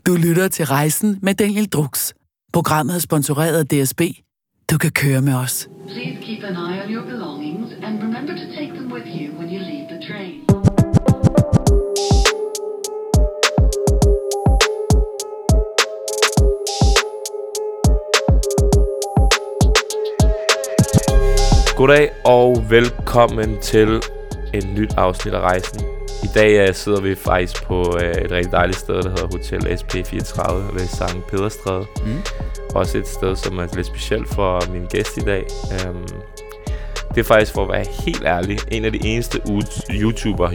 Du lytter til Rejsen med Daniel Drux. Programmet er sponsoreret af DSB. Du kan køre med os. Please keep an eye on your belongings and remember to take them with you when you leave the train. Goddag og velkommen til et nyt afsnit af Rejsen. I dag sidder vi faktisk på et rigtig dejligt sted, der hedder Hotel SP34 ved Sankt Pederstræde. Også et sted, som er lidt specielt for min gæst i dag. Det er faktisk, for at være helt ærlig, en af de eneste YouTuber,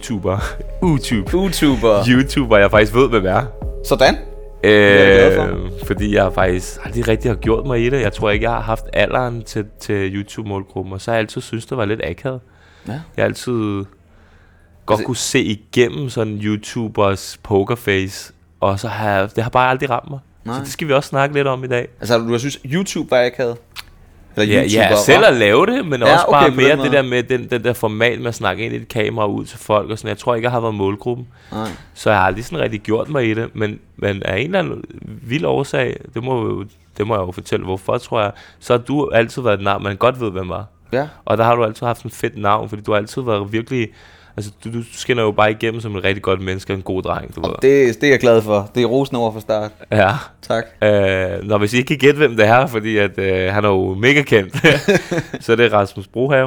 jeg faktisk ved, hvem er. Sådan. Fordi jeg faktisk aldrig rigtig har gjort mig i det. Jeg tror ikke, jeg har haft alderen til YouTube-målgruppen. Og så har jeg altid synes det var lidt akavet. Ja. Jeg har altid godt kunne se igennem sådan YouTubers pokerface. Og så det har bare aldrig ramt mig. Nej. Så det skal vi også snakke lidt om i dag. Altså du synes YouTube var akavet? Ja, selv at lave det, men også okay, bare mere det der med den der format med at snakke ind i et kamera ud til folk og sådan. Jeg tror ikke, jeg har været målgruppen. Nej. Så jeg har aldrig sådan rigtig gjort mig i det. Men af en eller anden vild årsag, det må jeg jo fortælle hvorfor, tror jeg. Så har du altid været et navn, man godt ved, hvem var. Ja. Og der har du altid haft en fedt navn, fordi du har altid været virkelig... Altså, du skinner jo bare igennem som en rigtig godt menneske, en god dreng, du ved. Det er jeg glad for. Det er rosen over for start. Ja. Tak. Hvis I ikke kan gætte, hvem det er, fordi at, han er jo mega kendt, så det er Rasmus Brohave.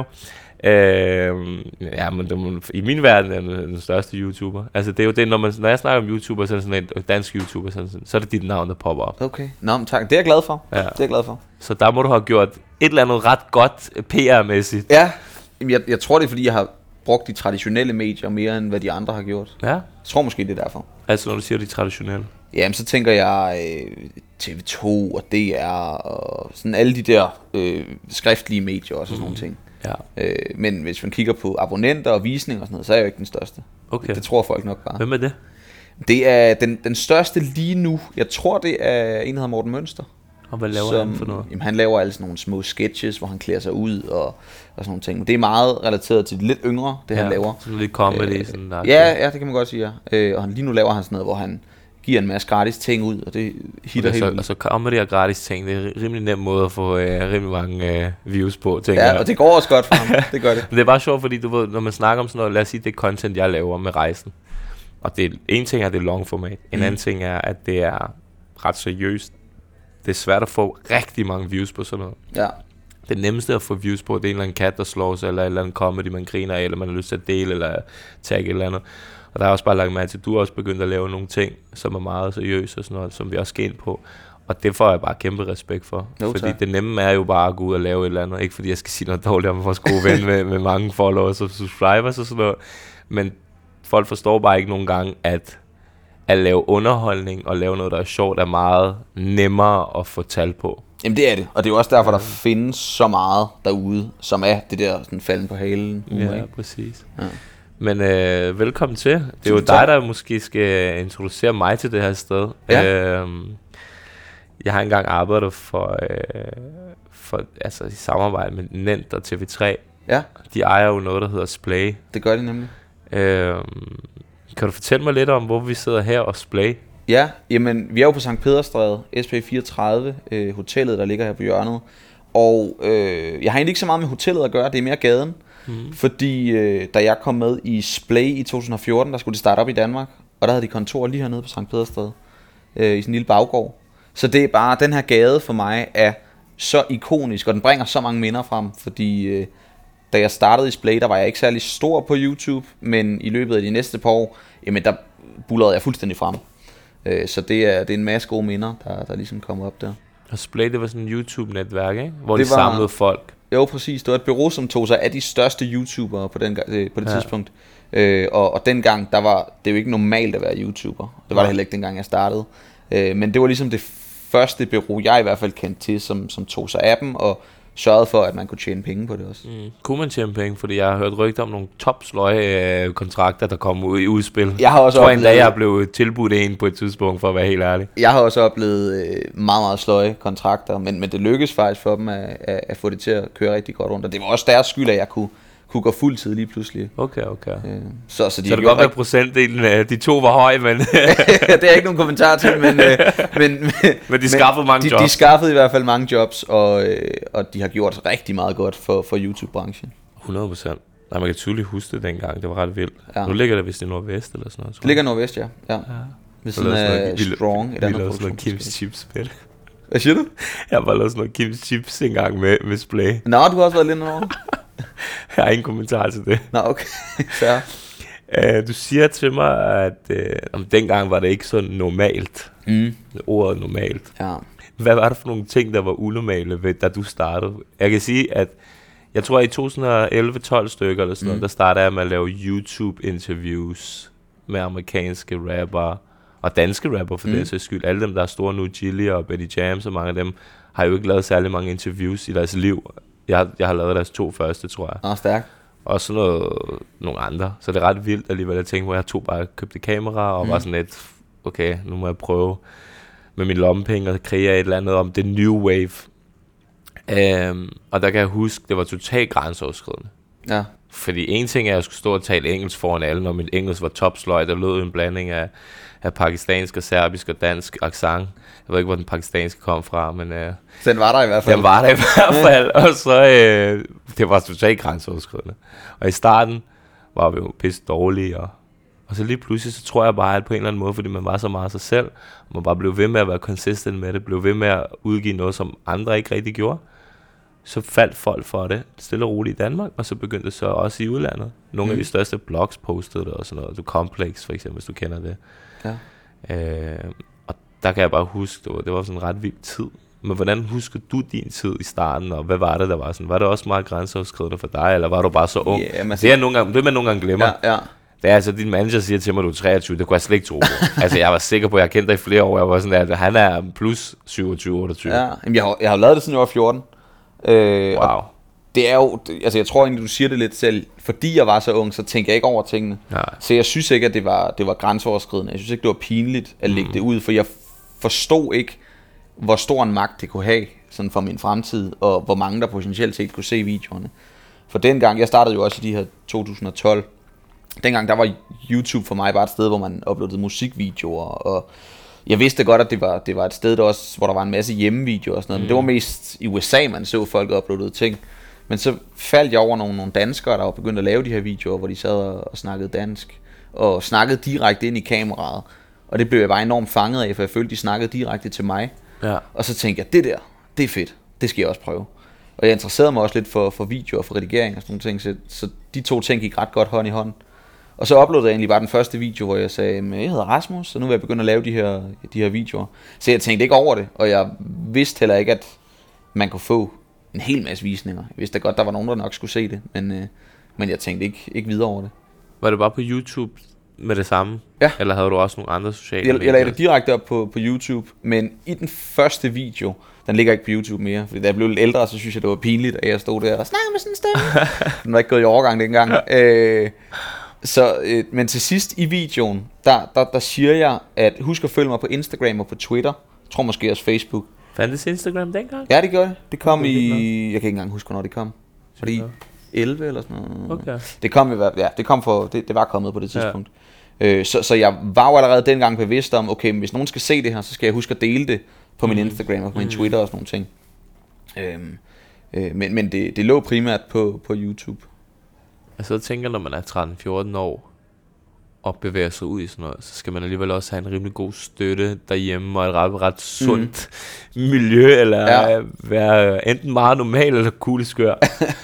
Men i min verden er den største YouTuber. Altså, det er jo det, når jeg snakker om YouTuber, så er det sådan en dansk YouTuber, så er det dit navn, der popper op. Okay. Nå, men tak. Det er jeg glad for. Ja. Det er jeg glad for. Så der må du have gjort et eller andet ret godt PR-mæssigt. Ja. Jeg tror, det er, fordi jeg har brugt de traditionelle medier mere, end hvad de andre har gjort. Ja. Jeg tror måske, det er derfor. Altså, når du siger de traditionelle? Jamen, så tænker jeg TV2 og DR og sådan alle de der skriftlige medier og sådan nogle ting. Ja. Men hvis man kigger på abonnenter og visninger og sådan noget, så er jeg jo ikke den største. Okay. Det tror folk nok bare. Hvem er det? Det er den største lige nu. Jeg tror, det er en, der hedder Morten Mønster. Og hvad laver han for noget? Jamen, han laver altså nogle små sketches, hvor han klæder sig ud og sådan nogle ting. Men det er meget relateret til de lidt yngre, det han laver. Sådan lidt comedy. Sådan der. Ja, det kan man godt sige. Og lige nu laver han sådan noget, hvor han giver en masse gratis ting ud, og det hitter helt ud. Og så kommer de her gratis ting. Det er en rimelig nem måde at få rimelig mange views på, tænker jeg. Og det går også godt for ham. Det gør det. Men det er bare sjovt, fordi du ved, når man snakker om sådan noget, lad os sige, det content, jeg laver med rejsen. Og det en ting er, det long format. En anden ting er, at det er ret seriøst. Det er svært at få rigtig mange views på sådan noget. Ja. Det nemmeste at få views på, det er en eller anden kat, der slår sig, eller en eller anden comedy, man griner af, eller man har lyst til at dele, eller tagge et eller andet. Og der er også bare lagt mærke til, at du også begyndt at lave nogle ting, som er meget seriøse og sådan noget, som vi også skal ind på. Og det får jeg bare kæmpe respekt for. Jo, fordi det nemme er jo bare at gå ud og lave et eller andet. Ikke fordi jeg skal sige noget dårligt om vores gode ven med mange followers og subscribers og sådan noget. Men folk forstår bare ikke nogle gange, at lave underholdning og lave noget, der er sjovt, er meget nemmere at få tal på. Jamen det er det, og det er jo også derfor, der findes så meget derude, som er det der sådan falden på halen. Ja, præcis. Ja. Men velkommen til. Det er jo dig, der måske skal introducere mig til det her sted. Ja. Jeg har engang arbejdet for altså i samarbejde med Nent og TV3. Ja. De ejer jo noget, der hedder Splay. Det gør de nemlig. Kan du fortælle mig lidt om, hvor vi sidder her og Splay? Ja, jamen vi er jo på Sankt Pederstræde, SP34, hotellet, der ligger her på hjørnet. Og jeg har egentlig ikke så meget med hotellet at gøre, det er mere gaden. Fordi da jeg kom med i Splay i 2014, der skulle det starte op i Danmark. Og der havde de kontor lige hernede på Sankt Pederstræde, i sådan en lille baggård. Så det er bare, den her gade for mig er så ikonisk, og den bringer så mange minder frem, fordi... Da jeg startede i Splay, der var jeg ikke særlig stor på YouTube, men i løbet af de næste par år, jamen der bullerede jeg fuldstændig frem. Så det er en masse gode minder, der ligesom kommer op der. Og Splay, det var sådan en YouTube-netværk, ikke? Hvor de samlede folk. Jo, præcis. Det var et bureau, som tog sig af de største YouTubere på det tidspunkt. Og dengang, der var det jo ikke normalt at være YouTuber. Det var det heller ikke dengang, jeg startede. Men det var ligesom det første bureau, jeg i hvert fald kendte til, som tog sig af dem, og sørgede for, at man kunne tjene penge på det også. Kunne man tjene penge? Fordi jeg har hørt rygter om nogle topsløje kontrakter, der kom ud i udspil. Jeg har også oplevet... jeg blev tilbudt en på et tidspunkt, for at være helt ærlig. Jeg har også oplevet meget, meget sløje kontrakter, men det lykkedes faktisk for dem at få det til at køre rigtig godt rundt. Og det var også deres skyld, at jeg kunne kunne gå fuld tid lige pludselig. Okay. Så det kan godt være procentdelen af de to var høj, men... det er ikke nogen kommentar til, men de skaffede mange jobs. De skaffede i hvert fald mange jobs, og de har gjort rigtig meget godt for YouTube-branchen. 100%. Nej, man kan tydeligt huske det dengang. Det var ret vildt. Ja. Nu ligger det vist i Nordvest eller sådan noget. Det ligger i Nordvest, ja. Ved siden af Strong. Vi lavede sådan noget Kim's Chips-spil. Hvad siger du? Jeg har bare lavet sådan noget Kim's Chips engang med Splay. Nå, du har også været lidt over. Jeg har ingen kommentar til det. Nå, okay. Fair. Du siger til mig, at dengang var det ikke så normalt. Ordet normalt. Ja. Hvad var det for nogle ting, der var unormale ved, da du startede? Jeg kan sige, at jeg tror i 2011-12 stykker eller sådan noget, der startede jeg med at lave YouTube-interviews med amerikanske rapper og danske rapper for den sags skyld. Alle dem, der er store nu, Gilly og Betty Jams, og mange af dem har jo ikke lavet særlig mange interviews i deres liv. Jeg har lavet deres 2 første, tror jeg. Nå, stærkt. Og så nogle andre. Så det er ret vildt alligevel. Jeg tænkte, hvor jeg bare købte kamera og var sådan lidt, okay, nu må jeg prøve med min lommepenge og kreere et eller andet om det new wave. Og der kan jeg huske, det var totalt grænseoverskridende. Ja. Fordi en ting er, at jeg skulle stå og tale engelsk foran alle, når min engelsk var topsløjt. Der lød en blanding af pakistansk og serbisk og dansk accent. Jeg ved ikke, hvor den pakistanske kom fra, men... den var der i hvert fald. Den var der i hvert fald, og så... det var totalt grænseoverskridende. Og i starten var vi jo pisse dårlige, og så lige pludselig, så tror jeg bare, at på en eller anden måde, fordi man var så meget sig selv, og man bare blev ved med at være consistent med det, blev ved med at udgive noget, som andre ikke rigtig gjorde, så faldt folk for det stille og roligt i Danmark, og så begyndte det så også i udlandet. Nogle af de største blogs postede det og sådan noget. Du Complex for eksempel, hvis du kender det. Ja. Og der kan jeg bare huske, det var sådan en ret vild tid. Men hvordan husker du din tid i starten, og hvad var det, der var sådan? Var det også meget grænseoverskridende for dig, eller var du bare så ung? Yeah, det er man nogle gange glemmer. Ja. Det er altså, din manager siger til mig, at du er 23, det kunne jeg slet ikke tro på. Altså, jeg var sikker på, at jeg kendte dig i flere år. Jeg var sådan, at han er plus 27-28. Ja, jeg har lavet det, siden jeg var 14. Wow. Det er jo, altså jeg tror egentlig, du siger det lidt selv, fordi jeg var så ung, så tænker jeg ikke over tingene. Nej. Så jeg synes ikke, at det var grænseoverskridende. Jeg synes ikke, det var pinligt at lægge det ud, for jeg forstod ikke, hvor stor en magt det kunne have sådan for min fremtid, og hvor mange der potentielt set kunne se videoerne. For dengang, jeg startede jo også i de her 2012, dengang der var YouTube for mig bare et sted, hvor man uploadede musikvideoer, og jeg vidste godt, at det var et sted, der også, hvor der var en masse hjemmevideoer og sådan noget, men det var mest i USA, man så folk uploadede ting. Men så faldt jeg over nogle danskere, der var begyndt at lave de her videoer, hvor de sad og snakkede dansk, og snakkede direkte ind i kameraet. Og det blev jeg bare enormt fanget af, for jeg følte, de snakkede direkte til mig. Ja. Og så tænkte jeg, det er fedt, det skal jeg også prøve. Og jeg interesserede mig også lidt for videoer, for redigering og sådan nogle ting, så de 2 ting gik ret godt hånd i hånd. Og så uploadede jeg egentlig bare den første video, hvor jeg sagde, jeg hedder Rasmus, så nu vil jeg begynde at lave de her videoer. Så jeg tænkte ikke over det, og jeg vidste heller ikke, at man kunne få en hel masse visninger. Jeg vidste godt, der var nogen, der nok skulle se det, men jeg tænkte ikke videre over det. Var det bare på YouTube med det samme? Ja. Eller havde du også nogle andre sociale medier? Jeg lagde det direkte op på YouTube, men i den første video, den ligger ikke på YouTube mere, fordi da jeg blev lidt ældre, så synes jeg, det var pinligt, at jeg stod der og snakkede med sådan en stemme. Den var ikke gået i overgang dengang. Men til sidst i videoen, der siger jeg, at husk at følge mig på Instagram og på Twitter. Jeg tror måske også Facebook. Fandtes Instagram dengang? Ja, det gjorde det. Det kom i... Jeg kan ikke engang huske, hvornår det kom. Fordi 11 eller sådan noget. Okay. Det var kommet på det tidspunkt. Ja. Så jeg var jo allerede dengang bevidst om, okay, hvis nogen skal se det her, så skal jeg huske at dele det på min Instagram og på min Twitter og sådan nogle ting. Men det lå primært på YouTube. Jeg så tænker, når man er 13-14 år og bevæger sig ud i sådan noget, så skal man alligevel også have en rimelig god støtte derhjemme og et ret sundt miljø, eller være enten meget normal eller kugleskør.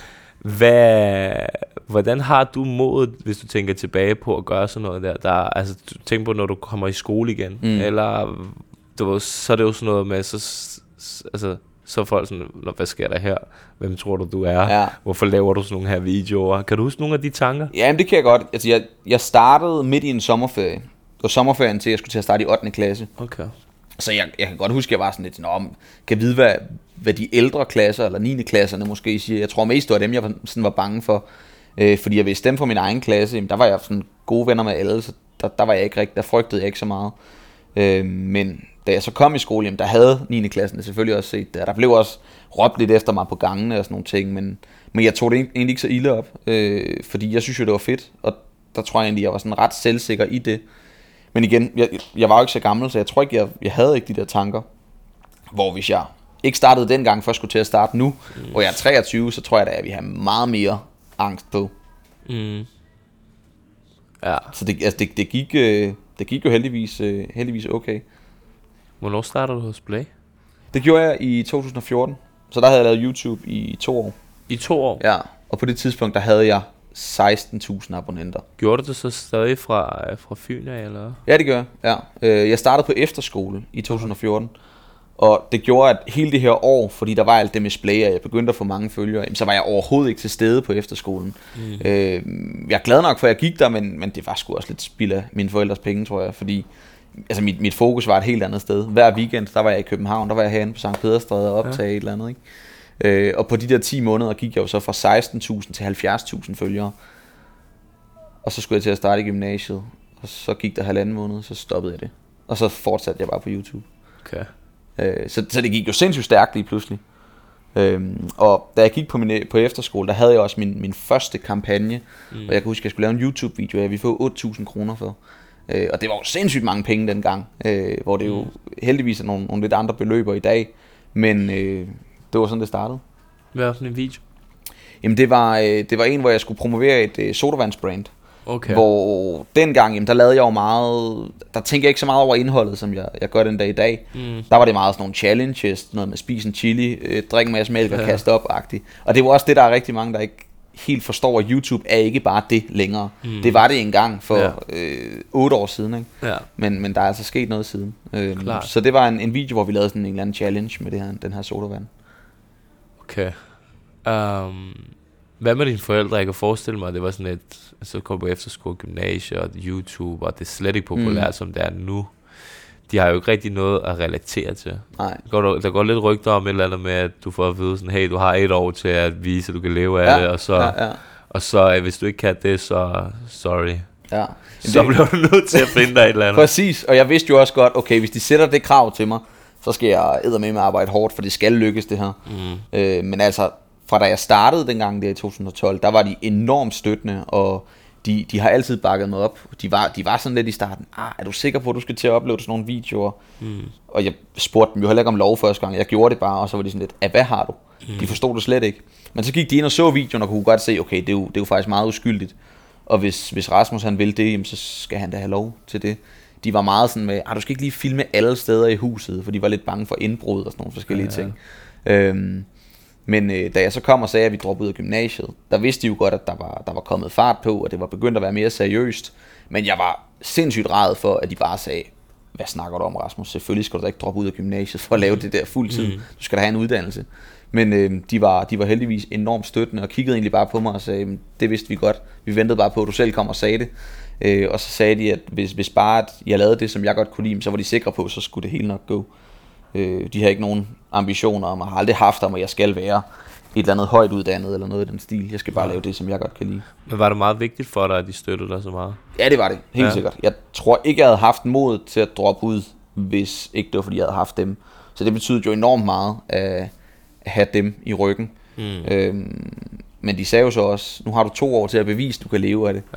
Hvordan har du modet, hvis du tænker tilbage på at gøre sådan noget der? Altså, tænk på, når du kommer i skole igen, eller så er det jo sådan noget med, så er folk sådan, hvad sker der her? Hvem tror du er? Ja. Hvorfor laver du sådan nogle her videoer? Kan du huske nogle af de tanker? Ja, det kan jeg godt. Altså, jeg startede midt i en sommerferie. Det var sommerferien til, at jeg skulle til at starte i 8. klasse. Okay. Så jeg kan godt huske, at jeg var sådan lidt, kan vide, hvad de ældre klasser, eller 9. klasserne måske siger. Jeg tror mest, det var dem, jeg sådan var bange for. Fordi jeg vidste dem fra min egen klasse, der var jeg sådan gode venner med alle, så der var jeg ikke rigtig, der frygtede jeg ikke så meget. Men da jeg så kom i skole, jamen, der havde 9. klassen selvfølgelig også set det. Der blev også råbt lidt efter mig på gangene og sådan nogle ting, men jeg tog det egentlig ikke så ilde op, fordi jeg synes jo, det var fedt, og der tror jeg egentlig, jeg var sådan ret selvsikker i det. Men igen, jeg var jo ikke så gammel, så jeg tror ikke, jeg havde ikke de der tanker. Hvor hvis jeg ikke startede dengang, først skulle til at starte nu, hvor jeg er 23, så tror jeg da, at vi har meget mere angst på. Ja. Så det gik jo heldigvis okay. Hvornår startede du hos Play? Det gjorde jeg i 2014, så der havde jeg lavet YouTube i 2 år. I 2 år? Ja, og på det tidspunkt, der havde jeg 16.000 abonnenter. Gjorde du det så stadig fra Fyn af, eller? Ja, det gør jeg. Ja. Jeg startede på efterskole i 2014, og det gjorde, at hele det her år, fordi der var alt det med Splay, og jeg begyndte at få mange følgere, så var jeg overhovedet ikke til stede på efterskolen. Jeg er glad nok for, at jeg gik der, men det var sgu også lidt spild af mine forældres penge, tror jeg, fordi altså mit fokus var et helt andet sted. Hver weekend, der var jeg i København, der var jeg herinde på Sankt Pederstræde og optage et eller andet, ikke? Og på de der 10 måneder gik jeg jo så fra 16.000 til 70.000 følgere. Og så skulle jeg til at starte i gymnasiet, og så gik der 1,5 måned, så stoppede jeg det. Og så fortsatte jeg bare på YouTube. Okay. Så det gik jo sindssygt stærkt lige pludselig. Og da jeg gik på efterskole, der havde jeg også min første kampagne, og jeg kan huske, at jeg skulle lave en YouTube-video, og jeg ville få 8.000 kroner for. Og det var jo sindssygt mange penge dengang, hvor det jo heldigvis er nogle lidt andre beløber i dag, men det var sådan, det startede. Hvad var sådan en video? Jamen det var en, hvor jeg skulle promovere et sodavandsbrand. Okay. Hvor dengang, jamen, der lavede jeg jo meget, der tænker jeg ikke så meget over indholdet, som jeg gør den dag i dag. Der var det meget sådan nogle challenges, noget med spise en chili, drikke en masse mælk og kaste op-agtigt. Og det var også det, der er rigtig mange, der ikke helt forstår, at YouTube er ikke bare det længere. Det var det engang for 8 år siden, ikke? Ja. Men der er altså sket noget siden. Så det var en video, hvor vi lavede sådan en eller anden challenge med den her sodavand. Okay. Hvad med dine forældre? Jeg kan forestille mig, at det var sådan et, så kom på efterskole, gymnasie og YouTube, og det er slet ikke populært, som det er nu. De har jo ikke rigtig noget at relatere til. Nej. Der går lidt rygter om et eller andet med, at du får at vide sådan, hey, du har 1 år til at vise, at du kan leve af det, og så hvis du ikke kan det, så sorry. Ja. Så bliver du nødt til at finde dig et eller andet. Præcis, og jeg vidste jo også godt, okay, hvis de sætter det krav til mig, så skal jeg eddermame arbejde hårdt, for det skal lykkes det her. Men altså, fra da jeg startede dengang der i 2012, der var de enormt støttende, og de har altid bakket mig op. De var sådan lidt i starten, er du sikker på, at du skal til at opleve sådan nogle videoer? Og jeg spurgte dem jo heller ikke om lov første gang. Jeg gjorde det bare, og så var de sådan lidt, hvad har du? De forstod det slet ikke. Men så gik de ind og så videoen, og kunne godt se, okay, det er jo faktisk meget uskyldigt. Og hvis Rasmus han vil det, jamen, så skal han da have lov til det. De var meget sådan med, du skal ikke lige filme alle steder i huset, for de var lidt bange for indbrud og sådan nogle forskellige ting. Men da jeg så kom og sagde, at vi droppede ud af gymnasiet, der vidste de jo godt, at der var kommet fart på, og det var begyndt at være mere seriøst. Men jeg var sindssygt ræd for, at de bare sagde, hvad snakker du om, Rasmus? Selvfølgelig skal du da ikke droppe ud af gymnasiet for at lave det der fuldtid. Du skal da have en uddannelse. Men de var heldigvis enormt støttende og kiggede egentlig bare på mig og sagde, det vidste vi godt. Vi ventede bare på, at du selv kom og sagde det. Og så sagde de, at hvis bare at jeg lavede det, som jeg godt kunne lide, så var de sikre på, så skulle det hele nok gå. De har ikke nogen ambitioner om, og har aldrig haft om, at jeg skal være et eller andet højt uddannet eller noget i den stil. Jeg skal bare lave det, som jeg godt kan lide. Men var det meget vigtigt for dig, at de støttede dig så meget? Ja, det var det. Helt sikkert. Jeg tror ikke, jeg havde haft mod til at droppe ud, hvis ikke det var, fordi jeg havde haft dem. Så det betyder jo enormt meget at have dem i ryggen. Men de sagde jo så også, nu har du 2 år til at bevise, at du kan leve af det.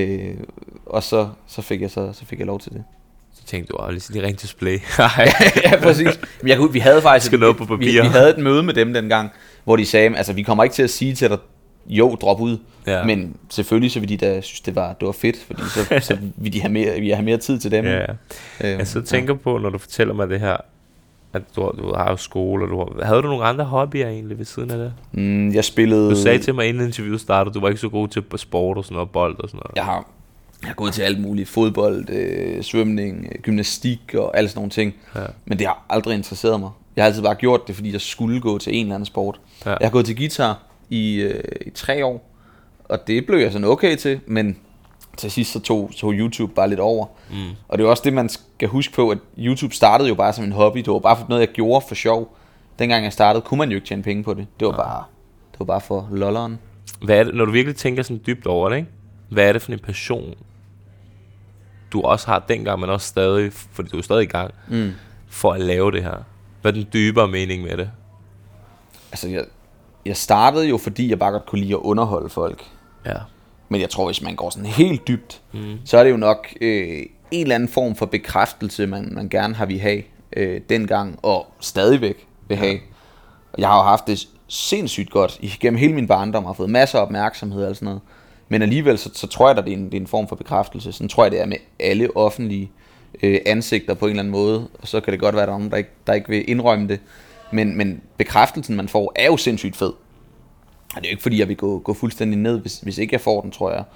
Og så fik jeg lov til det. Så tænkte du, lige ring til Splay. Ja, præcis. Men vi havde faktisk vi havde et møde med dem dengang, hvor de sagde, altså vi kommer ikke til at sige til dig, jo, drop ud. Ja. Men selvfølgelig så vil de da synes, det var fedt, fordi så vil de have mere tid til dem. Ja. Jeg så tænker på, når du fortæller mig det her, at du har jo skole, og havde du nogle andre hobbyer egentlig ved siden af det? Jeg spillede... Du sagde til mig, inden interviewet startede, du var ikke så god til sport og sådan noget, bold og sådan noget. Jeg har gået til alt muligt, fodbold, svømning, gymnastik og alle sådan nogle ting, men det har aldrig interesseret mig. Jeg har altid bare gjort det, fordi jeg skulle gå til en eller anden sport. Jeg har gået til guitar i 3 år, og det blev jeg sådan okay til, men til sidst så tog YouTube bare lidt over. Og det er også det, man skal huske på, at YouTube startede jo bare som en hobby. Det var bare noget, jeg gjorde for sjov. Dengang jeg startede, kunne man jo ikke tjene penge på det. Det var bare for lolleren. Hvad er det, når du virkelig tænker sådan dybt over det, ikke? Hvad er det for en passion, du også har dengang, men også stadig, fordi du er stadig i gang, for at lave det her? Hvad er den dybere mening med det? Altså, jeg startede jo, fordi jeg bare godt kunne lide at underholde folk. Ja. Men jeg tror, hvis man går sådan helt dybt, så er det jo nok en eller anden form for bekræftelse, man gerne har vil have dengang, og stadigvæk vil have. Jeg har jo haft det sindssygt godt igennem hele min barndom, har fået masser af opmærksomhed og sådan noget. Men alligevel, så tror jeg, at det er en form for bekræftelse. Sådan tror jeg, det er med alle offentlige ansigter på en eller anden måde. Og så kan det godt være, at der er nogen, der ikke vil indrømme det. Men bekræftelsen, man får, er jo sindssygt fed. Og det er jo ikke, fordi jeg vil gå fuldstændig ned, hvis ikke jeg får den, tror jeg.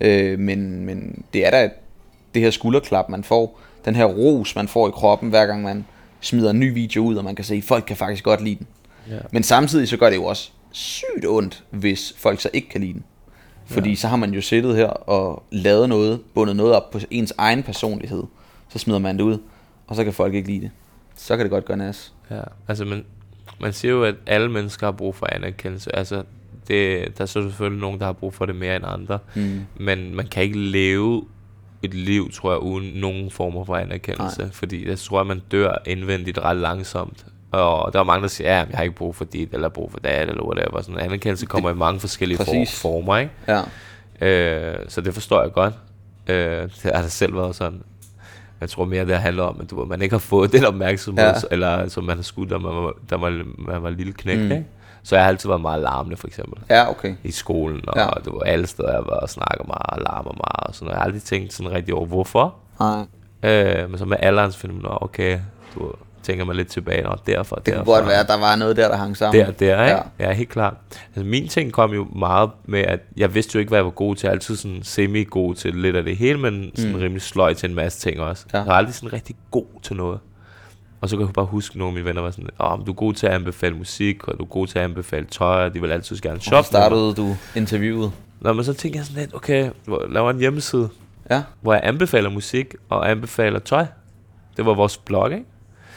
Men det er da det her skulderklap, man får. Den her ros, man får i kroppen, hver gang man smider en ny video ud, og man kan se, at folk kan faktisk godt lide den. Ja. Men samtidig så gør det jo også sygt ondt, hvis folk så ikke kan lide den. Fordi så har man jo siddet her og lavet noget, bundet noget op på ens egen personlighed. Så smider man det ud, og så kan folk ikke lide det. Så kan det godt gøre nas. Ja, altså man siger jo, at alle mennesker har brug for anerkendelse. Altså, der er selvfølgelig nogen, der har brug for det mere end andre. Men man kan ikke leve et liv, tror jeg, uden nogen former for anerkendelse. Nej. Fordi jeg tror, at man dør indvendigt ret langsomt. Og der er mange, der siger, ja, jeg har ikke brug for dit, eller brug for det, eller whatever. Sådan en anerkendelse kommer i mange forskellige former, ikke? Ja. Så det forstår jeg godt. Det har da selv været sådan. Jeg tror mere, det handler om, at man ikke har fået den opmærksomhed, eller som man har skudt, da man var lille knæk, ikke? Så jeg har altid været meget larmende, for eksempel. Ja, okay. I skolen, og det var alle steder, jeg var og snakker meget og larmer meget, og sådan noget. Jeg har aldrig tænkt sådan rigtig over, hvorfor. Nej. Men så med aldersfilmen, okay, du tænker man lidt tilbage, og derfor. Det kunne godt være, at der var noget der hang sammen. Der, ikke? Ja, helt klart. Altså, min ting kom jo meget med, at jeg vidste jo ikke, hvad jeg var god til. Jeg er altid sådan semi-god til lidt af det hele, men sådan rimelig sløj til en masse ting også. Ja. Jeg er aldrig sådan rigtig god til noget. Og så kan jeg bare huske, nogle af mine venner var sådan, du er god til at anbefale musik, og du er god til at anbefale tøj, og de vil altid gerne shoppe. Og så startede du interviewet? Nå, men så tænkte jeg sådan lidt, okay, laver en hjemmeside, hvor jeg anbefaler musik og anbefaler tøj. Det var vores blog, ikke?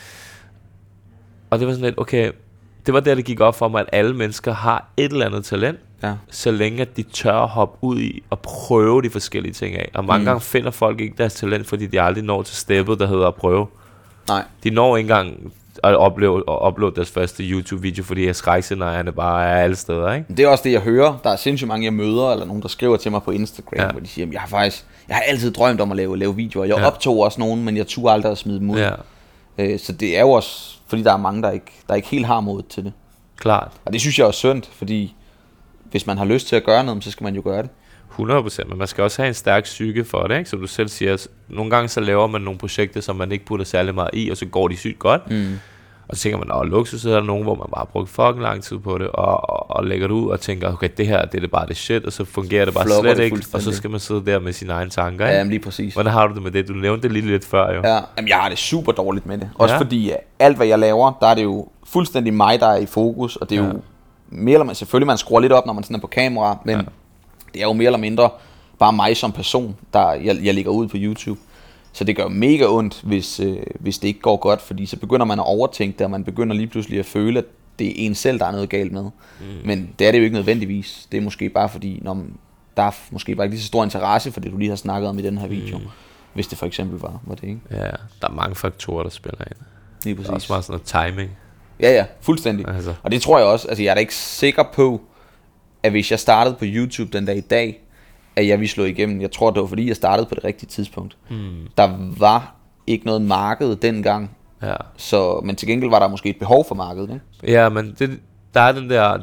Og det var sådan lidt, okay, det var der, det gik op for mig, at alle mennesker har et eller andet talent, så længe at de tør at hoppe ud i og prøve de forskellige ting af. Og mange gange finder folk ikke deres talent, fordi de aldrig når til steppet, der hedder at prøve. Nej. De når ikke engang at uploade deres første YouTube-video, fordi skrækscenarierne bare er alle steder, ikke? Det er også det, jeg hører. Der er sindssygt mange, jeg møder, eller nogen, der skriver til mig på Instagram, hvor de siger, jeg har altid drømt om at lave videoer. Jeg optog også nogen, men jeg turde aldrig at smide dem ud. Ja. Så det er jo også, fordi der er mange, der ikke helt har modet til det. Klart. Og det synes jeg er sundt, fordi hvis man har lyst til at gøre noget, så skal man jo gøre det. 100%, men man skal også have en stærk psyke for det, ikke? Som du selv siger, nogle gange så laver man nogle projekter, som man ikke putter særlig meget i, og så går de sygt godt. Og så tænker man, luksus, så er der nogen, hvor man bare har brugt fucking lang tid på det, og lægger det ud og tænker, okay, det her, det er bare det shit, og så fungerer det bare Flopper slet ikke, og så skal man sidde der med sine egne tanker, ikke? Ja, jamen lige præcis. Hvordan har du det med det? Du nævnte det lige lidt før, jo. Ja, jamen jeg har det super dårligt med det. Også fordi alt, hvad jeg laver, der er det jo fuldstændig mig, der er i fokus, og det er jo mere eller mindre, selvfølgelig man skruer lidt op, når man sådan er på kamera, men det er jo mere eller mindre bare mig som person, der jeg lægger ud på YouTube. Så det gør mega ondt, hvis det ikke går godt, fordi så begynder man at overtænke det, og man begynder lige pludselig at føle, at det er en selv, der er noget galt med. Men det er det jo ikke nødvendigvis. Det er måske bare fordi, der er måske bare ikke lige så stor interesse for det, du lige har snakket om i den her video. Hvis det for eksempel var det, ikke? Ja, der er mange faktorer, der spiller ind. Lige præcis. Der er også meget sådan noget timing. Ja, fuldstændig. Altså. Og det tror jeg også, altså jeg er da ikke sikker på, at hvis jeg startede på YouTube den dag i dag, at jeg ville slå igennem. Jeg tror, det var fordi, jeg startede på det rigtige tidspunkt. Der var ikke noget marked dengang. Ja. Men til gengæld var der måske et behov for markedet, ikke? Ja, men der er den der,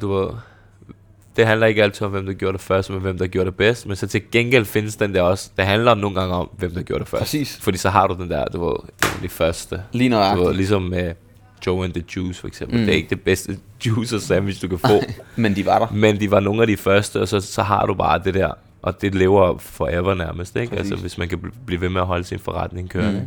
det handler ikke altid om, hvem der gjorde det først, men hvem der gjorde det bedst. Men så til gengæld findes den der også, det handler om nogle gange om, hvem der gjorde det først. Præcis. Fordi så har du den der, det første. Lige nøjagtigt. Ligesom med Joe and the Juice for eksempel. Det er ikke det bedste juice og sandwich, du kan få. Men de var der. Men de var nogle af de første, og så har du bare det der. Og det lever forever nærmest, ikke? Altså hvis man kan blive ved med at holde sin forretning kørende.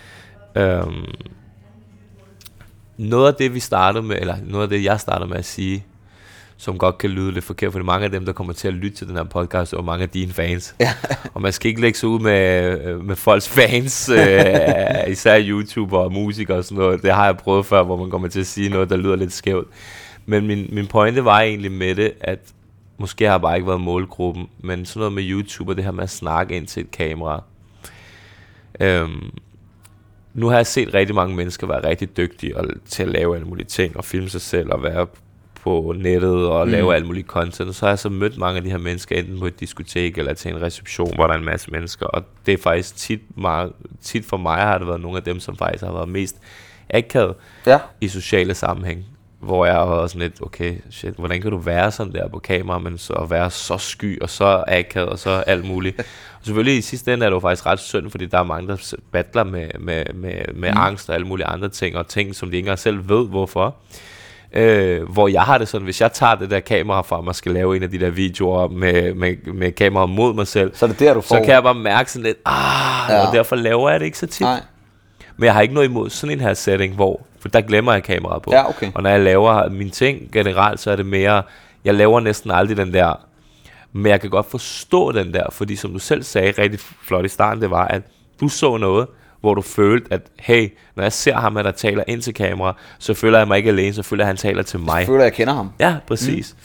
Noget af det vi startede med, eller noget af det jeg startede med at sige, som godt kan lyde lidt forkert, fordi mange af dem der kommer til at lytte til den her podcast er mange af dine fans. Og man skal ikke lægge sig ud med folks fans, især YouTuber og musikere og sådan noget. Det har jeg prøvet før, hvor man kommer til at sige noget der lyder lidt skævt. Men min pointe var egentlig med det, at måske har jeg bare ikke været målgruppen, men sådan noget med YouTube og det her med at snakke ind til et kamera. nu har jeg set rigtig mange mennesker være rigtig dygtige til at lave alle mulige ting, og filme sig selv, og være på nettet, og lave alle mulige content, og så har jeg så mødt mange af de her mennesker, enten på et diskotek, eller til en reception, hvor der er en masse mennesker, og det er faktisk tit for mig, har det været nogle af dem, som faktisk har været mest akavet i sociale sammenhæng, hvor jeg har været sådan lidt, okay, shit, hvordan kan du være sådan der på kamera, men så være så sky, og så akavet, og så alt muligt. Og selvfølgelig i sidste ende er det jo faktisk ret synd, fordi der er mange, der battler med angst og alle mulige andre ting, og ting, som de ikke engang selv ved, hvorfor. Hvor jeg har det sådan, hvis jeg tager det der kamera frem og skal lave en af de der videoer med kamera mod mig selv, så er det der, du får. Så kan jeg bare mærke sådan lidt, og derfor laver jeg det ikke så tit. Nej. Men jeg har ikke noget imod sådan en her setting, for der glemmer jeg kameraet på. Ja, okay. Og når jeg laver mine ting generelt, så er det mere, jeg laver næsten aldrig den der, men jeg kan godt forstå den der, fordi som du selv sagde rigtig flot i starten, det var, at du så noget, hvor du følte, at hey, når jeg ser ham, der taler ind til kamera, så føler jeg mig ikke alene, så føler jeg, at han taler til mig. Så føler jeg kender ham. Ja, præcis.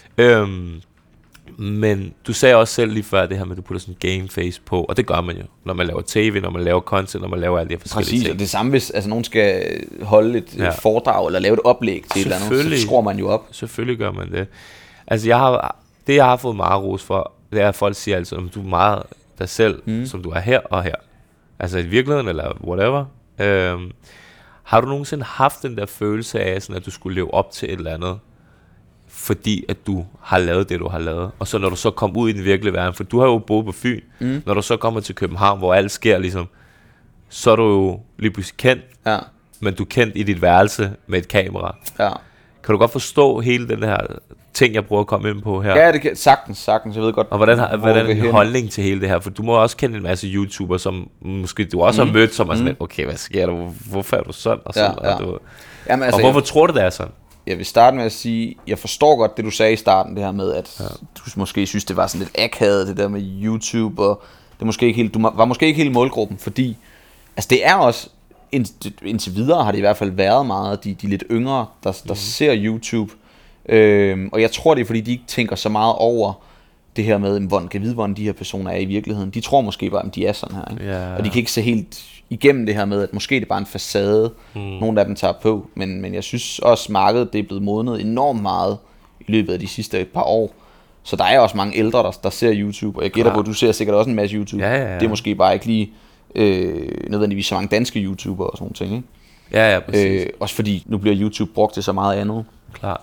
Men du sagde også selv lige før det her med, at du putter sådan en game face på, og det gør man jo, når man laver tv, når man laver content, når man laver alle de her forskellige ting. Præcis, og det samme, hvis nogen skal holde et foredrag, eller lave et oplæg til et eller andet, så skruer man jo op. Selvfølgelig gør man det. Altså, jeg har fået meget ros for, det er, at folk siger altså, om du er meget dig selv, som du er her og her. Altså i virkeligheden, eller whatever. Har du nogensinde haft den der følelse af, sådan, at du skulle leve op til et eller andet, fordi at du har lavet det, du har lavet? Og så når du så kom ud i den virkelige verden, for du har jo boet på Fyn, når du så kommer til København, hvor alt sker ligesom, så er du jo lige pludselig kendt, men du er kendt i dit værelse med et kamera. Ja. Kan du godt forstå hele den her ting, jeg prøver at komme ind på her? Ja, det kan sagtens, jeg ved godt. Og hvordan er din holdning til hele det her? For du må også kende en masse YouTubere, som måske du også har mødt, som er sådan, okay, hvad sker der? Hvorfor er du sådan? Og, sådan, Jamen, altså, og hvorfor tror du, det er sådan? Jeg vil starte med at sige, jeg forstår godt det, du sagde i starten, det her med, at du måske synes, det var sådan lidt akavet, det der med YouTube, og det måske ikke helt, du var måske ikke helt målgruppen, fordi altså det er også, indtil videre har det i hvert fald været meget de lidt yngre, der ser YouTube, og jeg tror det er fordi de ikke tænker så meget over det her med hvordan de her personer er i virkeligheden. De tror måske bare at de er sådan her, ikke? Og de kan ikke se helt igennem det her med at måske det er bare en facade nogle af dem tager på, men jeg synes også markedet det er blevet modnet enormt meget i løbet af de sidste par år. Så der er også mange ældre der ser YouTube, og jeg gætter på at du ser sikkert også en masse YouTube. Det er måske bare ikke lige nødvendigvis så mange danske YouTubere og sådan nogle ting, ikke? Ja, præcis. Også fordi nu bliver YouTube brugt til så meget andet. Klart.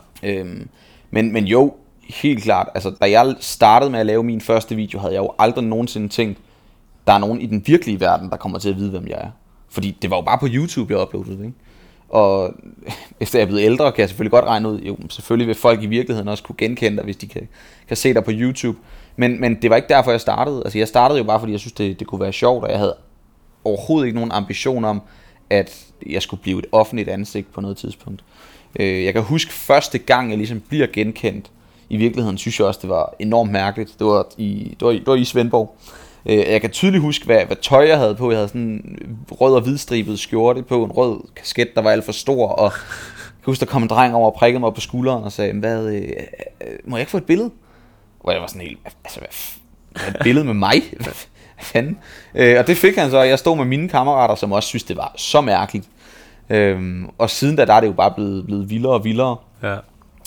Men jo, helt klart, altså da jeg startede med at lave min første video, havde jeg jo aldrig nogensinde tænkt, der er nogen i den virkelige verden, der kommer til at vide, hvem jeg er. Fordi det var jo bare på YouTube, jeg uploadede det, ikke? Og efter jeg er blevet ældre, kan jeg selvfølgelig godt regne ud, jo, selvfølgelig vil folk i virkeligheden også kunne genkende dig, hvis de kan se dig på YouTube. Men det var ikke derfor, jeg startede. Altså jeg startede jo bare, fordi jeg synes, det kunne være sjovt, og jeg havde overhovedet ikke nogen ambition om, at jeg skulle blive et offentligt ansigt på noget tidspunkt. Jeg kan huske første gang, jeg ligesom bliver genkendt. I virkeligheden synes jeg også, det var enormt mærkeligt. Det var i Svendborg. Jeg kan tydeligt huske, hvad tøj jeg havde på. Jeg havde sådan en rød og hvidstribet skjorte på, en rød kasket, der var alt for stor. Og jeg kan huske, der kom en dreng over og prikkede mig på skulderen og sagde, må jeg ikke få et billede? Og jeg var sådan helt, altså hvad et billede med mig? Hvad fanden? Og det fik han så, og jeg stod med mine kammerater, som også synes, det var så mærkeligt. Og siden da er det jo bare blevet vildere og vildere. Ja.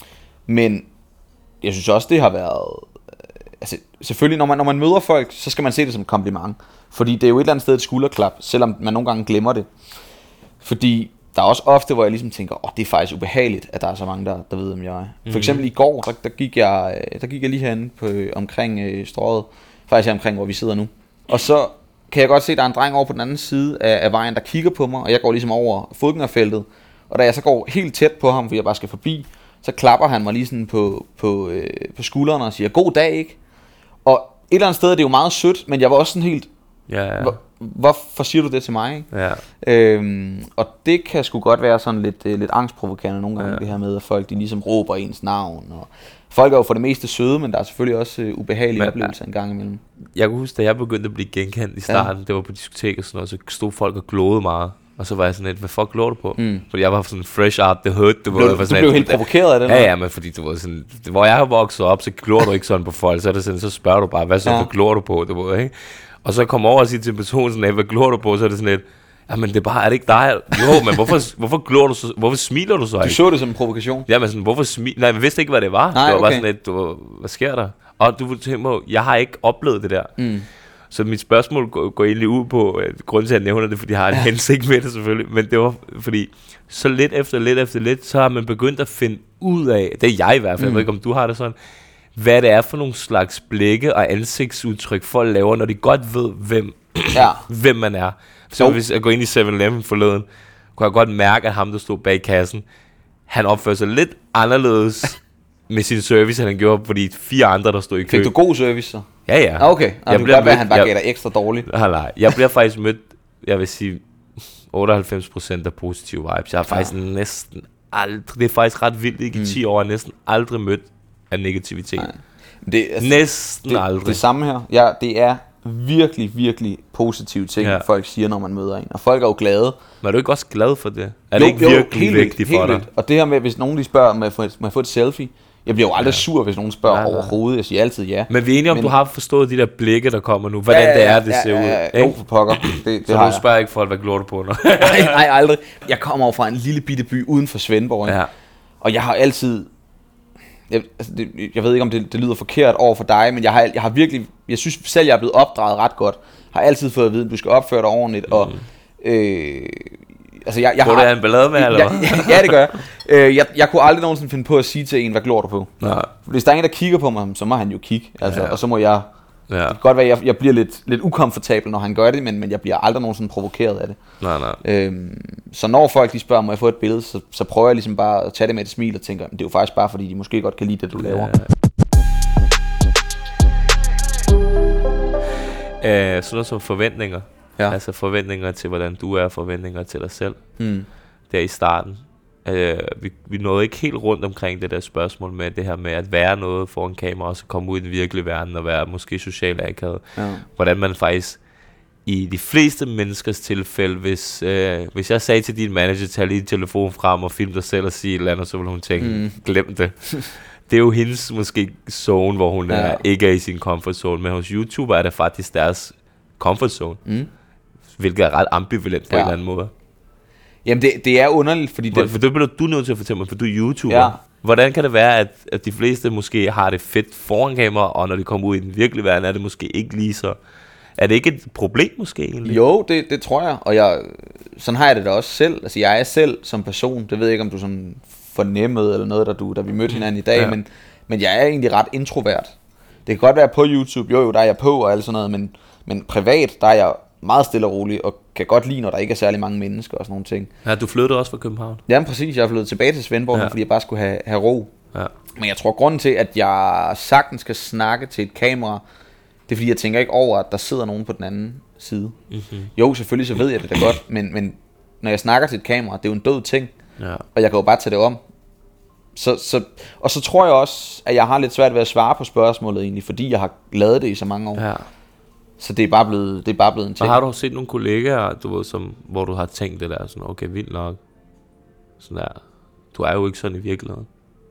Men jeg synes også, det har været, altså selvfølgelig, når man møder folk, så skal man se det som et kompliment. Fordi det er jo et eller andet sted et skulderklap, selvom man nogle gange glemmer det. Fordi der er også ofte, hvor jeg ligesom tænker, det er faktisk ubehageligt, at der er så mange, der ved, hvem jeg er. For eksempel i går, der gik jeg lige herinde på, omkring Strøget, faktisk omkring, hvor vi sidder nu. Og så kan jeg godt se, at der er en dreng over på den anden side af vejen, der kigger på mig, og jeg går ligesom over fodgængerfeltet. Og da jeg så går helt tæt på ham, fordi jeg bare skal forbi, så klapper han mig lige sådan på skulderen og siger, god dag, ikke? Og et eller andet sted er det jo meget sødt, men jeg var også sådan helt, hvorfor siger du det til mig, ikke? Ja. Og det kan sgu godt være sådan lidt angstprovokerende nogle gange, det her med, at folk de ligesom råber ens navn. Og folk er jo for det meste søde, men der er selvfølgelig også ubehagelige oplevelser en gang imellem. Jeg kan huske, da jeg begyndte at blive genkendt i starten, det var på diskotek og sådan noget, så stod folk og glåede meget. Og så var jeg sådan lidt, hvad fuck glår du på? Fordi jeg var sådan fresh out the hood. Du blev helt provokeret af det? Ja, men fordi du var sådan, hvor jeg har vokset op, så glår du ikke sådan på folk. Så er det sådan, så spørger du bare, hvad glår du på? Du ved, ikke? Og så kommer over og siger til en person sådan, hvad glår du på? Så er det sådan lidt, Jamen, det er bare, er det ikke dig? Jo, men hvorfor glor du så? Hvorfor smiler du så Du ikke? så det som en provokation? Jamen sådan, hvorfor nej, jeg vidste ikke, hvad det var. Nej, det var bare okay. sådan lidt, hvad sker der? Og du tænker mig, jeg har ikke oplevet det der. Så mit spørgsmål går egentlig ud på, grunden til, at jeg nævner det, fordi jeg har en hensigt med det selvfølgelig, men det var fordi, så lidt efter lidt, så har man begyndt at finde ud af, det er jeg i hvert fald, jeg ved ikke, om du har det sådan, hvad det er for nogle slags blikke og ansigtsudtryk, folk laver, når de godt ved, hvem man er. Så hvis jeg går ind i 7-Eleven forleden, kunne jeg godt mærke, at ham, der stod bag kassen, han opførte sig lidt anderledes med sin service, end han gjorde på de 4 andre, der stod i kø. Fik du god service så? Ja. Okay, og det kan godt være, at han bare gav dig ekstra dårligt. Nej, jeg bliver faktisk mødt, jeg vil sige, 98% af positive vibes. Jeg har faktisk næsten aldrig, det er faktisk ret vildt, ikke i 10 år, jeg næsten aldrig mødt af negativitet. Det, altså, næsten aldrig. Det samme her. Ja, det er virkelig, virkelig positive ting, folk siger, når man møder en. Og folk er jo glade. Men er du ikke også glad for det? Er det ikke virkelig vigtigt for dig? Og det her med, hvis nogen de spørger, må jeg få et selfie? Jeg bliver jo aldrig sur, hvis nogen spørger overhovedet. Jeg siger altid ja. Men vi er enige om, du har forstået de der blikke, der kommer nu. Hvordan det ser ud. Jo, for pokker. Det så du spørger ikke folk, hvad glor du på nu? nej, aldrig. Jeg kommer over fra en lille bitte by uden for Svendborg. Ja. Og jeg har altid... Jeg ved ikke, om det lyder forkert over for dig, men jeg har virkelig... Jeg synes selv, jeg er blevet opdraget ret godt. Har altid fået at vide, at du skal opføre dig ordentligt. Og... Altså jeg tror du er en ballade med, eller hvad? Ja, det gør jeg. Jeg kunne aldrig nogensinde finde på at sige til en, hvad glor du på? Nej. Hvis der er en, der kigger på mig, så må han jo kigge. Altså, og så må jeg... Det kan godt være, at jeg bliver lidt ukomfortabel, når han gør det, men jeg bliver aldrig nogensinde provokeret af det. Nej. Så når folk de spørger, må jeg få et billede, så prøver jeg ligesom bare at tage det med et smil og tænker, det er jo faktisk bare, fordi de måske godt kan lide det, du laver. Sådan noget som forventninger. Ja. Altså forventninger til, hvordan du er, forventninger til dig selv. Der i starten. Vi nåede ikke helt rundt omkring det der spørgsmål med det her med at være noget foran kamera, og så komme ud i den virkelige verden og være måske socialt akavet. Ja. Hvordan man faktisk i de fleste menneskers tilfælde, hvis jeg sagde til din manager, tag lige telefon frem og film dig selv og sige et eller andet, så ville hun tænke, glem det. Det er jo hendes måske zone, hvor hun ikke er i sin comfort zone, men hos YouTuber er det faktisk deres comfort zone, hvilket er ret ambivalent på en eller anden måde. Jamen det er underligt, fordi for det bliver du nødt til at fortælle mig, for du er YouTuber. Ja. Hvordan kan det være, at de fleste måske har det fedt foran kamera, og når de kommer ud i den virkelige verden, er det måske ikke lige så... Er det ikke et problem måske egentlig? Jo, det tror jeg, og sådan har jeg det da også selv. Altså jeg er selv som person, det ved jeg ikke, om du sådan fornemmede eller noget, da vi mødte hinanden i dag, men jeg er egentlig ret introvert. Det kan godt være på YouTube, jo, der er jeg på og alt sådan noget, men privat, der er jeg meget stille og rolig, og kan godt lide, når der ikke er særlig mange mennesker og sådan nogle ting. Ja, du flyttede også fra København? Jamen præcis, jeg er flyttet tilbage til Svendborg, fordi jeg bare skulle have ro. Ja. Men jeg tror, grunden til, at jeg sagtens skal snakke til et kamera, det er fordi, jeg tænker ikke over, at der sidder nogen på den anden side. Mm-hmm. Jo, selvfølgelig så ved jeg det da godt, men når jeg snakker til et kamera, det er jo en død ting, og jeg kan jo bare tage det om. Og så tror jeg også, at jeg har lidt svært ved at svare på spørgsmålet egentlig, fordi jeg har lavet det i så mange år. Ja. Så det er bare blevet en ting. Og har du set nogle kollegaer, du ved, hvor du har tænkt det der, sådan, okay, vildt nok, sådan der, du er jo ikke sådan i virkeligheden?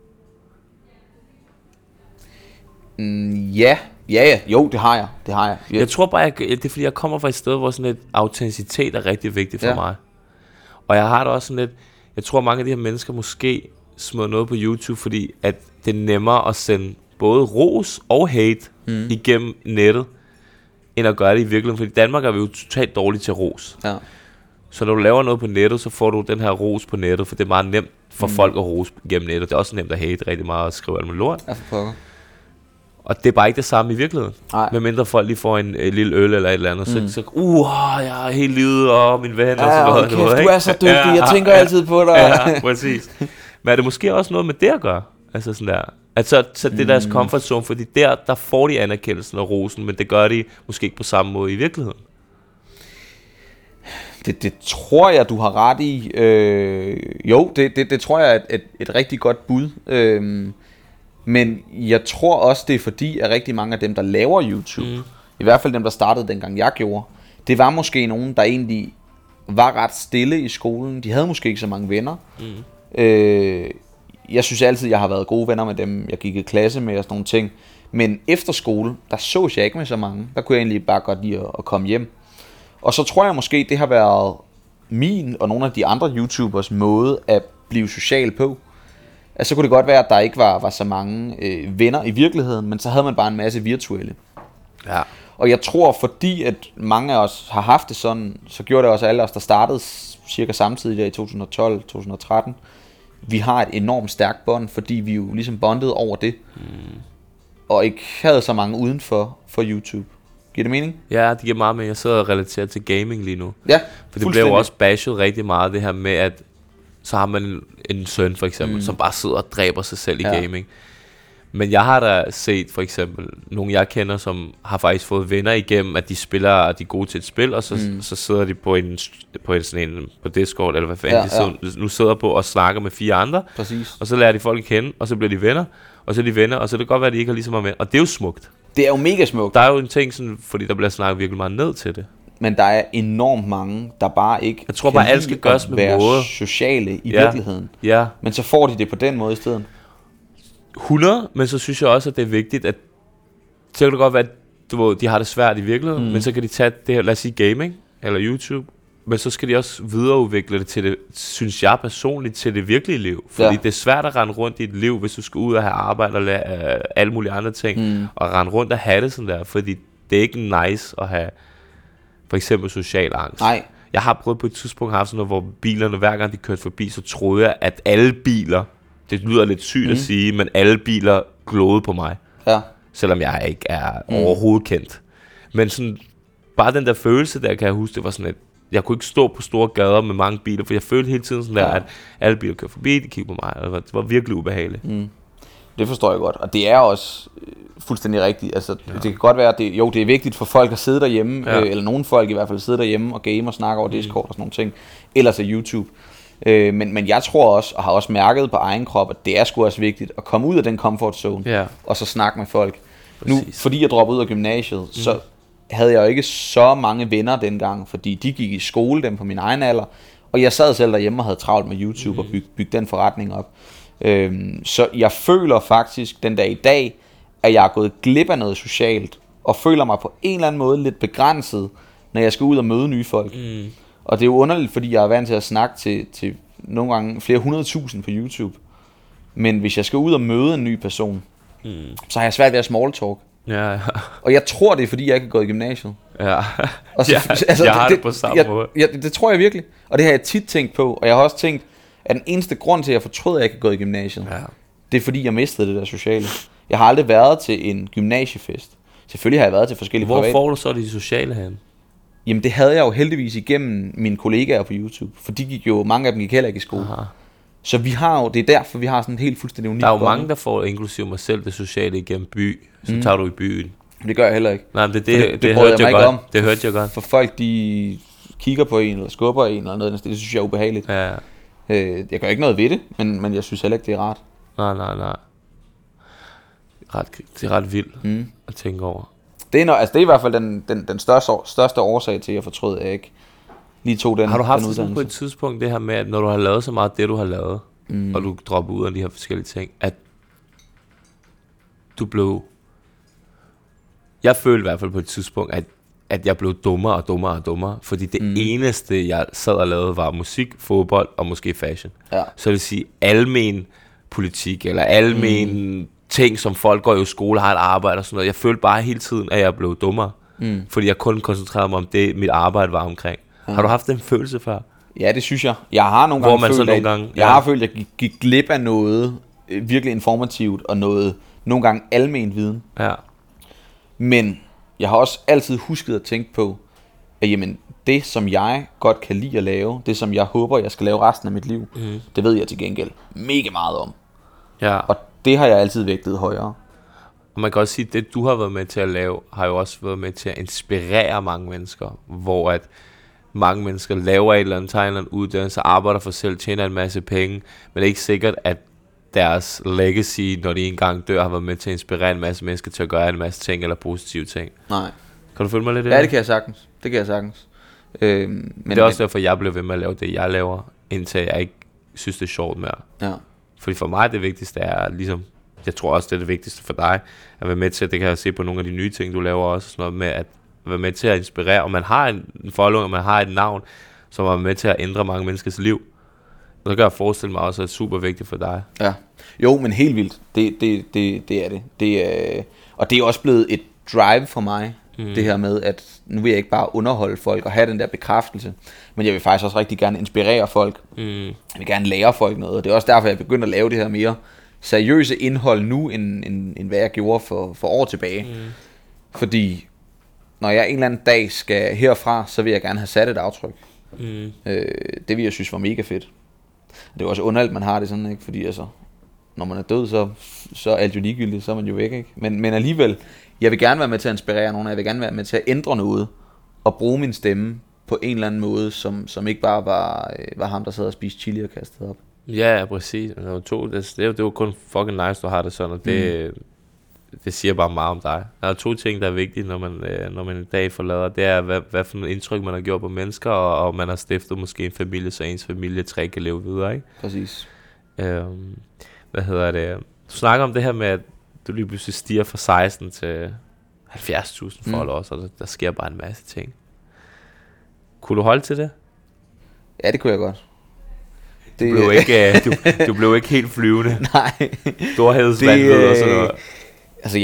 Ja, jo, det har jeg. Jeg tror bare, det er fordi, jeg kommer fra et sted, hvor sådan lidt autenticitet er rigtig vigtigt for mig. Og jeg har det også sådan lidt, jeg tror mange af de her mennesker måske smider noget på YouTube, fordi at det er nemmere at sende både ros og hate igennem nettet, end at gøre det i virkeligheden. Fordi i Danmark er vi jo totalt dårlige til ros. Ja. Så når du laver noget på nettet, så får du den her ros på nettet, for det er meget nemt for folk at rose gennem nettet. Det er også nemt at hate rigtig meget og skrive alt med lort. Ja, for pokker. Og det er bare ikke det samme i virkeligheden. Medmindre folk lige får en lille øl eller et eller andet, så jeg er helt livet, og min ven, og sådan noget. Kæft, du er så dygtig, jeg tænker altid på dig. Ja, præcis. Men er det måske også noget med det at gøre? Altså sådan der. Altså det er deres comfort zone, fordi der får de anerkendelsen og rosen, men det gør de måske ikke på samme måde i virkeligheden. Det tror jeg, du har ret i. Jo, det tror jeg er et rigtig godt bud. Men jeg tror også, det er fordi, at rigtig mange af dem, der laver YouTube, i hvert fald dem, der startede dengang jeg gjorde, det var måske nogen, der egentlig var ret stille i skolen. De havde måske ikke så mange venner. Jeg synes altid, jeg har været gode venner med dem, jeg gik i klasse med og sådan nogle ting. Men efter skole, der så jeg ikke med så mange. Der kunne jeg egentlig bare godt lide at komme hjem. Og så tror jeg måske, det har været min og nogle af de andre YouTubers måde at blive social på. Altså så kunne det godt være, at der ikke var så mange venner i virkeligheden, men så havde man bare en masse virtuelle. Ja. Og jeg tror, fordi at mange af os har haft det sådan, så gjorde det også alle os, der startede cirka samtidig der i 2012-2013. Vi har et enormt stærkt bånd, fordi vi jo ligesom bondede over det. Og ikke havde så mange uden for YouTube. Giver det mening? Ja, det giver meget, men jeg sidder og relaterer til gaming lige nu. Ja, for det bliver jo også bashed rigtig meget, det her med, at så har man en søn for eksempel, som bare sidder og dræber sig selv i gaming. Men jeg har da set for eksempel nogle jeg kender, som har faktisk fået venner igennem, at de spiller, at de er gode til et spil, og så sidder de på på Discord, eller hvad fanden nu sidder på og snakker med 4 andre. Præcis. Og så lærer de folk at kende, og så bliver de venner, og så er de venner, og så er det godt være, at de ikke har lige så meget med. Og det er jo smukt. Det er jo mega smukt. Der er jo en ting, sådan, fordi der bliver snakket virkelig meget ned til det. Men der er enormt mange, der bare ikke jeg tror bare, alt skal gøres med måde. Sociale i virkeligheden. Ja. Men så får de det på den måde i stedet. 100, men så synes jeg også, at det er vigtigt, at så kan det godt være, at de har det svært i virkeligheden, men så kan de tage det her, lad os sige gaming, eller YouTube, men så skal de også videreudvikle det til det, synes jeg personligt, til det virkelige liv. Fordi det er svært at rende rundt i et liv, hvis du skal ud og have arbejde og lave alle mulige andre ting, og rende rundt og have det sådan der, fordi det er ikke nice at have for eksempel social angst. Nej. Jeg har prøvet på et tidspunkt at have sådan noget, hvor bilerne, hver gang de kørte forbi, så troede jeg, at alle biler, det lyder lidt sygt at sige, men alle biler glåede på mig. Ja. Selvom jeg ikke er overhovedet kendt. Men sådan, bare den der følelse der, kan jeg huske, det var sådan, at jeg kunne ikke stå på store gader med mange biler, for jeg følte hele tiden sådan der, at alle biler kørte forbi, de kiggede på mig, og det var virkelig ubehageligt. Det forstår jeg godt, og det er også fuldstændig rigtigt. Altså, det kan godt være, at det er vigtigt for folk at sidde derhjemme, eller nogle folk i hvert fald sidde derhjemme og game og snakke over Discord og sådan nogle ting, eller så YouTube. Men jeg tror også, og har også mærket på egen krop, at det er sgu også vigtigt at komme ud af den comfort zone, og så snakke med folk. Præcis. Nu, fordi jeg droppede ud af gymnasiet, så havde jeg jo ikke så mange venner dengang, fordi de gik i skole, dem på min egen alder, og jeg sad selv derhjemme og havde travlt med YouTube og bygge den forretning op. Så jeg føler faktisk den dag i dag, at jeg er gået glip af noget socialt, og føler mig på en eller anden måde lidt begrænset, når jeg skal ud og møde nye folk. Og det er jo underligt, fordi jeg er vant til at snakke til nogle gange flere 100.000 på YouTube. Men hvis jeg skal ud og møde en ny person, så har jeg svært ved at small talk. Ja. Og jeg tror, det er fordi, jeg ikke er gået i gymnasiet. Ja, og så, altså, jeg har det på samme måde. Det tror jeg virkelig. Og det har jeg tit tænkt på. Og jeg har også tænkt, at den eneste grund til, at jeg fortrød, at jeg ikke er gået i gymnasiet, det er fordi, jeg mistede det der sociale. Jeg har aldrig været til en gymnasiefest. Selvfølgelig har jeg været til forskellige private. Hvor får du så de sociale hen? Jamen det havde jeg jo heldigvis igennem mine kollegaer på YouTube. For de gik jo, mange af dem gik heller ikke i skole. Aha. Så vi har jo, det er derfor vi har sådan en helt fuldstændig unik. Der er jo mange, der får, inklusive mig selv, det sociale igennem by. Så tager du i byen. Det gør jeg heller ikke. Nej, men det hørte jeg godt. Det hørte jeg godt. For folk, de kigger på en, eller skubber en, eller noget, det synes jeg er ubehageligt. Ja. Jeg gør ikke noget ved det, men jeg synes heller ikke, det er rart. Nej. Det er ret vildt at tænke over. Det er i hvert fald den største årsag til, at jeg fortrød, at jeg ikke lige tog den. Har du haft den sådan på et tidspunkt det her med, at når du har lavet så meget det, du har lavet, og du dropper ud af de her forskellige ting, at du blev... Jeg følte i hvert fald på et tidspunkt, at jeg blev dummere, fordi det eneste, jeg sad og lavede, var musik, fodbold og måske fashion. Ja. Så det vil sige, almen politik, eller almen ting, som folk går i skole, har et arbejde og sådan noget. Jeg følte bare hele tiden, at jeg blev dummere, fordi jeg kun koncentrerede mig om det, mit arbejde var omkring. Ja. Har du haft den følelse før? Ja, det synes jeg. Jeg har nogle gange følt, at jeg gik glip af noget virkelig informativt, og nogle gange almen viden. Ja. Men jeg har også altid husket at tænke på, at jamen, det som jeg godt kan lide at lave, det som jeg håber, jeg skal lave resten af mit liv, det ved jeg til gengæld mega meget om. Ja. Og det har jeg altid vægtet højere. Og man kan også sige, at det du har været med til at lave, har jo også været med til at inspirere mange mennesker, hvor at mange mennesker laver et eller andet, tager en eller anden uddannelse, arbejder for selv, tjener en masse penge, men det er ikke sikkert, at deres legacy, når de engang dør, har været med til at inspirere en masse mennesker til at gøre en masse ting, eller positive ting. Nej. Kan du følge mig lidt i det? Ja, det kan jeg sagtens. Men det er også derfor, jeg blev ved med at lave det, jeg laver, indtil jeg ikke synes, det er sjovt mere. Ja. Fordi for mig, det vigtigste er ligesom, jeg tror også, det er det vigtigste for dig, at være med til, det kan jeg se på nogle af de nye ting, du laver også, sådan noget med at være med til at inspirere, og man har en following, og man har et navn, som er med til at ændre mange menneskers liv. Og så kan jeg forestille mig også, at det er super vigtigt for dig. Ja. Jo, men helt vildt. Det er det. Og det er også blevet et drive for mig, det her med, at nu vil jeg ikke bare underholde folk og have den der bekræftelse, men jeg vil faktisk også rigtig gerne inspirere folk. Jeg vil gerne lære folk noget, og det er også derfor, jeg begyndte at lave det her mere seriøse indhold nu, end hvad jeg gjorde for år tilbage. Fordi når jeg en eller anden dag skal herfra, så vil jeg gerne have sat et aftryk. Det vil jeg synes var mega fedt. Det er også underligt, man har det sådan, ikke? Fordi altså, når man er død, så er alt jo ligegyldigt, så er man jo væk, ikke? Men alligevel, jeg vil gerne være med til at inspirere nogen, jeg vil gerne være med til at ændre noget, og bruge min stemme på en eller anden måde, som ikke bare var ham, der sad og spiste chili og kastede op. Ja, præcis. Det var kun fucking nice, du har det sådan, og det siger bare meget om dig. Der er 2 ting, der er vigtige, når man en dag forlader. Det er, hvad for et indtryk man har gjort på mennesker, og man har stiftet måske en familie, så ens familietræ kan leve videre, ikke? Præcis. Du snakker om det her med, at du lige pludselig stiger fra 16 til 70.000 followers, og der sker bare en masse ting. Kunne du holde til det? Ja, det kunne jeg godt. Du blev ikke helt flyvende. Nej. Storhedsvandvid og sådan noget. Altså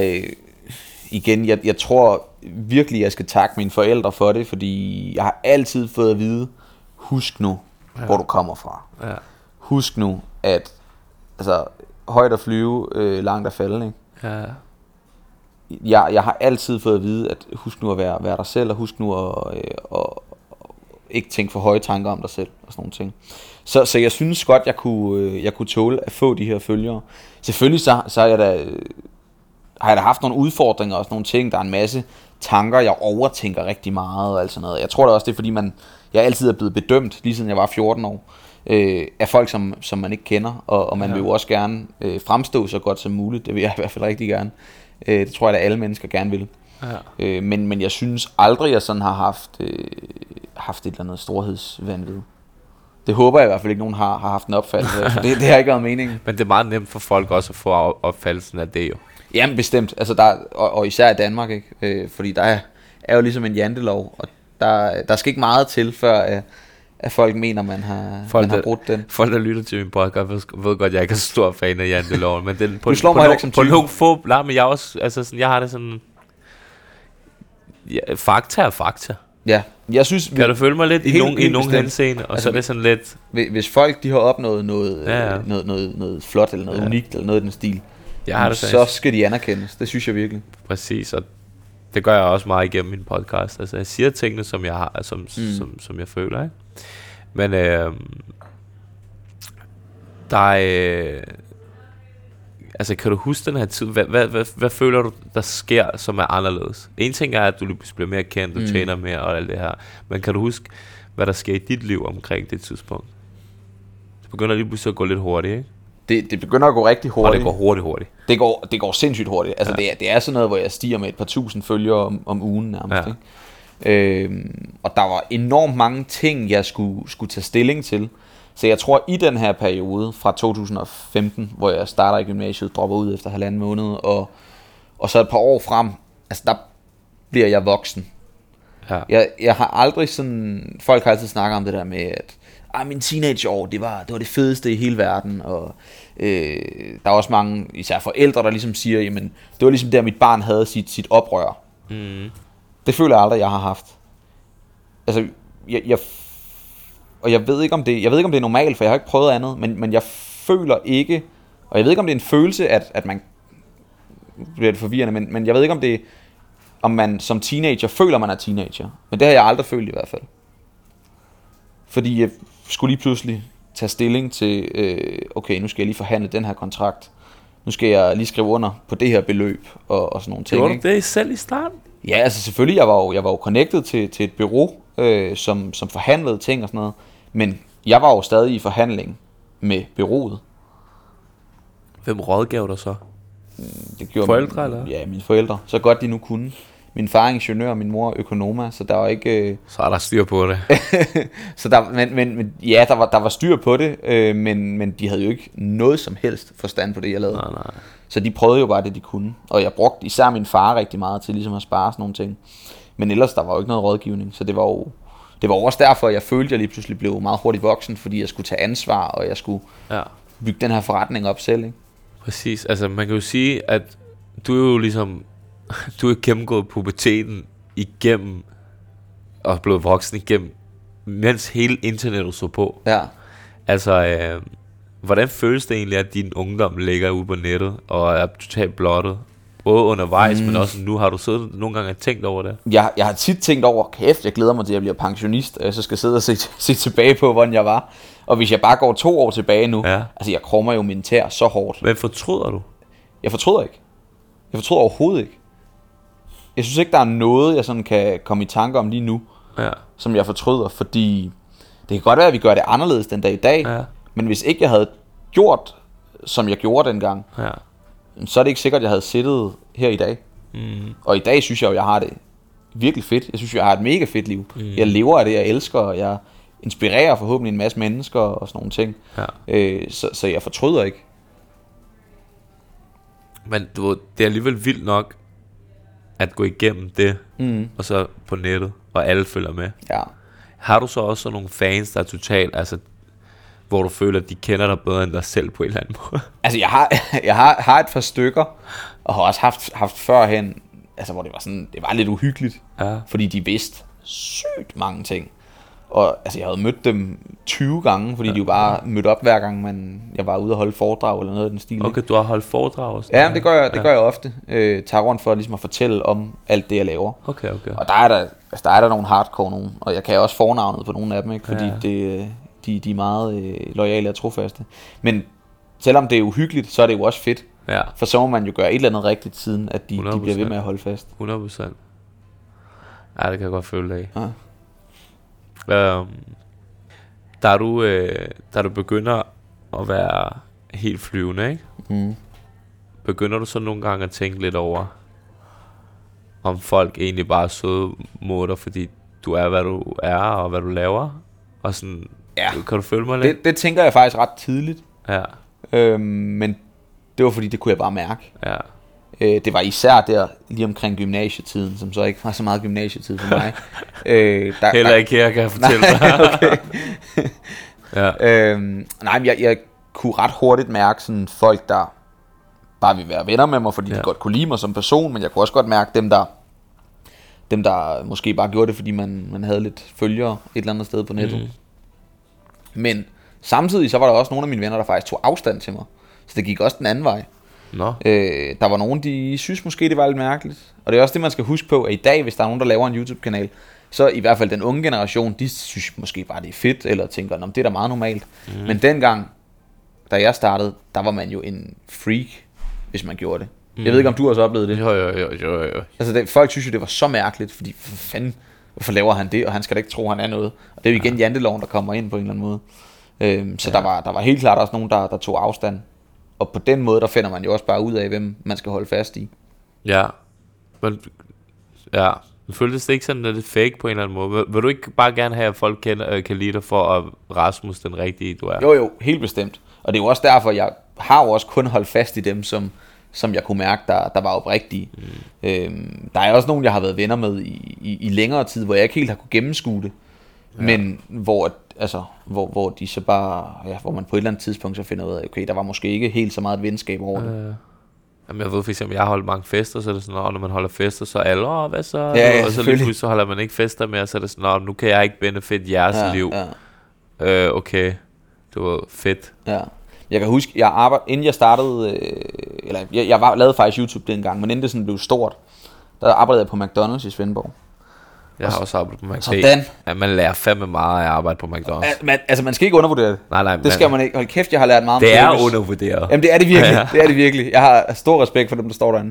jeg tror virkelig, jeg skal takke mine forældre for det, fordi jeg har altid fået at vide, husk nu, hvor du kommer fra. Ja. Husk nu, at altså, højt at flyve, langt at falde, ikke? Ja. Jeg har altid fået at vide, at husk nu at være dig selv, og husk nu at ikke tænke for høje tanker om dig selv, og sådan nogle ting. Så jeg synes godt, jeg kunne tåle at få de her følgere. Selvfølgelig så har jeg da haft nogle udfordringer og sådan nogle ting. Der er en masse tanker, jeg overtænker rigtig meget og alt sådan noget. Jeg tror da også, det er fordi jeg altid er blevet bedømt, lige siden jeg var 14 år, af folk, som man ikke kender. Og man vil jo også gerne fremstå så godt som muligt. Det vil jeg i hvert fald rigtig gerne. Det tror jeg, at alle mennesker gerne vil. Ja. Men jeg synes aldrig, jeg sådan har haft et eller andet storhedsvanvid. Det håber jeg i hvert fald ikke, nogen har haft en opfattelse af, for det har ikke været meningen. Men det er meget nemt for folk også at få opfattelsen af det jo. Jamen bestemt, altså og især i Danmark, ikke? Fordi der er jo ligesom en jantelov, og der skal ikke meget til, før at folk mener, man har brudt den. Folk, der lytter til min podcast, ved godt, at jeg ikke er så stor fan af janteloven, men den du slår mig ikke som type. På nogle få, men jeg også, altså sådan, jeg har det sådan, ja, fakta er fakta. Ja, jeg synes... Kan du følge mig lidt i nogle henseende, og altså, så er det sådan lidt... Hvis folk, de har opnået noget flot, eller noget unikt, eller noget i den stil, så skal de anerkendes. Det synes jeg virkelig. Præcis, og det gør jeg også meget igennem min podcast. Altså, jeg siger tingene, som jeg har, som jeg føler, ikke? Men altså, kan du huske den her tid? Hvad føler du, der sker, som er anderledes? En ting er, at du bliver mere kendt, du tjener mere og alt det her. Men kan du huske, hvad der sker i dit liv omkring det tidspunkt? Det begynder lige pludselig at gå lidt hurtigt, ikke? Det begynder at gå rigtig hurtigt. Og det går hurtigt. Det går sindssygt hurtigt. Altså, ja. det er sådan noget, hvor jeg stiger med et par tusind følgere om ugen nærmest, ikke? Og der var enormt mange ting, jeg skulle tage stilling til. Så jeg tror, i den her periode fra 2015, hvor jeg starter i gymnasiet, dropper ud efter 1,5 måned, og så et par år frem, altså der bliver jeg voksen. Ja. Jeg har aldrig sådan... Folk har altid snakket om det der med, at min teenageår, det var det fedeste i hele verden, og der er også mange, især forældre, der ligesom siger, jamen, det var ligesom der, mit barn havde sit oprør. Det føler jeg aldrig, jeg har haft. Altså, og jeg ved ikke om det er normalt, for jeg har ikke prøvet andet, men jeg føler ikke, og jeg ved ikke om det er en følelse, at man bliver det forvirrende, men jeg ved ikke om man som teenager føler, man er teenager. Men det har jeg aldrig følt i hvert fald. Fordi jeg skulle lige pludselig tage stilling til, okay, nu skal jeg lige forhandle den her kontrakt. Nu skal jeg lige skrive under på det her beløb og sådan nogle ting. Gjorde du det selv i starten? Ja, altså selvfølgelig, jeg var jo connected til et bureau, som forhandlede ting og sådan noget. Men jeg var jo stadig i forhandling med bureauet. Hvem rådgav dig så? Det gjorde forældre, eller? Ja, mine forældre. Så godt de nu kunne. Min far er ingeniør, og min mor er økonoma, så der var ikke... Så er der styr på det. Så der var styr på det, men de havde jo ikke noget som helst forstand på det, jeg lavede. Nej. Så de prøvede jo bare det, de kunne. Og jeg brugte især min far rigtig meget til ligesom at spare sådan nogle ting. Men ellers, der var jo ikke noget rådgivning, så det var det var også derfor, jeg følte, at jeg lige pludselig blev meget hurtigt voksen, fordi jeg skulle tage ansvar, og jeg skulle bygge den her forretning op selv, ikke? Præcis, altså man kan jo sige, at du er jo ligesom, du er gennemgået puberteten igennem, og blevet voksen igennem, mens hele internettet så på. Ja. Altså, hvordan føles det egentlig, at din ungdom ligger ude på nettet, og er totalt blottet? Både undervejs, men også nu. Har du siddet nogle gange og tænkt over det? Jeg har tit tænkt over, kæft, jeg glæder mig til, at jeg bliver pensionist, og jeg så skal sidde og se tilbage på, hvordan jeg var. Og hvis jeg bare går 2 år tilbage nu, altså jeg krummer jo min tær så hårdt. Hvad fortryder du? Jeg fortryder ikke. Jeg fortryder overhovedet ikke. Jeg synes ikke, der er noget, jeg sådan kan komme i tanke om lige nu, som jeg fortryder, fordi det kan godt være, at vi gør det anderledes den dag i dag, men hvis ikke jeg havde gjort, som jeg gjorde dengang, så er det ikke sikkert, at jeg havde siddet her i dag. Og i dag synes jeg jo, jeg har det virkelig fedt. Jeg synes, jeg har et mega fedt liv. Jeg lever af det, jeg elsker, og jeg inspirerer forhåbentlig en masse mennesker og sådan nogle ting. Så jeg fortryder ikke. Men du ved, det er alligevel vildt nok at gå igennem det, og så på nettet, og alle følger med. Ja. Har du så også nogle fans, der er totalt, altså, hvor du føler, at de kender dig bedre end dig selv på en eller anden måde? Altså, jeg har et par stykker, og har også haft førhen, altså, hvor det var sådan, det var lidt uhyggeligt, fordi de vidste sygt mange ting. Og altså, jeg havde mødt dem 20 gange, fordi de jo bare mødte op hver gang, jeg var ude og holde foredrag eller noget af den stil. Okay, du har holdt foredrag også? Ja, det gør jeg ofte. Tager rundt for ligesom at fortælle om alt det, jeg laver. Okay. Og der er der nogle hardcore nogen, og jeg kan også fornavnet på nogle af dem, ikke? Fordi de er meget loyale og trofaste. Men selvom det er uhyggeligt, så er det jo også fedt. Ja. For så må man jo gøre et eller andet rigtigt, siden at de bliver ved med at holde fast. 100%. Ja, det kan jeg godt føle af. Ja. Da du begynder at være helt flyvende, ikke? Begynder du så nogle gange at tænke lidt over, om folk egentlig bare er søde mod dig, fordi du er, hvad du er, og hvad du laver? Og sådan, kan du følge mig lidt? Det tænker jeg faktisk ret tidligt. Ja. Men det var fordi, det kunne jeg bare mærke. Ja. Det var især der lige omkring gymnasietiden, som så ikke var så meget gymnasietid for mig. Heller ikke her, kan jeg fortælle dig. Nej, men jeg kunne ret hurtigt mærke sådan folk, der bare ville være venner med mig, fordi de godt kunne lide mig som person, men jeg kunne også godt mærke dem, der måske bare gjorde det, fordi man havde lidt følgere et eller andet sted på nettet. Men samtidig så var der også nogle af mine venner, der faktisk tog afstand til mig. Så det gik også den anden vej. Der var nogen, de synes måske det var lidt mærkeligt. Og det er også det, man skal huske på, at i dag, hvis der er nogen, der laver en YouTube-kanal, så i hvert fald den unge generation, de synes måske bare det er fedt, eller tænker, det er da meget normalt. Men dengang, da jeg startede, der var man jo en freak, hvis man gjorde det. Jeg ved ikke, om du også oplevede det. Jo. Altså folk synes jo, det var så mærkeligt, fordi for fanden, hvorfor laver han det, og han skal da ikke tro, han er noget. Og det er jo igen janteloven, der kommer ind på en eller anden måde. Så der var helt klart også nogen, der tog afstand. Og på den måde, der finder man jo også bare ud af, hvem man skal holde fast i. Ja. Men føltes det ikke sådan, at det er fake på en eller anden måde? Vil du ikke bare gerne have, at folk kan lide dig for, at Rasmus den rigtige, du er? Jo, helt bestemt. Og det er jo også derfor, jeg har jo også kun holdt fast i dem, som jeg kunne mærke, der var oprigtige. Der er også nogen, jeg har været venner med i længere tid, hvor jeg ikke helt har kunne gennemskue det. Men hvor de så bare, hvor man på et eller andet tidspunkt så finder ud af, okay, der var måske ikke helt så meget et venskab over det. Jamen jeg ved for eksempel, jeg har holdt mange fester, så er det sådan, når man holder fester, så er alle, hvad så? Ja, og så lige pludselig så holder man ikke fester mere, så er det sådan, nu kan jeg ikke benefit jeres liv. Okay, det var fedt. Ja. Jeg kan huske, inden jeg startede, jeg lavede faktisk YouTube dengang, men inden det sådan blev stort, der arbejdede jeg på McDonald's i Svendborg. Jeg har også arbejdet på McDonald's. Sådan. Ja, man lærer fandme meget af at arbejde på McDonald's. Man skal ikke undervurdere det. Nej. Det skal man ikke. Hold kæft, jeg har lært meget om det. Det er service. undervurderet. Jamen det er det virkelig. Ja. Det er det virkelig. Jeg har stor respekt for dem, der står derinde.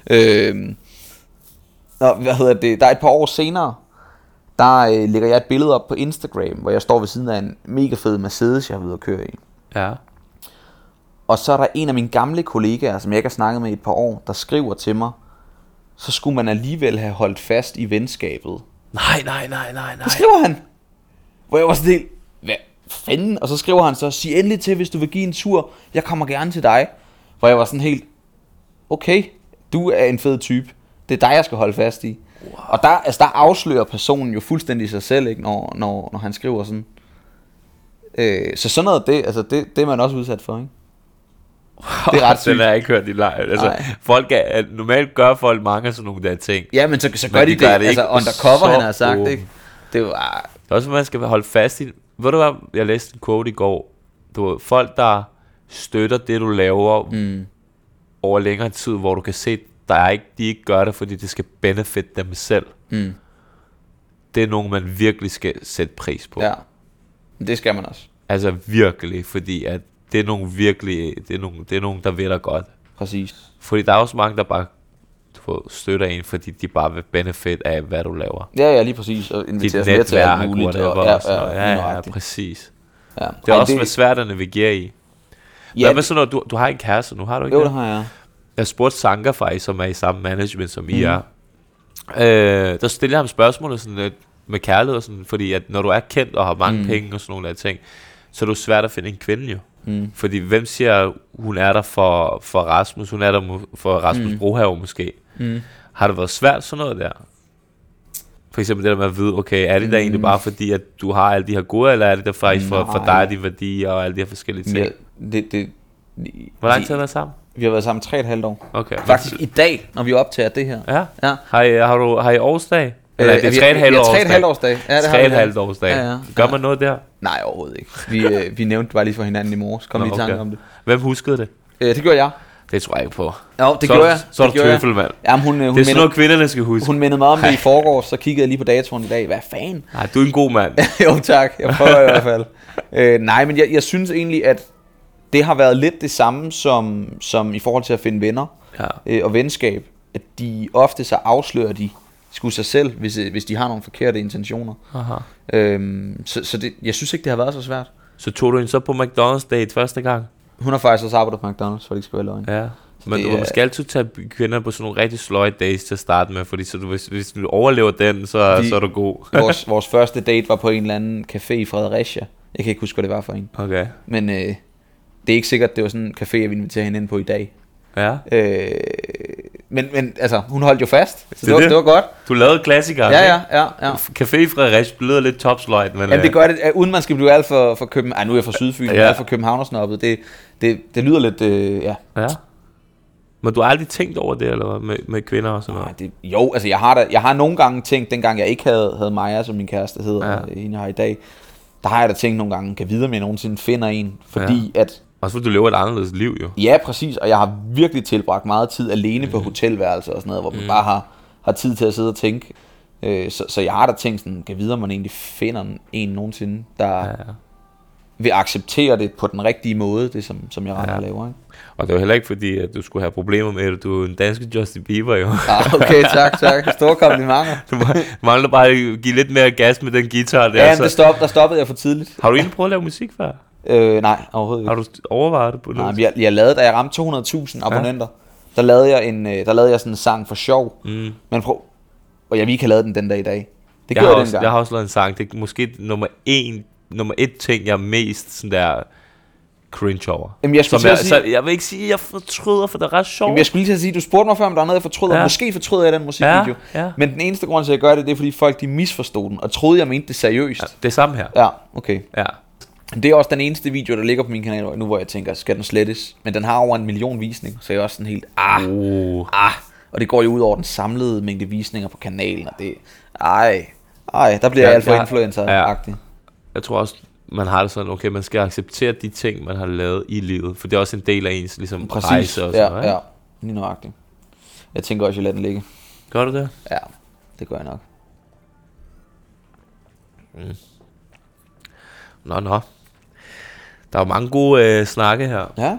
Der er et par år senere, der lægger jeg et billede op på Instagram, hvor jeg står ved siden af en mega fed Mercedes, jeg har været at køre i. Ja. Og så er der en af mine gamle kollegaer, som jeg ikke har snakket med i et par år, der skriver til mig, så skulle man alligevel have holdt fast i venskabet. Nej. Det skriver han. Hvor jeg var sådan helt, hvad fanden? Og så skriver han så, sig endelig til, hvis du vil give en tur. Jeg kommer gerne til dig. Hvor jeg var sådan helt, okay, du er en fed type. Det er dig, jeg skal holde fast i. Og der afslører personen jo fuldstændig sig selv, ikke, når han skriver sådan. Så sådan noget, det er man også udsat for, ikke? Det er ret sygt. Den har jeg ikke hørt i live. Altså, normalt gør folk mange af sådan nogle der ting. Ja, men så gør de det. Altså, undercover, han har sagt, ikke? Det er jo... Det er også, man skal holde fast i. Ved du hvad, jeg læste en quote i går. Du ved, folk, der støtter det, du laver over længere tid, hvor du kan se, de ikke gør det, fordi det skal benefit dem selv. Det er nogen, man virkelig skal sætte pris på. Ja, det skal man også. Altså virkelig, fordi at det er nogen virkelig, det er nogen, der ved dig godt. Præcis. Fordi der er også mange, der bare støtter en, fordi de bare vil benefit af, hvad du laver. Ja, lige præcis. Og inviteres med til alt muligt. Ja, præcis. Ja. Det er også svært at navigere i. Ja, hvad med sådan noget, du har en kæreste nu, har du ikke? Jo, det har jeg. Jeg spurgte Sanka faktisk, som er i samme management som I er. Der stiller jeg ham spørgsmålet sådan lidt med kærlighed, sådan, fordi at når du er kendt og har mange penge og sådan nogle der ting, så er det svært at finde en kvinde jo. Fordi hvem siger, hun er der for Rasmus? Hun er der for Rasmus Brohave måske. Har det været svært sådan noget der? For eksempel det der med at vide, okay, er det der egentlig bare fordi, at du har alle de her gode, eller er det der faktisk for dig og dine værdier og alle de her forskellige ting? Hvor lang tid har I været sammen? Vi har været sammen 3,5 år. Okay. Faktisk i dag, når vi optager det her. Ja. Har I årsdag? Eller det er 3,5 årsdag. Ja, det har vi. 3,5 årsdag. Ja. Gør man noget der? Nej, overhovedet ikke. Vi nævnte bare lige for hinanden i morges. Kom lige i tanke om det. Hvem huskede det? Det gjorde jeg. Det tror jeg ikke på. Jo, det gjorde jeg. Så er du tøffel, mand. Jamen, hun det er sådan noget, kvinderne skal huske. Hun mindede mig om det i forgårs, så kiggede jeg lige på datoen i dag. Hvad fanden? Nej, du er en god mand. Jo, tak. Jeg prøver i hvert fald. Nej, men jeg synes egentlig, at det har været lidt det samme som i forhold til at finde venner og venskab. At de ofte så afslører de sgu sig selv, hvis de har nogle forkerte intentioner. Så det, jeg synes ikke, det har været så svært. Så tog du hende så på McDonald's date første gang? Hun har faktisk også arbejdet på McDonald's, for det ikke skal være løgn. Ja. Men du skal altid tage kvinder på sådan nogle rigtig sløje dates til at starte med, fordi så hvis du overlever den, så er du god. vores første date var på en eller anden café i Fredericia. Jeg kan ikke huske, hvad det var for en. Okay. Men det er ikke sikkert, det var sådan en café, jeg ville invitere hende ind på i dag. Ja. Men altså, hun holdt jo fast. Så det var godt. Du lavede klassikere. Ja. Café i Fredericia lyder lidt topsløjt, men jamen, det gør det, uden man skal blive alt for København. Nu er jeg fra Sydfyn, alt for københavnersnobbet. Det lyder lidt, ja. Men du har aldrig tænkt over det, eller med kvinder og sådan noget? Jo, altså jeg har nogle gange tænkt, dengang jeg ikke havde Maja, som min kæreste hedder, hende har i dag, der har jeg da tænkt nogle gange, kan vide, om jeg nogensinde finder en, fordi at... Også fordi du lever et anderledes liv, jo. Ja, præcis, og jeg har virkelig tilbragt meget tid alene på hotelværelser og sådan noget, hvor man bare har tid til at sidde og tænke. Så jeg har da tænkt sådan, kan vide, om man egentlig finder en nogensinde, der vil acceptere det på den rigtige måde, det som jeg render og laver, ikke? Og det var heller ikke fordi, at du skulle have problemer med det. Du er en dansk Justin Bieber, jo. Okay, tak. Store komplimenter. Du mangler bare at give lidt mere gas med den guitar der. Ja, der stoppede jeg for tidligt. Har du egentlig prøvet at lave musik før? Nej, overhovedet ikke. Har du overvejet det på noget? Nej, jeg lavede, da jeg ramte 200.000 abonnenter, der lavede jeg sådan en sang for sjov. Men og jeg vil ikke have lavet den dag i dag. Det gjorde jeg dengang. Jeg har også lavet en sang. Det er måske nummer et ting, jeg er mest sådan der cringe over. Jamen, jeg vil ikke sige, at jeg fortryder, for det er ret sjovt. Jamen, jeg skulle lige til at sige, du spurgte mig før, om der er noget, jeg fortryder. Måske fortryder jeg den musikvideo. Men den eneste grund til, at jeg gør det, det er, fordi folk de misforstod den, og troede, jeg mente det seriøst. Ja, det er samme her. Ja, okay. Ja. Det er også den eneste video, der ligger på min kanal nu, hvor jeg tænker, skal den slettes? Men den har over 1 million visninger, så jeg er også sådan helt, og det går jo ud over den samlede mængde visninger på kanalen, og det, der bliver jeg alt for influencer-agtig. Jeg tror også, man har det sådan, okay, man skal acceptere de ting, man har lavet i livet, for det er også en del af ens ligesom, rejse og sådan noget. Ja, lige nøjagtigt. Jeg tænker også, jeg lader den ligge. Gør du det? Ja, det gør jeg nok. Nå. Der er jo mange gode snakke her. Ja.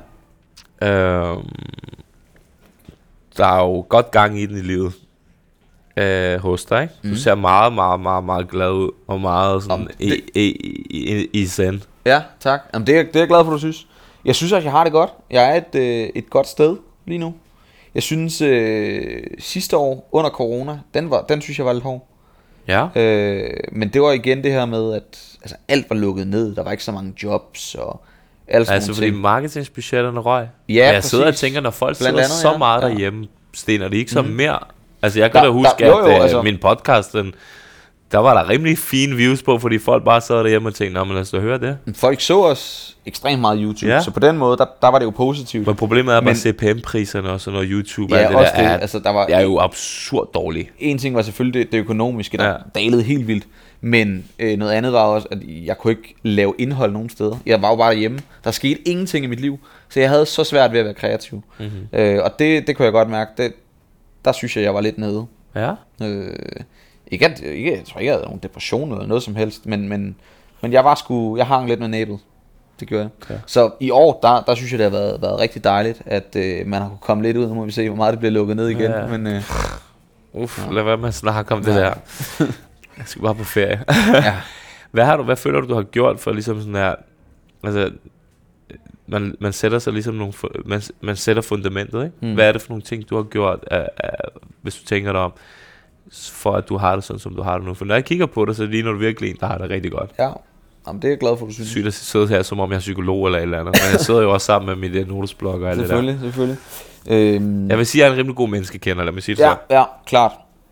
Der er jo godt gang i den i livet hos dig, ikke? Du ser meget, meget, meget, meget glad ud, og meget sådan i zen. Ja, tak. Jamen, det er jeg glad for, du synes. Jeg synes også, jeg har det godt. Jeg er et godt sted lige nu. Jeg synes, sidste år under corona, den synes jeg var lidt hård. Ja. Men det var igen det her med, at altså, alt var lukket ned. Der var ikke så mange jobs og alt sådan fordi marketingsbudgetterne røg. Ja, jeg sidder og tænker, når folk sidder så meget derhjemme, stener de ikke så mere Altså, jeg kan da huske, altså, min podcast, der var der rimelig fine views på, fordi folk bare sad derhjemme og tænkte, nå, men lad os da høre det. Folk så os ekstremt meget YouTube, så på den måde, der var det jo positivt. Men problemet er bare CPM-priserne og sådan noget YouTube. Ja, det også der det. Altså, det er jo absurd dårligt. En ting var selvfølgelig det økonomiske, der dalede helt vildt. Men noget andet var også, at jeg kunne ikke lave indhold nogen steder. Jeg var jo bare derhjemme. Der skete ingenting i mit liv. Så jeg havde så svært ved at være kreativ. Og det kunne jeg godt mærke. Der synes jeg var lidt nede. Ja. Jeg tror ikke, jeg havde nogen depression eller noget som helst. Men jeg hang lidt med næbet. Det gjorde jeg. Okay. Så i år, der synes jeg, det har været rigtig dejligt, at man har kunne komme lidt ud. Nu må vi se, hvor meget det bliver lukket ned igen. Ja. Men, lad være med at snakke om det der. Jeg skal bare på ferie. Hvad føler du har gjort for ligesom sådan her, altså man sætter sig ligesom man sætter fundamentet, ikke? Hvad er det for nogle ting du har gjort, hvis du tænker dig om, for at du har det sådan som du har det nu? For når jeg kigger på det, så ligner du virkelig en, der har det rigtig godt. Ja. Jamen, det er jeg glad for, du synes. Sygt at sidde her, som om jeg er psykolog eller et eller andet. Men jeg sidder jo også sammen med mit notesblok og alt det der. Selvfølgelig. Jeg vil sige, at jeg er en rimelig god menneskekender, lad mig sige det så. Ja, klart.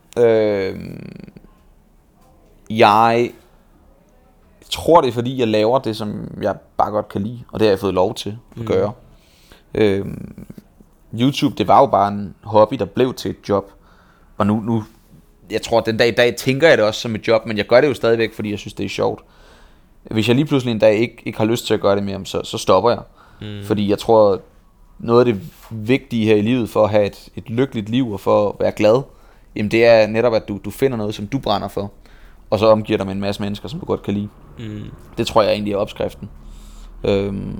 Jeg tror, det er fordi, jeg laver det, som jeg bare godt kan lide. Og det har jeg fået lov til at gøre. YouTube, det var jo bare en hobby, der blev til et job. Og nu jeg tror, at den dag i dag tænker jeg det også som et job, men jeg gør det jo stadigvæk, fordi jeg synes, det er sjovt. Hvis jeg lige pludselig en dag ikke har lyst til at gøre det mere, så stopper jeg. Fordi jeg tror, noget af det vigtige her i livet for at have et lykkeligt liv og for at være glad, jamen det er netop, at du finder noget, som du brænder for, og så omgiver dig med en masse mennesker, som du godt kan lide. Det tror jeg egentlig er opskriften. Jeg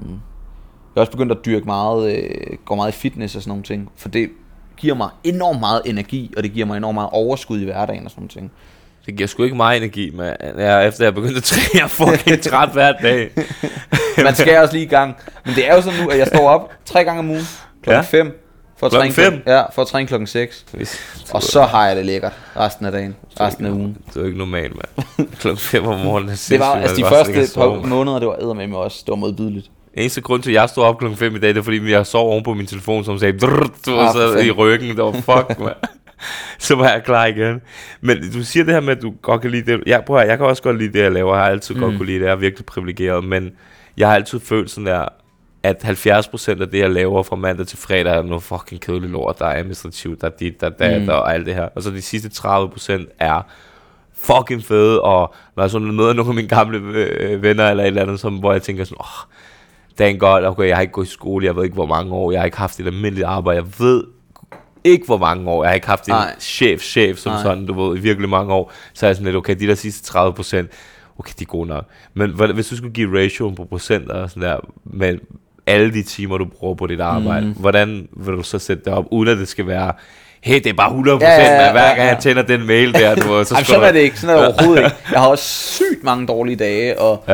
har også begyndt at dyrke meget, gå meget i fitness og sådan nogle ting, for det giver mig enormt meget energi, og det giver mig enormt meget overskud i hverdagen og sådan nogle ting. Det giver sgu ikke meget energi, men efter jeg begyndte at træne, jeg får fucking træt hver dag. Man skal også lige i gang. Men det er jo sådan nu, at jeg står op 3 gange om ugen, klokken 5, for at træne klokken 6. Og så har jeg det lækkert resten af dagen, resten af ugen. Det er jo ikke normalt, mand. Klokken 5 om morgenen er det var, altså de første par måneder, det var eddermame også, det var modbydeligt. Eneste grund til, at jeg stod op klokken 5 i dag, det er fordi, jeg sov oven på min telefon, som sagde, så i ryggen, det var fuck, mand. Så var jeg klar igen. Men du siger det her med, at du godt kan lide det. Jeg kan også godt lide det, jeg laver. Jeg har altid godt kunne lide det. Jeg er virkelig privilegeret. Men jeg har altid følt sådan der, at 70% af det, jeg laver fra mandag til fredag, er noget fucking kedeligt lort. Der er administrativt, der er dit, der er dat, og alt det her. Og så de sidste 30% er fucking fede. Og når jeg sådan møder nogle af mine gamle venner, eller et eller andet, hvor jeg tænker sådan, dagen godt, okay, jeg har ikke gået i skole, jeg ved ikke, hvor mange år. Jeg har ikke haft et almindeligt arbejde. Jeg ved ikke hvor mange år. Jeg har ikke haft en chef som sådan, du ved, i virkelig mange år. Så er jeg sådan lidt, okay, de der sidste 30%, okay, de er gode nok. Men hvis du skulle give ratioen på procenter og sådan der, med alle de timer, du bruger på dit arbejde, hvordan vil du så sætte det op, uden at det skal være, hey, det er bare 100%, men hver gang jeg tænder den mail der, du ved, så skal sådan er det ikke, sådan er det overhovedet ikke. Jeg har også sygt mange dårlige dage, og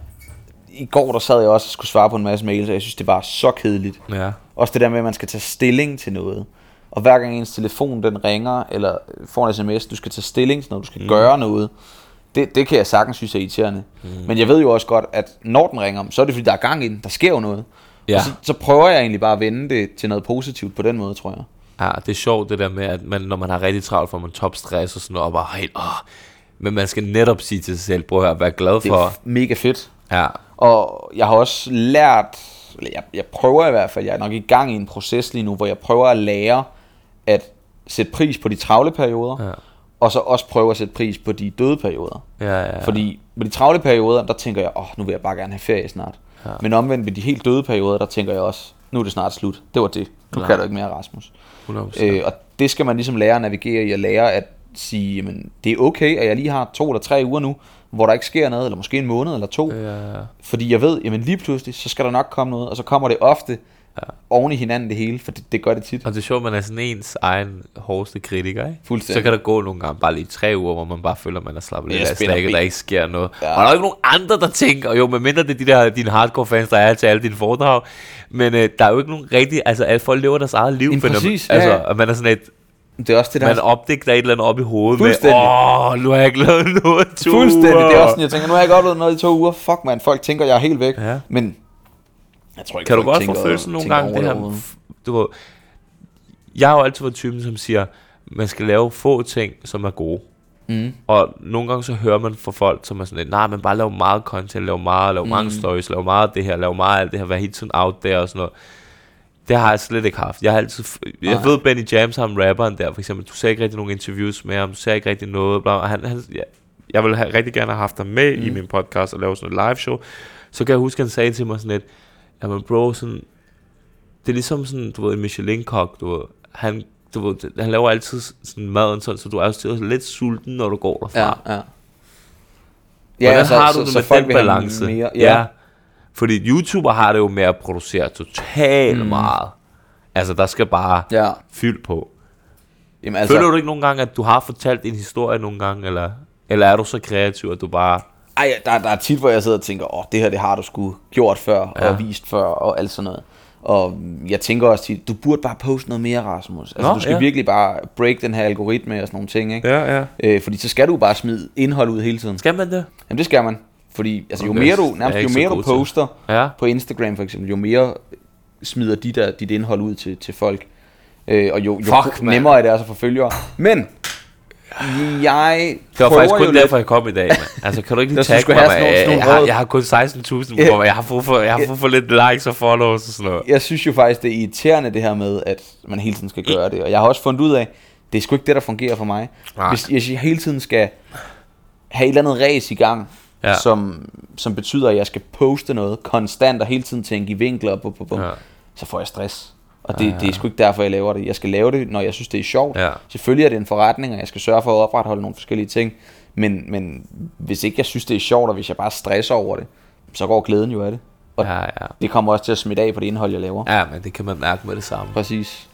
i går der sad jeg også og skulle svare på en masse mails, og jeg synes, det var så kedeligt. Ja. Også det der med, at man skal tage stilling til noget. Og hver gang ens telefon den ringer, eller får en sms, du skal tage stilling til noget, du skal gøre noget. Det kan jeg sagtens synes er irriterende. Men jeg ved jo også godt, at når den ringer, så er det fordi, der er gang i den. Der sker jo noget. Ja. Og så prøver jeg egentlig bare at vende det til noget positivt på den måde, tror jeg. Ja, det er sjovt det der med, at når man har rigtig travlt, får man topstress og sådan noget, og bare helt, men man skal netop sige til sig selv, prøv at være glad for. Det er mega fedt. Ja. Og jeg har også lært, eller jeg prøver i hvert fald, jeg er nok i gang i en proces lige nu, hvor jeg prøver at lære at sætte pris på de travle perioder, og så også prøve at sætte pris på de døde perioder. Ja. Fordi med de travle perioder, der tænker jeg, nu vil jeg bare gerne have ferie snart. Ja. Men omvendt med de helt døde perioder, der tænker jeg også, nu er det snart slut. Det var det. Nu kan du ikke mere, Rasmus. Og det skal man ligesom lære at navigere i, og lære at sige, jamen, det er okay, at jeg lige har 2 eller 3 uger nu, hvor der ikke sker noget, eller måske en måned eller 2. Ja. Fordi jeg ved, jamen lige pludselig, så skal der nok komme noget, og så kommer det ofte oven i hinanden det hele, for det gør det tit. Og det er sjovt, man er sådan ens egen hårdeste kritiker, ikke? Fuldstændig. Så kan der gå nogle gange bare lige 3 uger, hvor man bare føler, man er slappet lidt af stikket, der ikke sker noget. Ja. Og der er ikke nogen andre, der tænker, jo, medmindre det er dine hardcore fans, der er til alle dine foredrag, men der er jo ikke nogen rigtig, altså alle folk lever deres eget liv. Præcis, altså, og man er sådan et, det er også det der. Man opdægter et eller andet op i hovedet med, nu har jeg ikke lavet noget i 2 uger. Fuldstændig, det er også sådan, jeg tænker, nu har jeg ikke oplevet noget i 2 uger. Fuck man, folk tænker, jeg er helt væk. Ja. Men jeg tror ikke, kan du godt få følelsen nogle gange det her? Jeg har jo altid været typen, som siger, man skal lave få ting, som er gode. Og nogle gange så hører man fra folk, som er sådan lidt, nej, man bare laver meget content, laver mange stories, laver meget af det her, laver meget af alt det her, være helt sådan out there og sådan noget. Det har jeg slet ikke haft. Jeg ved, Benny James, ham rapperen der, for eksempel, du ser ikke rigtig nogen interviews med ham, du ser ikke rigtig noget, bla, og jeg ville rigtig gerne have haft ham med i min podcast og lave sådan et live show. Så kan jeg huske, han sagde til mig sådan lidt, jamen bro, sådan, det er ligesom sådan, du ved, en Michelin-kok, du ved, han laver altid sådan maden sådan, så du er jo lidt sulten, når du går derfra. Ja. Hvordan har du det med den balance? Mere, ja. Fordi YouTuber har det jo med at producere totalt meget. Altså, der skal bare fyld på. Jamen, altså, føler du ikke nogle gange, at du har fortalt en historie nogle gange, eller er du så kreativ, at du bare... Ej, der er tit, hvor jeg sidder og tænker, det her, det har du sgu gjort før, og vist før, og alt sådan noget. Og jeg tænker også tit, du burde bare poste noget mere, Rasmus. Altså, du skal virkelig bare break den her algoritme og sådan nogle ting, ikke? Ja. Fordi så skal du bare smide indhold ud hele tiden. Skal man det? Jamen, det skal man. Fordi altså, jo mere du poster på Instagram for eksempel, jo mere smider dit indhold ud til folk. Og jo nemmere er det altså for følgere. Men det var faktisk kun derfor, jeg kom i dag, man. Altså, kan du ikke lige tagge mig? Jeg har kun 16.000 på mig. Jeg har brug for lidt likes og follows og sådan noget. Jeg synes jo faktisk, det er irriterende det her med, at man hele tiden skal gøre det. Og jeg har også fundet ud af, det er sgu ikke det, der fungerer for mig. Hvis jeg hele tiden skal have et eller andet race i gang, som betyder, at jeg skal poste noget konstant og hele tiden tænke i vinkler, så får jeg stress. Og det er sgu ikke derfor, jeg laver det. Jeg skal lave det, når jeg synes, det er sjovt. Selvfølgelig er det en forretning, og jeg skal sørge for at opretholde nogle forskellige ting. Men hvis ikke jeg synes, det er sjovt, og hvis jeg bare stresser over det, så går glæden jo af det. Og det kommer også til at smitte af på det indhold, jeg laver. Ja, men det kan man mærke med det samme. Præcis.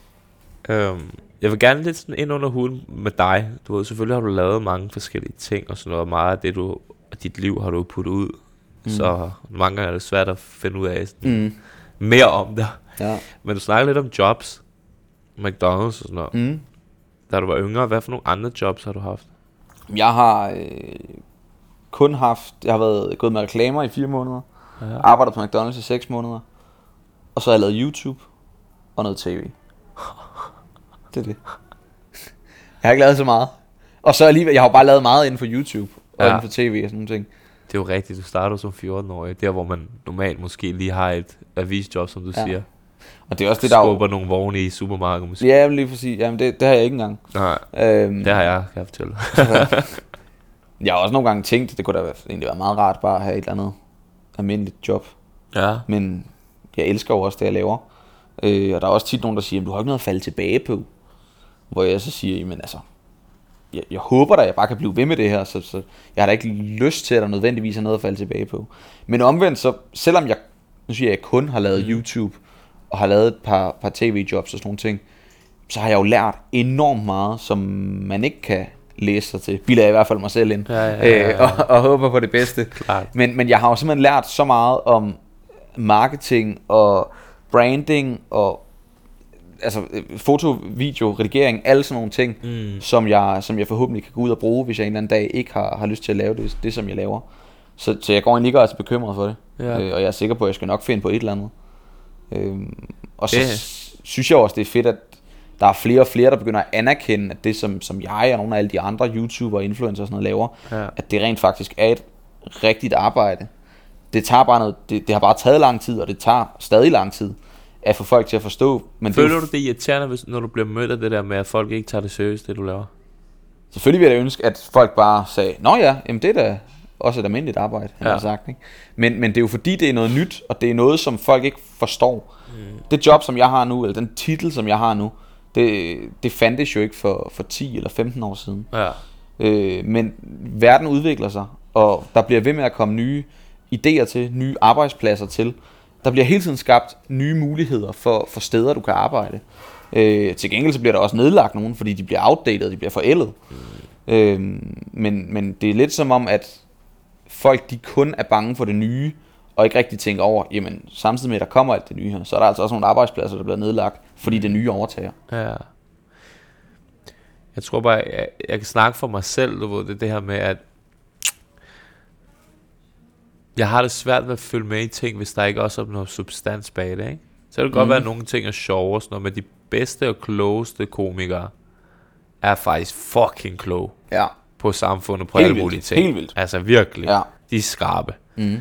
Jeg vil gerne lidt sådan ind under huden med dig. Du ved, selvfølgelig har du lavet mange forskellige ting, og sådan noget. Meget af det, dit liv har du puttet ud. Så mange gange er det svært at finde ud af mere om det. Ja. Men du snakker lidt om jobs, McDonald's og sådan noget. Da du var yngre, hvad for nogle andre jobs har du haft? Jeg har kun haft, jeg har gået med reklamer i 4 måneder, arbejdet på McDonald's i 6 måneder, og så har jeg lavet YouTube og noget tv. Det er det. Jeg har ikke lavet så meget. Og så alligevel, jeg har bare lavet meget inden for YouTube og inden for tv og sådan nogle ting. Det er jo rigtigt, du starter som 14-årig, der hvor man normalt måske lige har et avisjob, som du siger. Og det er også det, der skubber nogle vogne i supermarkedet måske. Ja, lige præcis. Jamen det har jeg ikke engang. Nej, det har jeg, kan jeg fortælle. Jeg har også nogle gange tænkt, det kunne da egentlig være meget rart bare at have et eller andet almindeligt job. Ja. Men jeg elsker jo også det, jeg laver. Og der er også tit nogen, der siger, du har ikke noget at falde tilbage på. Hvor jeg så siger, jamen altså, jeg håber da, jeg bare kan blive ved med det her, så jeg har da ikke lyst til, at der nødvendigvis er noget at falde tilbage på. Men omvendt, så selvom jeg kun har lavet YouTube, og har lavet et par tv-jobs og sådan nogle ting, så har jeg jo lært enormt meget, som man ikke kan læse sig til. Bilder jeg i hvert fald mig selv ind, og håber på det bedste. Men jeg har jo simpelthen lært så meget om marketing og branding og altså foto, video, redigering, alle sådan nogle ting, som jeg forhåbentlig kan gå ud og bruge, hvis jeg en eller anden dag ikke har lyst til at lave det som jeg laver. Så jeg går egentlig ikke altså bekymret for det. Og jeg er sikker på, at jeg skal nok finde på et eller andet. Og så synes jeg også, det er fedt, at der er flere og flere, der begynder at anerkende, at det som jeg og nogle af alle de andre YouTuber og influencer og sådan noget laver, at det rent faktisk er et rigtigt arbejde. Det tager bare noget, det har bare taget lang tid, og det tager stadig lang tid at få folk til at forstå. Men føler du det irriterende, når du bliver mødt af det der med, at folk ikke tager det seriøst, det du laver? Selvfølgelig vil jeg ønske, at folk bare sagde, nå ja, jamen det er da også et almindeligt arbejde, han har sagt, ikke? Men det er jo fordi, det er noget nyt, og det er noget, som folk ikke forstår. Det job, som jeg har nu, eller den titel, som jeg har nu, det fandtes jo ikke for 10 eller 15 år siden. Men verden udvikler sig, og der bliver ved med at komme nye idéer til, nye arbejdspladser til. Der bliver hele tiden skabt nye muligheder for steder, du kan arbejde. Til gengæld så bliver der også nedlagt nogen, fordi de bliver outdated, de bliver forældet. Men det er lidt som om, at folk de kun er bange for det nye, og ikke rigtig tænker over, jamen samtidig med at der kommer alt det nye her, så er der altså også nogle arbejdspladser, der bliver nedlagt, fordi det nye overtager. Ja. Jeg tror bare, jeg kan snakke for mig selv, du ved, det her med, at jeg har det svært ved at følge med i ting, hvis der ikke også er noget substans bag det, ikke? Så kan det godt være, at nogle ting er sjove og sådan noget, men de bedste og klogeste komikere er faktisk fucking klog Ja. på samfundet, på Helt alle vildt. mulige ting. Helt vildt. Altså virkelig. Ja. De er skarpe.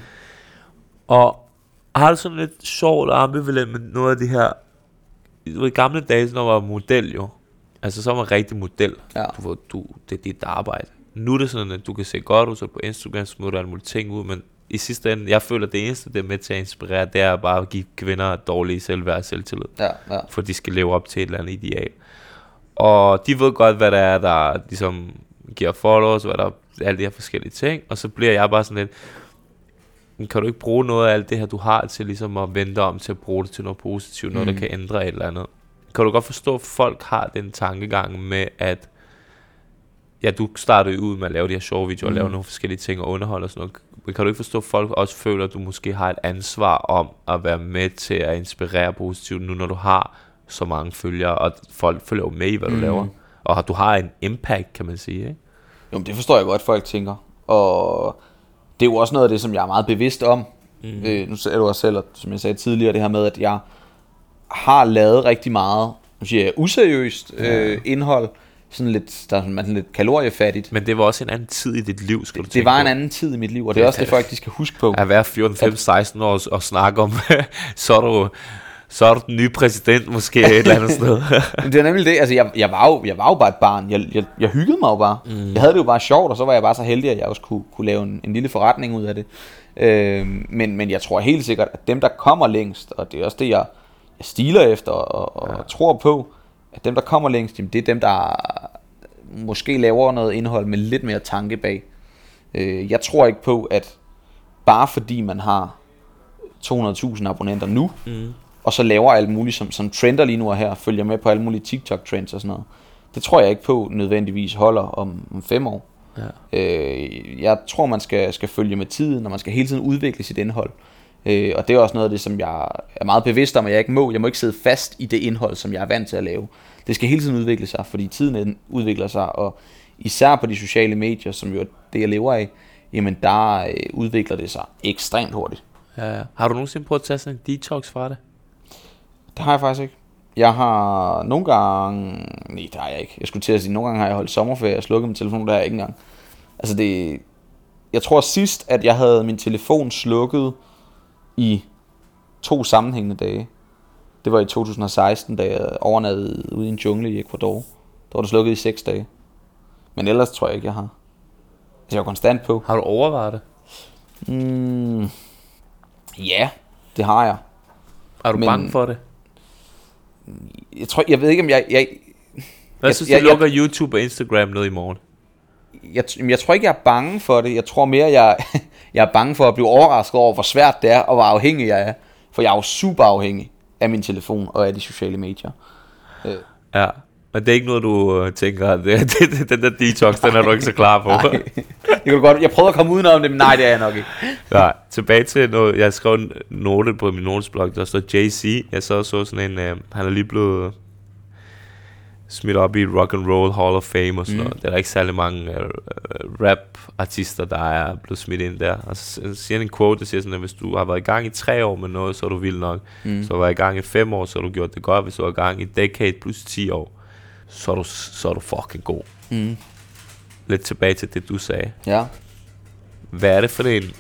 Og har det sådan lidt sjovt og ambivalent med noget af det her. I gamle dage, når man var model jo. Altså så var man rigtig model. Ja. Det er dit arbejde. Nu er det sådan, at du kan se godt ud, så på Instagram smutter alle mulige ting ud, men i sidste ende, jeg føler, at det eneste, det er med til at inspirere, det er bare at give kvinder dårlige selvværd og selvtillid. Ja. For de skal leve op til et eller andet ideal. Og de ved godt, hvad der er, der ligesom giver followers, hvad der er alle de her forskellige ting, og så bliver jeg bare sådan lidt, kan du ikke bruge noget af alt det her, du har, til ligesom at vente om til at bruge det til noget positivt, noget der kan ændre et eller andet. Kan du godt forstå, at folk har den tankegang med, at ja, du startede ud med at lave de her sjove videoer, og lave nogle forskellige ting og underholde og sådan noget. Men kan du ikke forstå, at folk også føler, at du måske har et ansvar om at være med til at inspirere positivt, nu når du har så mange følgere, og folk følger jo med i, hvad du laver. Og du har en impact, kan man sige, ikke? Jo, men det forstår jeg godt, folk tænker. Og det er jo også noget af det, som jeg er meget bevidst om. Nu ser du også selv, som jeg sagde tidligere, det her med, at jeg har lavet rigtig meget, nu siger jeg, useriøst indhold. Sådan lidt, der er sådan lidt kaloriefattigt. Men det var også en anden tid i dit liv, skal du tænke Det var en på. anden tid i mit liv, og det er også det, folk de skal huske på. At være 14, 15, 16 år og snakke om, så er du den nye præsident måske et eller andet sted. Det er nemlig det, altså jeg var jo bare et barn. Jeg hyggede mig jo bare. Jeg havde det jo bare sjovt, og så var jeg bare så heldig, at jeg også kunne lave en lille forretning ud af det. Men jeg tror helt sikkert, at dem der kommer længst, og det er også det jeg stiler efter og tror på, at dem der kommer længst, det er dem der måske laver noget indhold med lidt mere tanke bag. Jeg tror ikke på, at bare fordi man har 200.000 abonnenter nu, og så laver alt muligt, som trender lige nu og her, følger med på alle mulige TikTok-trends og sådan noget. Det tror jeg ikke på nødvendigvis holder om 5 år. Ja. Jeg tror, man skal følge med tiden, og man skal hele tiden udvikle sit indhold. Og det er også noget af det, som jeg er meget bevidst om, at jeg ikke må. Jeg må ikke sidde fast i det indhold, som jeg er vant til at lave. Det skal hele tiden udvikle sig, fordi tiden udvikler sig, og især på de sociale medier, som jo er det, jeg lever af, jamen der udvikler det sig ekstremt hurtigt. Ja. Har du nogensinde prøvet at tage sådan en detox fra det? Det har jeg faktisk ikke. Jeg har nogle gange... Nej, det har jeg ikke. Jeg skulle til at sige, nogle gange har jeg holdt sommerferie og slukket min telefon, der har jeg ikke engang. Altså det... Jeg tror sidst, at jeg havde min telefon slukket i 2 sammenhængende dage. Det var i 2016, da jeg overnattede ude i en jungle i Ecuador. Der var det slukket i 6 dage. Men ellers tror jeg ikke, jeg har. Altså jeg var konstant på. Har du overvejet det? Ja, det har jeg. Er du bange for det? Jeg ved ikke, om jeg Hvad synes du lukker YouTube og Instagram ned i morgen? Jeg tror ikke, jeg er bange for det. Jeg tror mere, jeg er bange for at blive overrasket over, hvor svært det er, og hvor afhængig jeg er. For jeg er jo super afhængig af min telefon og af de sociale medier. Ja, men det er ikke noget, du tænker, den der detox, den er du ikke så klar på. Nej, det kan du godt. Jeg prøvede at komme udenom det, men nej, det er jeg nok ikke. Nej, tilbage til noget. Jeg skrev en note på min notesblog, der står Jay-Z. Jeg så sådan en, han er lige blevet smidt op i Rock and Roll Hall of Fame og sådan noget. Det er der ikke særlig mange rap-artister, der er blevet smidt ind der. Og så siger han en quote, der siger sådan, at hvis du har været i gang i 3 år med noget, så er du vild nok. Så har du været i gang i 5 år, så har du gjort det godt. Hvis du har i gang i decade plus 10 år, så er du fucking god. Lidt tilbage til det, du sagde. Ja. Hvad er det for en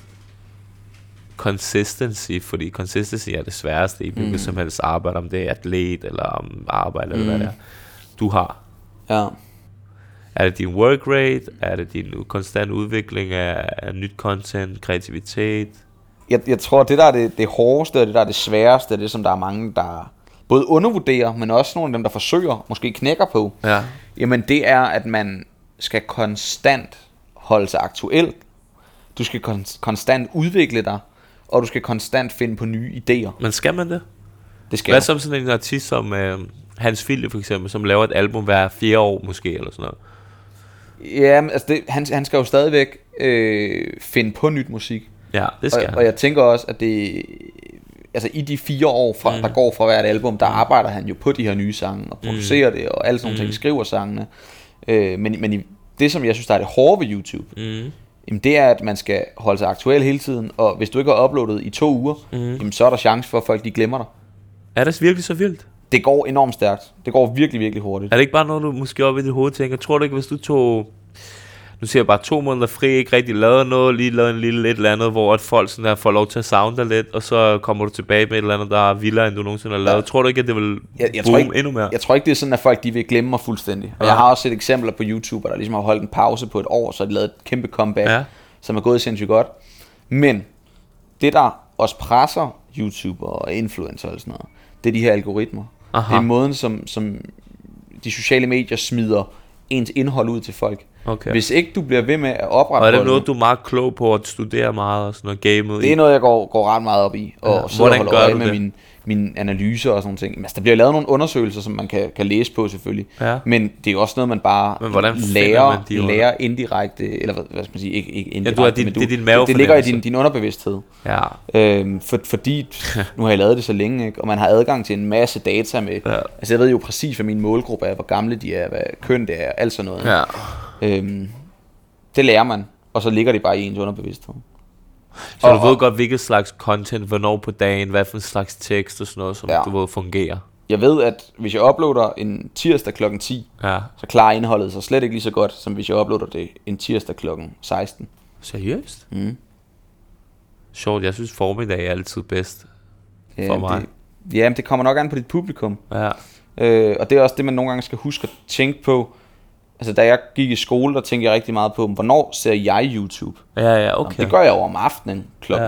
consistency? Fordi consistency er det sværeste i hvilket som helst arbejde, om det er atlet eller om arbejde eller hvad det er. Du har. Ja. Er det din work rate? Er det din konstant udvikling af nyt content, kreativitet? Jeg tror, det der er det hårdeste, og det der er det sværeste, det som der er mange, der både undervurderer, men også nogle af dem, der forsøger, måske knækker på. Ja. Jamen det er, at man skal konstant holde sig aktuel. Du skal konstant udvikle dig, og du skal konstant finde på nye idéer. Men skal man det? Det skal Hvad du. som sådan en artist som Hans Philip for eksempel, som laver et album hver 4 år måske, eller sådan noget? Ja, altså han skal jo stadigvæk finde på nyt musik. Ja, det skal han. Og jeg tænker også, at det... Altså i de 4 år, der går fra hvert album, der arbejder han jo på de her nye sange, og producerer det, og alle sådan nogle ting, skriver sangene. Men det, som jeg synes, der er det hårde ved YouTube, jamen, det er, at man skal holde sig aktuel hele tiden, og hvis du ikke har uploadet i 2 uger, jamen, så er der chance for, at folk de glemmer dig. Er det virkelig så vildt? Det går enormt stærkt. Det går virkelig, virkelig hurtigt. Er det ikke bare noget, du måske op i dit hoved tænker? Tror du ikke, hvis du tog... Nu siger jeg bare 2 måneder fri, ikke rigtig lavet noget, lige lavet en lille et eller andet, hvor at folk sådan der får lov til at sounde dig lidt, og så kommer du tilbage med et eller andet, der er vildere, end du nogensinde har lavet. Ja. Tror du ikke, at det vil boom endnu mere? Jeg tror ikke, det er sådan, at folk de vil glemme mig fuldstændig. Og jeg har også set eksempler på YouTube, der ligesom har holdt en pause på et år, så har de lavet et kæmpe comeback, som er gået sindssygt godt. Men det, der også presser YouTuber og influencer og sådan noget, det er de her algoritmer. Aha. Det er måden, som de sociale medier smider ens indhold ud til folk. Okay. Hvis ikke du bliver ved med at opretholde... Og er det noget, du er meget klog på at studere meget og sådan noget gamet i? Det er noget, jeg går ret meget op i. Og sidder og holder øje med mine analyser og sådan nogle ting. Altså, der bliver lavet nogle undersøgelser, som man kan læse på selvfølgelig. Ja. Men det er jo også noget, man bare lærer indirekte, eller hvad skal man sige, ikke indirekte, men det er din mavefornemmelse. Det ligger i din underbevidsthed. Ja. Fordi, nu har jeg lavet det så længe, ikke? Og man har adgang til en masse data med. Ja. Altså, jeg ved jo præcis, hvad min målgruppe er, hvor gamle de er, hvad køn det er, alt sådan noget. Ja. Det lærer man, og så ligger det bare i ens underbevidsthed. Så du ved godt, hvilket slags content, hvornår på dagen, hvad for en slags tekst og sådan noget, som du ved fungerer. Jeg ved, at hvis jeg uploader en tirsdag klokken 10, så klarer indholdet sig slet ikke lige så godt, som hvis jeg uploader det en tirsdag klokken 16. Seriøst? Sjovt, jeg synes formiddag er altid bedst for mig. Men det kommer nok an på dit publikum. Ja. Og det er også det, man nogle gange skal huske at tænke på. Altså, da jeg gik i skole, der tænkte jeg rigtig meget på, hvornår ser jeg YouTube? Ja, okay. Det gør jeg over om aftenen,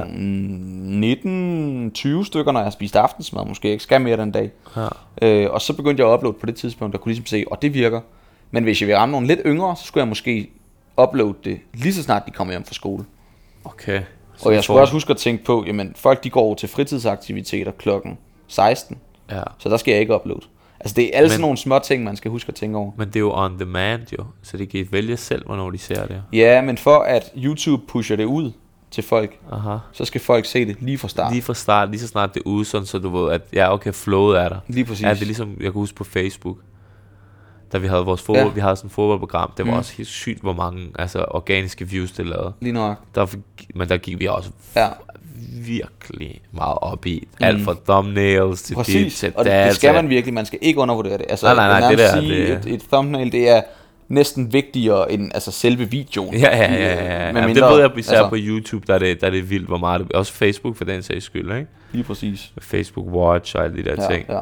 klokken 19-20 stykker, når jeg har spist aftensmad, måske ikke skal mere den dag. Ja. Og så begyndte jeg at uploade på det tidspunkt, der kunne ligesom se, og det virker. Men hvis jeg vil ramme nogle lidt yngre, så skulle jeg måske uploade det lige så snart de kommer hjem fra skole. Okay. Og jeg skulle også huske at tænke på, jamen folk de går til fritidsaktiviteter klokken 16, så der skal jeg ikke uploade. Altså det er alle sådan nogle små ting, man skal huske at tænke over. Men det er jo on demand jo, så de kan vælge selv, hvornår de ser det. Ja, men for at YouTube pusher det ud til folk, så skal folk se det lige fra start. Lige fra start, lige så snart det er ude, sådan, så du ved, at okay, flowet er der. Lige præcis. Ja, det er ligesom, jeg kan huske på Facebook, da vi havde vores fodbold, vi havde sådan et fodboldprogram, det var også helt sygt, hvor mange organiske views det lavede. Lige nok. Men der gik vi også virkelig meget op i. Alt fra thumbnails til præcis. Dit, til og det skal man virkelig, man skal ikke undervurdere det. Altså, nej, det der, et thumbnail, det er næsten vigtigere end altså selve videoen. Ja. Mindre, det ved jeg især på YouTube, der er det vildt, hvor meget det, også Facebook for den sags skyld, ikke? Lige præcis. Facebook Watch og alle de der ting.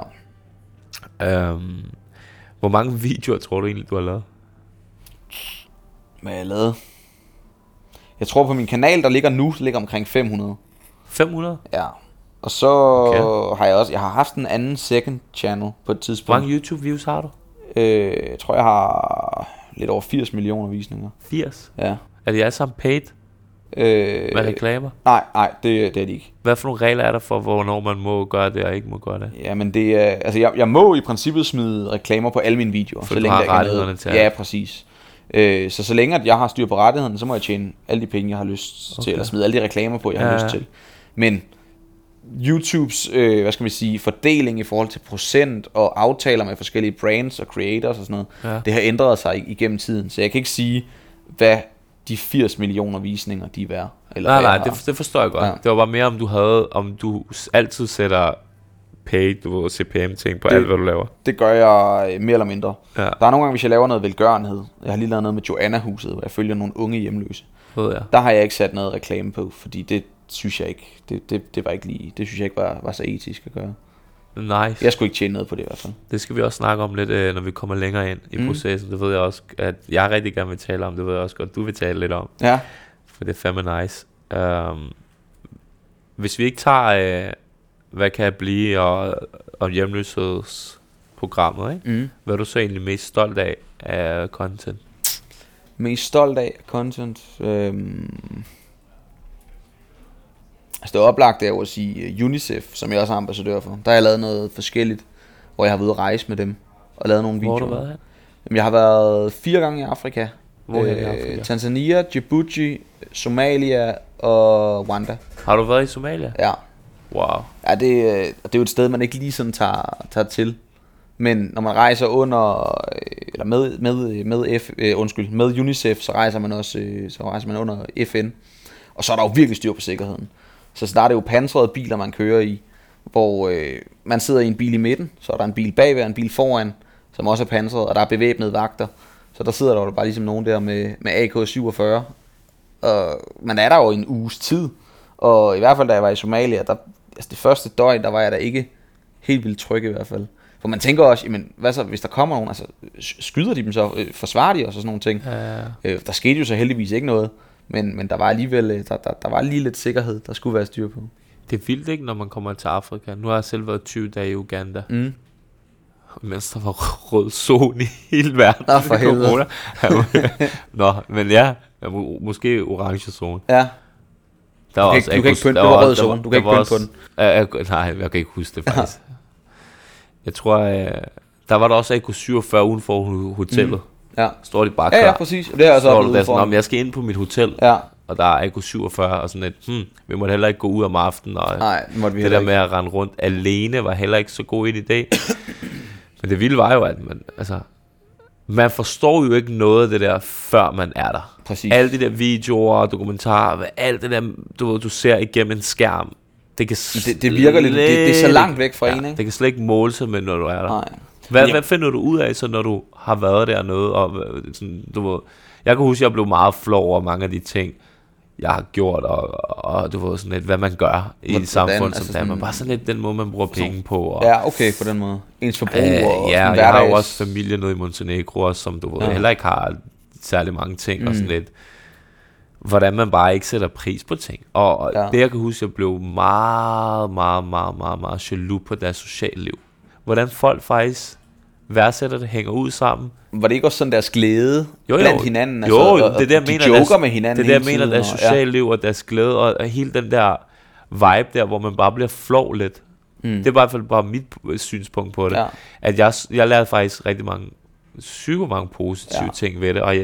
Ja. Hvor mange videoer tror du egentlig, du har lavet? Hvad har jeg lavet? Jeg tror på min kanal, der ligger omkring 500. 500? Ja. Og så har jeg har haft en anden second channel på et tidspunkt. Hvor mange YouTube views har du? Jeg tror jeg har lidt over 80 millioner visninger. 80? Ja. Er de alle sammen paid? Med reklamer? Nej, det er de ikke. Hvad for nogle regler er der for, hvornår man må gøre det og ikke må gøre det? Jamen det er, altså jeg må i princippet smide reklamer på alle mine videoer. For så længe du har rettighederne til. Ja, præcis. Så længe at jeg har styr på rettighederne, så må jeg tjene alle de penge, jeg har lyst til, eller smide alle de reklamer på, jeg har lyst til. Men YouTubes, fordeling i forhold til procent og aftaler med forskellige brands og creators og sådan noget, det har ændret sig igennem tiden. Så jeg kan ikke sige, hvad de 80 millioner visninger, de er værd. Eller nej, det forstår jeg godt. Ja. Det var bare mere, om du altid sætter paid, du ved, CPM-ting på alt, hvad du laver. Det gør jeg mere eller mindre. Ja. Der er nogle gange, hvis jeg laver noget velgørenhed. Jeg har lige lavet noget med Joanna-huset, hvor jeg følger nogle unge hjemløse. Der har jeg ikke sat noget reklame på, fordi det synes jeg ikke, det var ikke lige, det synes jeg ikke var så etisk at gøre. Nice. Jeg skulle ikke tjene noget på det i hvert fald. Det skal vi også snakke om lidt, når vi kommer længere ind i processen. Det ved jeg også, at jeg rigtig gerne vil tale om. Det ved jeg også godt, du vil tale lidt om. Ja. For det er fandme nice. Hvis vi ikke tager, hvad kan jeg blive, og hjemløshedsprogrammet, ikke? Hvad er du så egentlig mest stolt af content? Mest stolt af content? Altså det oplagte er jo at sige UNICEF, som jeg også er ambassadør for. Der har jeg lavet noget forskelligt, hvor jeg har været ude at rejse med dem og lavet nogle videoer. Hvor har du været her? Jamen, jeg har været 4 gange i Afrika. Hvor i Afrika? Tanzania, Djibouti, Somalia og Rwanda. Har du været i Somalia? Ja. Wow. Ja, det er jo et sted, man ikke lige sådan tager til. Men når man rejser under eller med UNICEF, så rejser man under FN. Og så er der jo virkelig styr på sikkerheden. Så der er det jo pansrede biler, man kører i. hvor man sidder i en bil i midten, så er der en bil bagved og en bil foran, som også er pansret, og der er bevæbnede vagter. Så der sidder der bare ligesom nogen der med AK-47. Men er der jo en uges tid, og i hvert fald da jeg var i Somalia, altså det første døgn, der var jeg da ikke helt vildt tryg i hvert fald. For man tænker også, jamen, hvad så, hvis der kommer nogen, altså skyder de dem så, forsvarer de også og sådan nogle ting. Ja. Der skete jo så heldigvis ikke noget, men der var alligevel, der var lige lidt sikkerhed, der skulle være styr på. Det er vildt ikke, når man kommer til Afrika. Nu har jeg selv været 20 dage i Uganda. Mens der var rød zone i hele verden. Nå, for helvede. Nå, men ja, måske orange zone. Ja. Der var du kan ikke pynte, det var rød zone, du kan ikke pynte på den. Nej, jeg kan ikke huske det faktisk. Jeg tror, der var der også AK-47 uden for hotellet. Ja. Står de bare klar. Ja, præcis. Det er altså ude for. Jeg skal ind på mit hotel, og der er AK-47 og sådan et, vi måtte heller ikke gå ud om aftenen. Og nej, måtte vi det der med at rende rundt alene var heller ikke så god en idé. Men det vilde var jo, at man forstår jo ikke noget af det der, før man er der. Præcis. Alle de der videoer, dokumentarer, alt det der, du ser igennem en skærm, det virker lidt, det er så langt væk fra en, ikke? Det kan slet ikke måle sig med, når du er der. Nej. Hvad finder du ud af, så når du har været dernede? Og sådan, jeg kan huske, at jeg blev meget flov over mange af de ting, jeg har gjort, og du ved sådan lidt, hvad man gør i et samfund som det. Men bare sådan lidt den måde, man bruger penge på. Og, ja, okay, på den måde. Ens forbrug og ja, jeg har jo også familie nede i Montenegro, også, som du ved, heller ikke har særlig mange ting, og sådan lidt, hvordan man bare ikke sætter pris på ting. Og det, jeg kan huske, jeg blev meget, meget, meget, meget, meget jaloux på deres sociale liv. Hvordan folk faktisk værdsætter det, hænger ud sammen. Var det ikke også sådan deres glæde blandt hinanden? Jo, altså, det der mener, de joker med hinanden. Det der mener, deres sociale liv og deres glæde, og hele den der vibe der, hvor man bare bliver flov lidt. Det er i hvert fald bare mit synspunkt på det. Ja. At jeg lærte faktisk rigtig mange positive ting ved det, og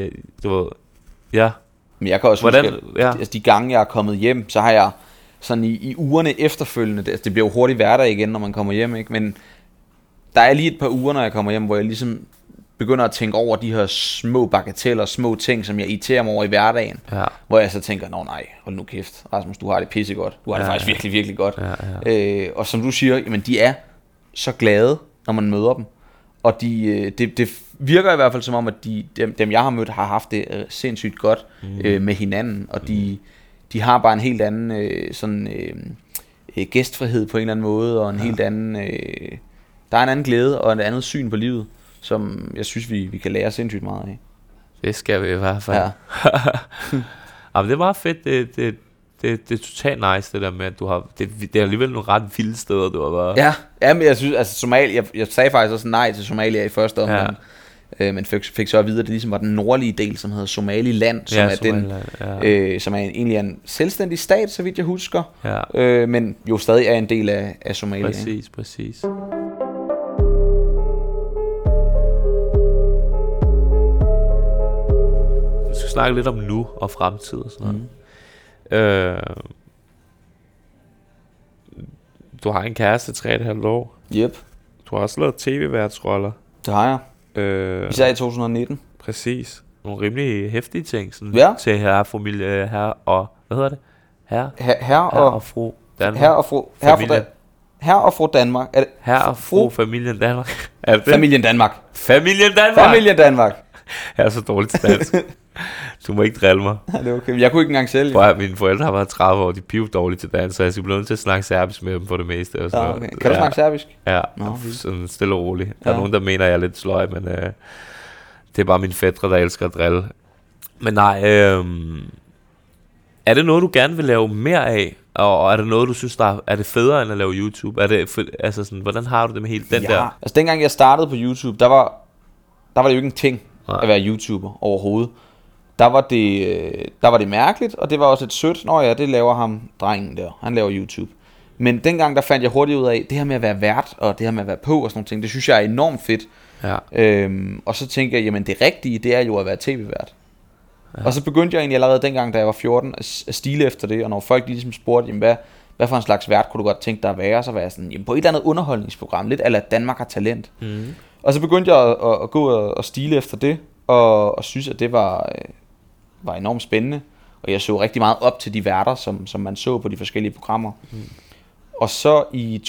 men jeg kan også huske, altså de gange jeg er kommet hjem, så har jeg sådan i ugerne efterfølgende, det bliver jo hurtigt hverdag igen, når man kommer hjem, ikke? Men der er lige et par uger, når jeg kommer hjem, hvor jeg ligesom begynder at tænke over de her små bagateller, små ting, som jeg irriterer mig over i hverdagen. Ja. Hvor jeg så tænker, nej, hold nu kæft, Rasmus, du har det pissegodt. Du har det faktisk virkelig, virkelig godt. Ja. Og som du siger, jamen de er så glade, når man møder dem. Og det virker i hvert fald som om, at dem jeg har mødt, har haft det sindssygt godt med hinanden. Og de har bare en helt anden gæstfrihed på en eller anden måde, og en helt anden... der er en anden glæde og et andet syn på livet, som jeg synes, vi kan lære sindssygt meget af. Det skal vi i hvert fald. Ja. Jamen, det er meget fedt. Det er totalt nice, det der med, at du har... Det er alligevel nogle ret vilde steder, du har været. Ja, men jeg synes, altså Somalia... Jeg sagde faktisk også nej til Somalia i første omgang. Men fik så at vide, at det ligesom var den nordlige del, som hedder Somaliland, som er Somaliland, som er egentlig en selvstændig stat, så vidt jeg husker. Ja. Men jo stadig er en del af Somalia. Præcis. Vi skal snakke lidt om nu og fremtid og sådan noget. Du har en kæreste 3,5 år. Yep. Du har også lavet tv-værtsroller. Det har jeg. Især i 2019. Præcis. Nogle rimelig hæftige ting sådan, til herrefamilie, og hvad hedder det? Herre og fru Danmark. Herre og fru Danmark. Er det herre og fru familien Danmark? Er det Familien Danmark. Familien Danmark. Jeg er så dårligt til dansk. Du må ikke drille mig. Ja, det er okay. Jeg kunne ikke engang sælge. Mine forældre har været 30 år, de er pivdårlige til dans, så jeg skal blive nødt til at snakke serbisk med dem på det meste. Og sådan okay. Kan du snakke serbisk? Ja, sådan stille og roligt. Der er nogen, der mener, jeg er lidt sløj, men det er bare mine fætre, der elsker at drille. Men nej, er det noget, du gerne vil lave mere af? Og er det noget, du synes, er det federe end at lave YouTube? Er det altså sådan, hvordan har du det med hele den der? Altså dengang jeg startede på YouTube, der var det jo ikke en ting at være YouTuber overhovedet. Der var det mærkeligt, og det var også et sødt. Nå ja, det laver ham, drengen der. Han laver YouTube. Men dengang, der fandt jeg hurtigt ud af, det her med at være vært, og det her med at være på og sådan nogle ting, det synes jeg er enormt fedt. Ja. Og så tænkte jeg, jamen det rigtige, det er jo at være tv-vært. Ja. Og så begyndte jeg egentlig allerede dengang, da jeg var 14, at stile efter det, og når folk ligesom spurgte, jamen hvad for en slags vært kunne du godt tænke dig at være, så var jeg sådan, jamen på et eller andet underholdningsprogram, lidt a la Danmark har talent. Og så begyndte jeg at gå og stile efter det, og synes, at det var enormt spændende. Og jeg så rigtig meget op til de værter, som man så på de forskellige programmer. Og så i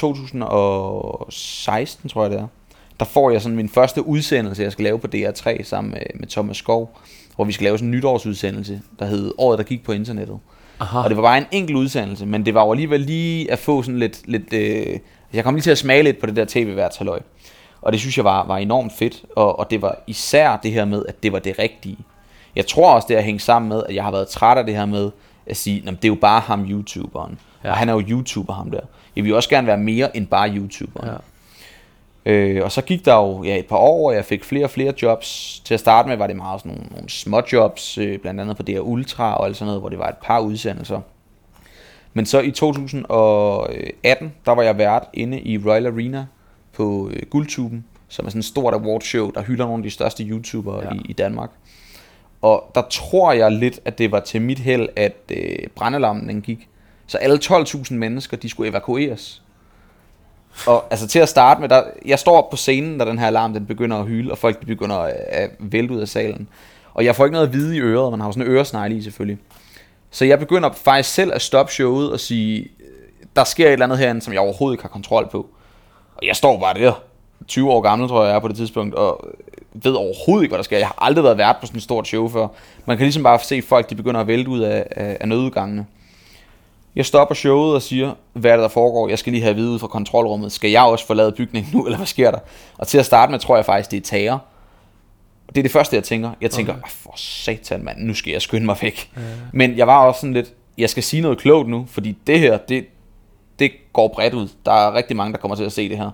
2016, tror jeg det er, der får jeg sådan min første udsendelse, jeg skal lave på DR3 sammen med Thomas Skov, hvor vi skal lave sådan en nytårsudsendelse, der hed Året, der gik på internettet. Aha. Og det var bare en enkelt udsendelse, men det var jo alligevel lige at få sådan lidt jeg kom lige til at smage lidt på det der tv-værtshalløj. Og det synes jeg var enormt fedt, og det var især det her med, at det var det rigtige. Jeg tror også, det har hængt sammen med, at jeg har været træt af det her med at sige, det er jo bare ham YouTuberen, og han er jo YouTuber ham der. Jeg vil jo også gerne være mere end bare YouTuberen. Ja. Og så gik der jo et par år, og jeg fik flere og flere jobs. Til at starte med var det meget sådan nogle små jobs, blandt andet på DR Ultra og alt sådan noget, hvor det var et par udsendelser. Men så i 2018, der var jeg vært inde i Royal Arena på Guldtuben, som er sådan et stort awardshow, der hylder nogle af de største YouTubere i Danmark. Og der tror jeg lidt, at det var til mit held, at brandalarmen den gik. Så alle 12.000 mennesker, de skulle evakueres. Og altså til at starte med, jeg står op på scenen, da den her alarm den begynder at hyle, og folk de begynder at vælte ud af salen. Og jeg får ikke noget at vide i øret, man har jo sådan en øresnegle i selvfølgelig. Så jeg begynder faktisk selv at stoppe showet og sige, der sker et eller andet herinde, som jeg overhovedet ikke har kontrol på. Og jeg står bare der, 20 år gammel tror jeg er på det tidspunkt, og ved overhovedet ikke, hvad der sker. Jeg har aldrig været vært på sådan et stort show før. Man kan ligesom bare se folk, de begynder at vælte ud af nødudgangene. Jeg stopper showet og siger, hvad er det, der foregår? Jeg skal lige have at vide ud fra kontrolrummet. Skal jeg også forlade bygningen nu, eller hvad sker der? Og til at starte med, tror jeg faktisk, det er terror. Det er det første, jeg tænker. Jeg tænker, for satan mand, nu skal jeg skynde mig væk. Men jeg var også sådan lidt, jeg skal sige noget klogt nu, fordi det her, det går bredt ud. Der er rigtig mange, der kommer til at se det her.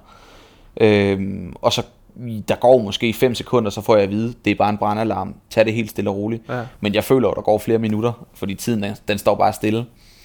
Og så, der går måske 5 sekunder, så får jeg at vide, det er bare en brandalarm. Tag det helt stille og roligt. Ja. Men jeg føler, at der går flere minutter, fordi tiden, den står bare stille.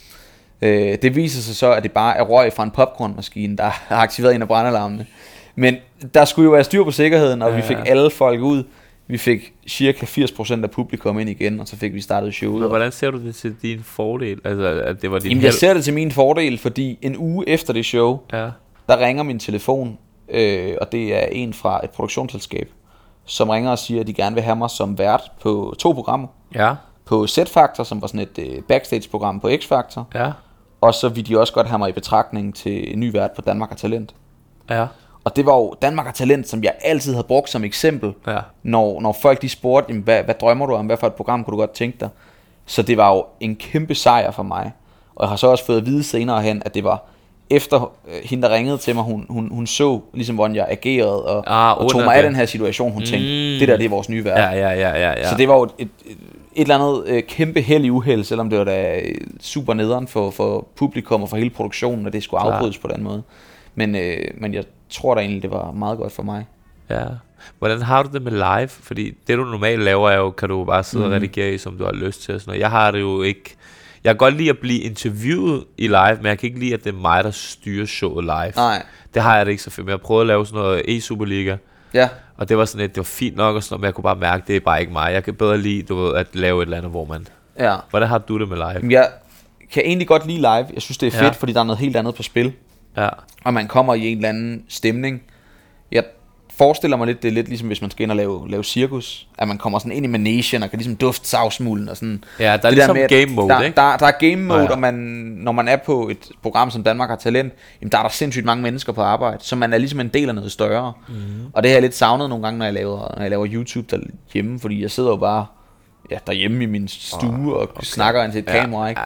Det viser sig så, at det bare er røg fra en popcornmaskine, der har aktiveret en af brandalarmene. Men der skulle jo være styr på sikkerheden, og vi fik alle folk ud. Vi fik cirka 80% af publikum ind igen, og så fik vi startet showet. Men hvordan ser du det til din fordel? Altså, at det var din jeg ser det til min fordel, fordi en uge efter det show, der ringer min telefon, og det er en fra et produktionsselskab, som ringer og siger, at de gerne vil have mig som vært på 2 programmer. Ja. På Z-Factor, som var sådan et backstage-program på X-Factor. Ja. Og så vil de også godt have mig i betragtning til en ny vært på Danmark har Talent. Ja. Og det var jo Danmark har Talent, som jeg altid havde brugt som eksempel, når folk de spurgte, hvad drømmer du om, hvad for et program kunne du godt tænke dig? Så det var jo en kæmpe sejr for mig. Og jeg har så også fået at vide senere hen, at det var efter hende, der ringede til mig, hun så ligesom, hvordan jeg agerede, og tog mig af den her situation, hun tænkte, det er vores nye vært. Ja. Så det var jo et eller andet kæmpe held i uheld, selvom det var da super nederen for publikum og for hele produktionen, og det skulle afbrydes på den måde. Men jeg tror da egentlig, det var meget godt for mig. Ja. Hvordan har du det med live? Fordi det du normalt laver er jo, kan du bare sidde og redigere i, som du har lyst til. Og sådan noget. Jeg har det jo ikke. Jeg kan godt lide at blive interviewet i live, men jeg kan ikke lide, at det er mig, der styrer showet live. Nej. Det har jeg det ikke så fedt. Men jeg prøvede at lave sådan noget E-Superliga. Ja. Og det var sådan det var fint nok og sådan noget, men jeg kunne bare mærke, det er bare ikke mig. Jeg kan bedre lide, at lave et eller andet, hvor man... Ja. Hvordan har du det med live? Jeg kan egentlig godt lide live. Jeg synes, det er fedt, fordi der er noget helt andet på spil. Ja. Og man kommer i en eller anden stemning. Jeg forestiller mig lidt, det er lidt ligesom hvis man skal ind og lave cirkus, at man kommer sådan ind i managen og kan ligesom dufte savsmulden og sådan. Ja, der er ligesom game mode, ikke? Der er game mode, og når man er på et program som Danmark har Talent, jamen der er der sindssygt mange mennesker på arbejde, så man er ligesom en del af noget større. Og det har jeg lidt savnet nogle gange, når jeg laver YouTube derhjemme, fordi jeg sidder jo bare derhjemme i min stue og snakker ind til et kamera, ikke?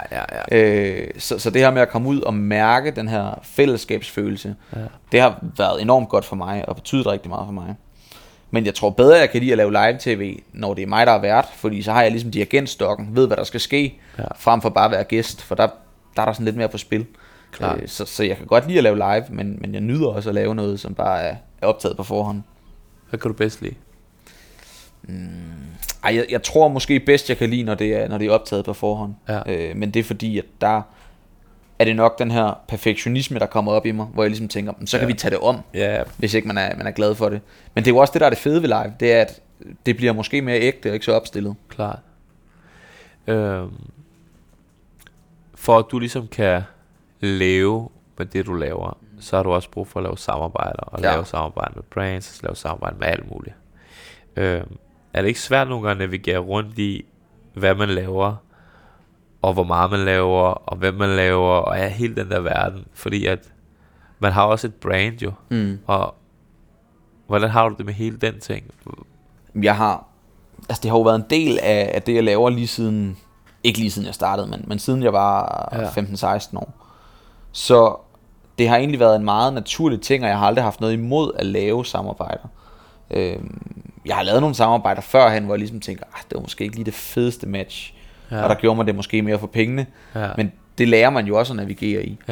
Så det her med at komme ud og mærke den her fællesskabsfølelse, det har været enormt godt for mig og betydet rigtig meget for mig. Men jeg tror bedre, jeg kan lide at lave live-tv, når det er mig, der er vært, fordi så har jeg ligesom dirigentstokken, ved hvad der skal ske, frem for bare at være gæst, for der er der sådan lidt mere på spil. Så jeg kan godt lide at lave live, men jeg nyder også at lave noget, som bare er optaget på forhånd. Hvad kan du bedst lide? Jeg tror måske bedst, jeg kan lide, når det er optaget på forhånd. Ja. Men det er fordi, at der er det nok den her perfektionisme, der kommer op i mig, hvor jeg ligesom tænker, så kan vi tage det om, hvis ikke man er glad for det. Men det er jo også det, der er det fede ved live, det er, at det bliver måske mere ægte og ikke så opstillet. Klart. For at du ligesom kan leve med det, du laver, så har du også brug for at lave samarbejder, og lave samarbejde med brands, og lave samarbejde med alt muligt. Er det ikke svært nogle gange at navigere rundt i, hvad man laver, og hvor meget man laver, og hvem man laver, og hele den der verden? Fordi at man har også et brand jo. Og hvordan har du det med hele den ting? Jeg har, altså det har jo været en del af det, jeg laver lige siden, ikke lige siden jeg startede, men siden jeg var 15-16 år. Så det har egentlig været en meget naturlig ting, og jeg har aldrig haft noget imod at lave samarbejder. Jeg har lavet nogle samarbejder førhen, hvor jeg ligesom tænker, det var måske ikke lige det fedeste match, og der gjorde man det måske mere for pengene, men det lærer man jo også at navigere i.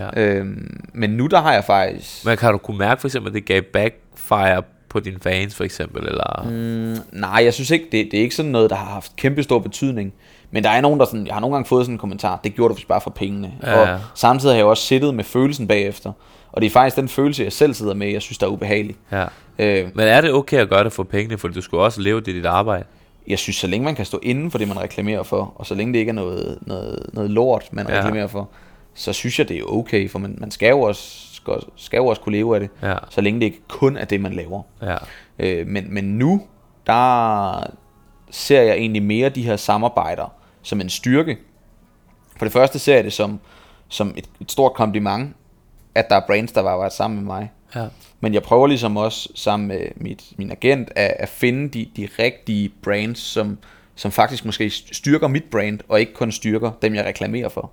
Men nu der har jeg faktisk... Men kan du kunne mærke for eksempel, at det gav backfire på dine fans for eksempel? Eller? Nej, jeg synes ikke, det er ikke sådan noget, der har haft kæmpe stor betydning. Men der er nogen, der sådan, jeg har nogle gange fået sådan en kommentar, det gjorde du bare for pengene. Og samtidig har jeg også siddet med følelsen bagefter. Og det er faktisk den følelse, jeg selv sidder med, jeg synes, der er ubehagelig. Men er det okay at gøre det for pengene, for du skulle også leve det i dit arbejde? Jeg synes, så længe man kan stå inden for det, man reklamerer for, og så længe det ikke er noget lort, man reklamerer for, så synes jeg, det er okay, for man skal jo også kunne leve af det, så længe det ikke kun er det, man laver. Men nu, der ser jeg egentlig mere de her samarbejder som en styrke. For det første ser jeg det som et stort kompliment, at der er brands, der var sammen med mig. Men jeg prøver ligesom også sammen med min agent at finde de rigtige brands, som faktisk måske styrker mit brand, og ikke kun styrker dem, jeg reklamerer for.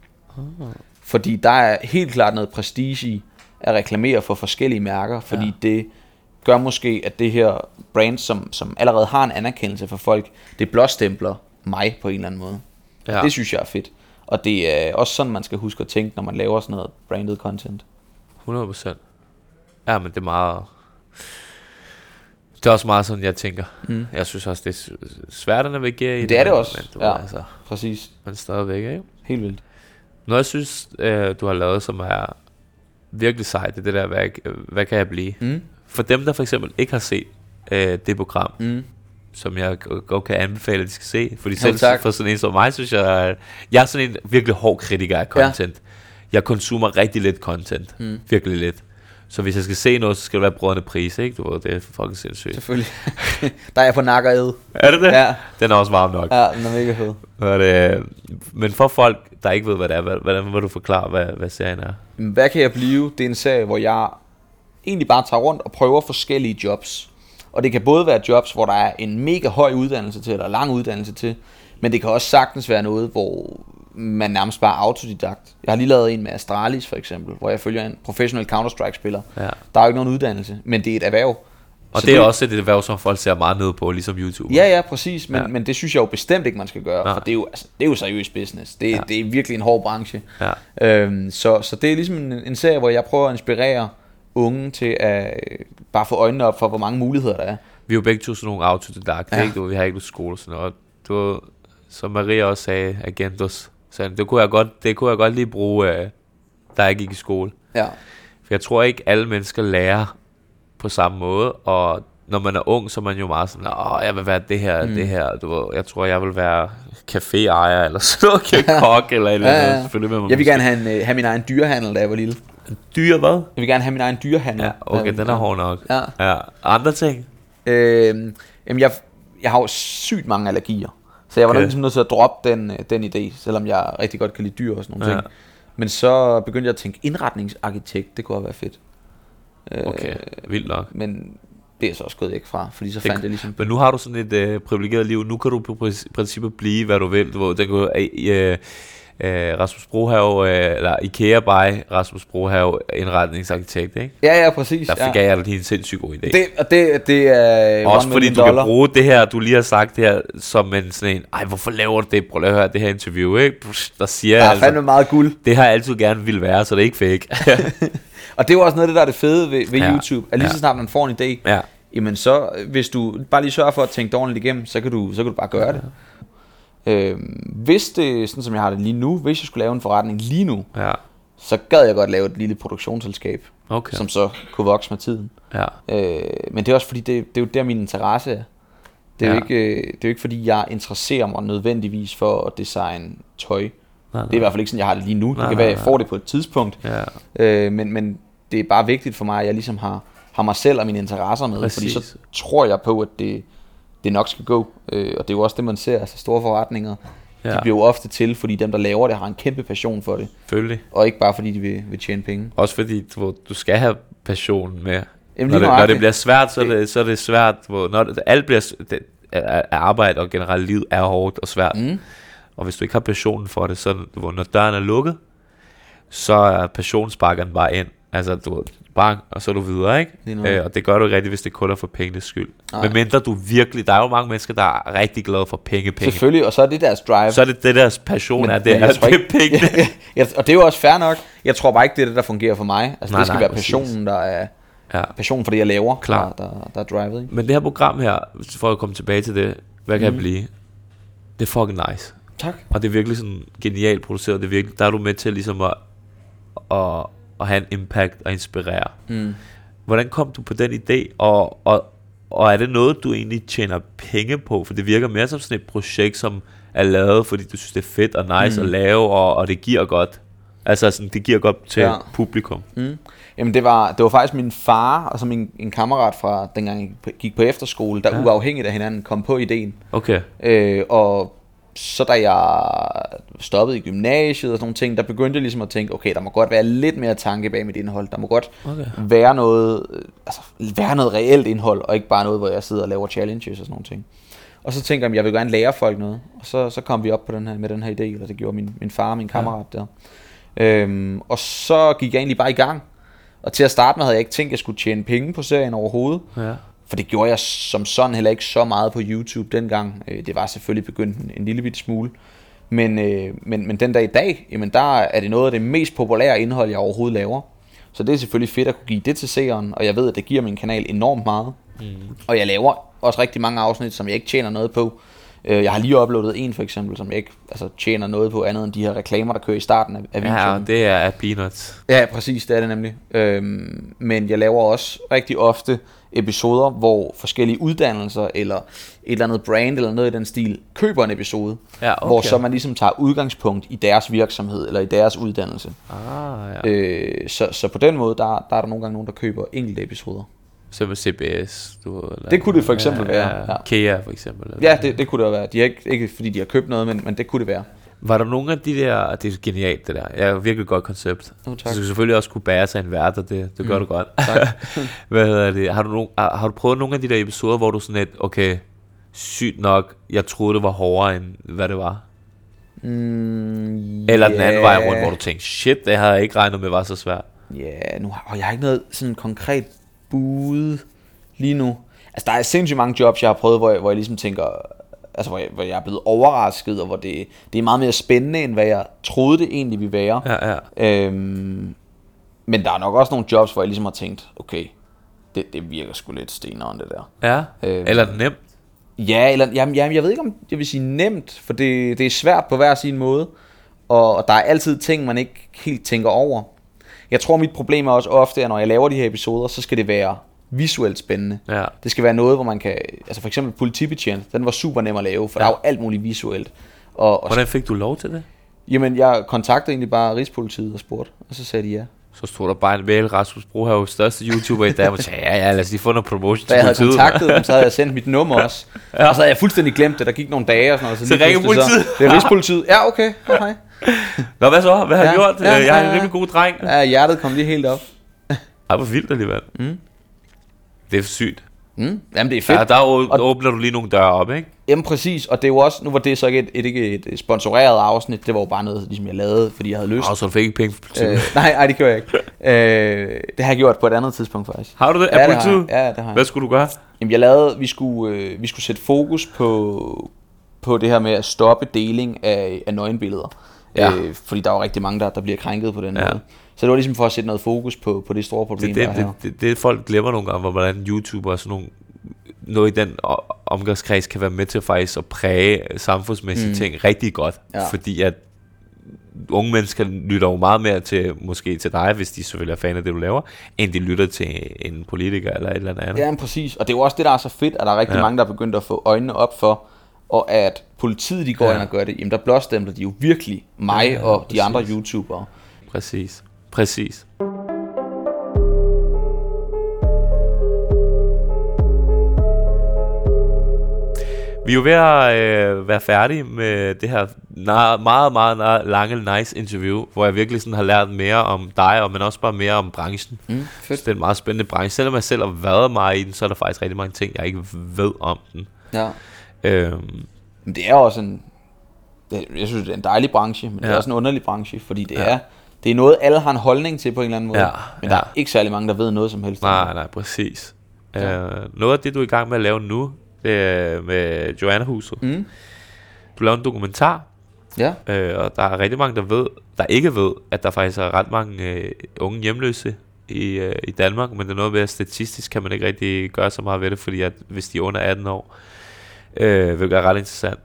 Fordi der er helt klart noget prestige i at reklamere for forskellige mærker, fordi det gør måske, at det her brand, som allerede har en anerkendelse for folk, det blåstempler mig på en eller anden måde. Det synes jeg er fedt. Og det er også sådan, man skal huske at tænke, når man laver sådan noget branded content. 100%. Ja, men det er meget... Det er også meget sådan, jeg tænker. Jeg synes også, det er svært at navigere i det. Det er det også. Altså, præcis. Men stadigvæk, ikke? Helt vildt. Noget, jeg synes, du har lavet, som er virkelig sejt, det der, hvad kan jeg blive? For dem, der for eksempel ikke har set det program, som jeg godt kan anbefale, at de skal se. Fordi selv for sådan en som mig, synes jeg er sådan en virkelig hård kritiker af content. Jeg konsumer rigtig lidt content. Virkelig lidt. Så hvis jeg skal se noget, så skal det være Brødrene Pris, ikke? Du ved, det er fucking sindssygt. Selvfølgelig. Der er jeg på nakker ed. Er det det? Ja. Den er også varm nok. Ja, den er mega fed. Men for folk, der ikke ved, hvad det er, hvordan vil du forklare, hvad serien er? Hvad kan jeg blive? Det er en serie, hvor jeg egentlig bare tager rundt og prøver forskellige jobs. Og det kan både være jobs, hvor der er en mega høj uddannelse til, eller lang uddannelse til, men det kan også sagtens være noget, hvor man nærmest bare er autodidakt. Jeg har lige lavet en med Astralis for eksempel, hvor jeg følger en professionel Counter-Strike-spiller. Der er jo ikke nogen uddannelse, men det er et erhverv. Og så det er også et erhverv, som folk ser meget ned på, ligesom YouTube. Ja, præcis, men det synes jeg jo bestemt ikke, man skal gøre, for det er jo seriøs business. Det er virkelig en hård branche. Så det er ligesom en serie, hvor jeg prøver at inspirere unge til at bare få øjnene op for, hvor mange muligheder der er. Vi er jo begge to sådan nogle autodidakter, ikke? Vi har ikke skole og sådan noget. Som Maria også sagde, Agendos, så det kunne jeg godt lige bruge, da jeg gik i skole. For jeg tror ikke, alle mennesker lærer på samme måde, og når man er ung, så er man jo meget sådan, jeg vil være det her, du ved, jeg tror, jeg vil være caféejer, eller sådan noget, kok, eller et eller andet. Selvfølgelig jeg vil gerne have min egen dyrehandel, da jeg var lille. Dyr hvad? Jeg vil gerne have min egen dyrehandel. Ja, okay, den er hård nok. Ja. Andre ting? Jamen, jeg har jo sygt mange allergier. Så jeg var ligesom nødt til at droppe den idé, selvom jeg rigtig godt kan lide dyr og sådan nogle ting. Men så begyndte jeg at tænke, indretningsarkitekt, det kunne være fedt. Okay, vildt nok. Men det er så også gået væk fra, fordi så fandt jeg ligesom... Men nu har du sådan et privilegeret liv, nu kan du på princippet blive, hvad du vil. Det kan Rasmus Brohave, eller IKEA by Rasmus Brohave, indretningsarkitekt, ikke? Ja, præcis. Der fik jeg lige en sindssygt god idé. Det er også fordi du kan bruge det her, du lige har sagt det her, som en sådan en, hvorfor laver du det? Prøv at høre det her interview, ikke? Der siger jeg fandme meget guld. Det har jeg altid gerne ville være, så det er ikke fake. Og det er jo også noget af det, der er det fede ved YouTube, at lige så snart man får en idé, jamen så, hvis du bare lige sørger for at tænke det ordentligt igennem, så kan du bare gøre det. Hvis det, sådan som jeg har det lige nu, hvis jeg skulle lave en forretning lige nu, så gad jeg godt lave et lille produktionsselskab, som så kunne vokse med tiden. Men det er også fordi, det er jo der min interesse er. Det er jo ikke fordi, jeg interesserer mig nødvendigvis for at designe tøj. Det er i hvert fald ikke sådan, jeg har det lige nu. Det kan være, jeg får det på et tidspunkt. Men det er bare vigtigt for mig, at jeg ligesom har mig selv og mine interesser med. Præcis. Fordi så tror jeg på, at det nok skal gå. Og det er jo også det, man ser, altså store forretninger. De bliver jo ofte til, fordi dem, der laver det, har en kæmpe passion for det. Selvfølgelig. Og ikke bare fordi de vil tjene penge. Også fordi du skal have passion med. Jamen, Når det bliver svært, så er det svært. Når alt bliver arbejde og generelt livet er hårdt og svært. Og hvis du ikke har passionen for det, så når døren er lukket, så er passionsbakkeren bare ind. Altså, bang, og så er du videre, ikke? Og det gør du ikke rigtigt, hvis det kun er for pengenes skyld. Men mindre du virkelig, der er jo mange mennesker, der er rigtig glade for penge. Selvfølgelig, og så er det deres drive. Så er det deres passion, det er penge. Og det er jo også fair nok. Jeg tror bare ikke, det er det, der fungerer for mig. Altså, det skal være passionen, der er passionen for det, jeg laver, der er drivet. Ikke? Men det her program her, for at komme tilbage til det, hvad kan jeg blive? Det er fucking nice. Tak. Og det er virkelig sådan genialt produceret. Det er virkelig, der er du med til ligesom at have en impact og inspirere. Hvordan kom du på den idé, og er det noget, du egentlig tjener penge på? For det virker mere som sådan et projekt, som er lavet, fordi du synes, det er fedt og nice at lave, og det giver godt. Altså sådan, det giver godt til publikum. Jamen det var faktisk min far, og så en kammerat fra dengang jeg gik på efterskole, der uafhængigt af hinanden kom på ideen. Okay. Og så da jeg stoppede i gymnasiet og sådan nogle ting, der begyndte jeg ligesom at tænke, okay, der må godt være lidt mere tanke bag mit indhold. Der må godt være noget reelt indhold, og ikke bare noget, hvor jeg sidder og laver challenges og sådan nogle ting. Og så tænkte jeg vil gerne lære folk noget. Og så kom vi op på med den her idé, eller det gjorde min far og min kammerat der. Og så gik jeg egentlig bare i gang. Og til at starte med havde jeg ikke tænkt, at jeg skulle tjene penge på serien overhovedet. Ja. For det gjorde jeg som sådan heller ikke så meget på YouTube dengang. Det var selvfølgelig begyndt en lille bitte smule. Men den dag i dag, jamen der er det noget af det mest populære indhold, jeg overhovedet laver. Så det er selvfølgelig fedt at kunne give det til seeren, og jeg ved, at det giver min kanal enormt meget. Og jeg laver også rigtig mange afsnit, som jeg ikke tjener noget på. Jeg har lige uploadet en for eksempel, som jeg ikke tjener noget på andet end de her reklamer, der kører i starten af videoen. Ja, det er peanuts. Ja, præcis, det er det nemlig. Men jeg laver også rigtig ofte episoder, hvor forskellige uddannelser eller et eller andet brand eller noget i den stil køber en episode, hvor så man ligesom tager udgangspunkt i deres virksomhed eller i deres uddannelse. Så på den måde, der er der nogle gange nogen, der køber enkelte episoder. Så med CBS, det kunne det for eksempel være. Ja. Kea for eksempel. Eller ja, det kunne det være. De er ikke fordi de har købt noget, men det kunne det være. Var der nogle af de der, det er genialt det der, jeg har virkelig godt koncept. Så du selvfølgelig også kunne bære sig en vært, og det gør du godt. Hvad hedder det? Har du prøvet nogle af de der episoder, hvor du sådan et, okay, sygt nok, jeg troede det var hårdere end hvad det var? Eller den anden vej rundt, hvor du tænkte, shit, det havde jeg ikke regnet med var så svært. Ja, nu har jeg ikke noget sådan konkret bud lige nu. Altså der er sindssygt mange jobs jeg har prøvet, hvor jeg ligesom tænker, altså hvor jeg er blevet overrasket, og hvor det er meget mere spændende end hvad jeg troede det egentlig ville være. Men der er nok også nogle jobs hvor jeg ligesom har tænkt, okay, det virker sgu lidt stenere det der. Ja. Eller nemt. Ja, eller jamen, jeg ved ikke om jeg vil sige nemt, for det er svært på hver sin måde, og der er altid ting man ikke helt tænker over. Jeg tror mit problem er også ofte, at når jeg laver de her episoder, så skal det være visuelt spændende. Ja. Det skal være noget, hvor man kan, altså for eksempel Politibetjent, den var super nem at lave, for der er jo alt muligt visuelt. Og hvordan fik du lov til det? Jamen, jeg kontaktede egentlig bare Rigspolitiet og spurgte, og så sagde de ja. Så stod der bare en mail, Rasmus Brohave, største YouTuber i dag, og sagde, ja, lad os lige få noget promotion. Da jeg havde kontaktet dem, så havde jeg sendt mit nummer også. Og så havde jeg fuldstændig glemt det, der gik nogle dage og sådan noget. Så ringer politiet? Det er Rigspolitiet. Ja, okay, hej. Nå, hvad så? Hvad har du gjort? Jeg er en rimelig god dreng. Ja, hjertet kom lige helt op. Ej, hvor vildt alligevel. Det er sygt. Jamen, det er fedt. Ja, der åbner du lige nogle døre op, ikke? Jamen, præcis. Og det er jo også, nu var det så ikke et sponsoreret afsnit, det var jo bare noget, ligesom jeg lavede, fordi jeg havde lyst. Så du fik ikke penge for politiet? Nej, det gjorde jeg ikke. Det har jeg gjort på et andet tidspunkt, faktisk. Har du det? Af politiet? Ja, det har jeg. Hvad skulle du gøre? Jamen, vi skulle sætte fokus på det her med at stoppe deling af nøgenbilleder. Ja. Fordi der er jo rigtig mange, der bliver krænket på den måde. Så det var ligesom for at sætte noget fokus på det store problem, der er her. Det folk glemmer nogle gange, hvordan YouTuber og sådan noget i den omgangskreds kan være med til faktisk at præge samfundsmæssige ting rigtig godt. Ja. Fordi at unge mennesker lytter jo meget mere til, måske til dig, hvis de selvfølgelig er fan af det, du laver, end de lytter til en politiker eller et eller andet. Ja, præcis. Og det er jo også det, der er så fedt, at der er rigtig mange, der er begyndt at få øjnene op for, og at politiet, de går ind og gør det, jamen der blåstempler de jo virkelig mig og de andre YouTubere. Præcis. Vi er jo ved at være færdige med det her meget lange, nice interview, hvor jeg virkelig sådan har lært mere om dig, men også bare mere om branchen. Fedt. Det er en meget spændende branche. Selvom jeg selv har været meget i den, så er der faktisk rigtig mange ting, jeg ikke ved om den. Ja. Men det er også jeg synes, det er en dejlig branche, men det er også en underlig branche, fordi det er noget, alle har en holdning til på en eller anden måde. Men der er ikke særlig mange, der ved noget som helst. Nej, præcis. Noget af det, du er i gang med at lave nu, det er med Joanna-huset. Du laver en dokumentar, og der er rigtig mange, der ikke ved, at der faktisk er ret mange unge hjemløse i Danmark, men det er noget ved, at statistisk kan man ikke rigtig gøre så meget ved det, fordi at hvis de er under 18 år, vil være ret interessant.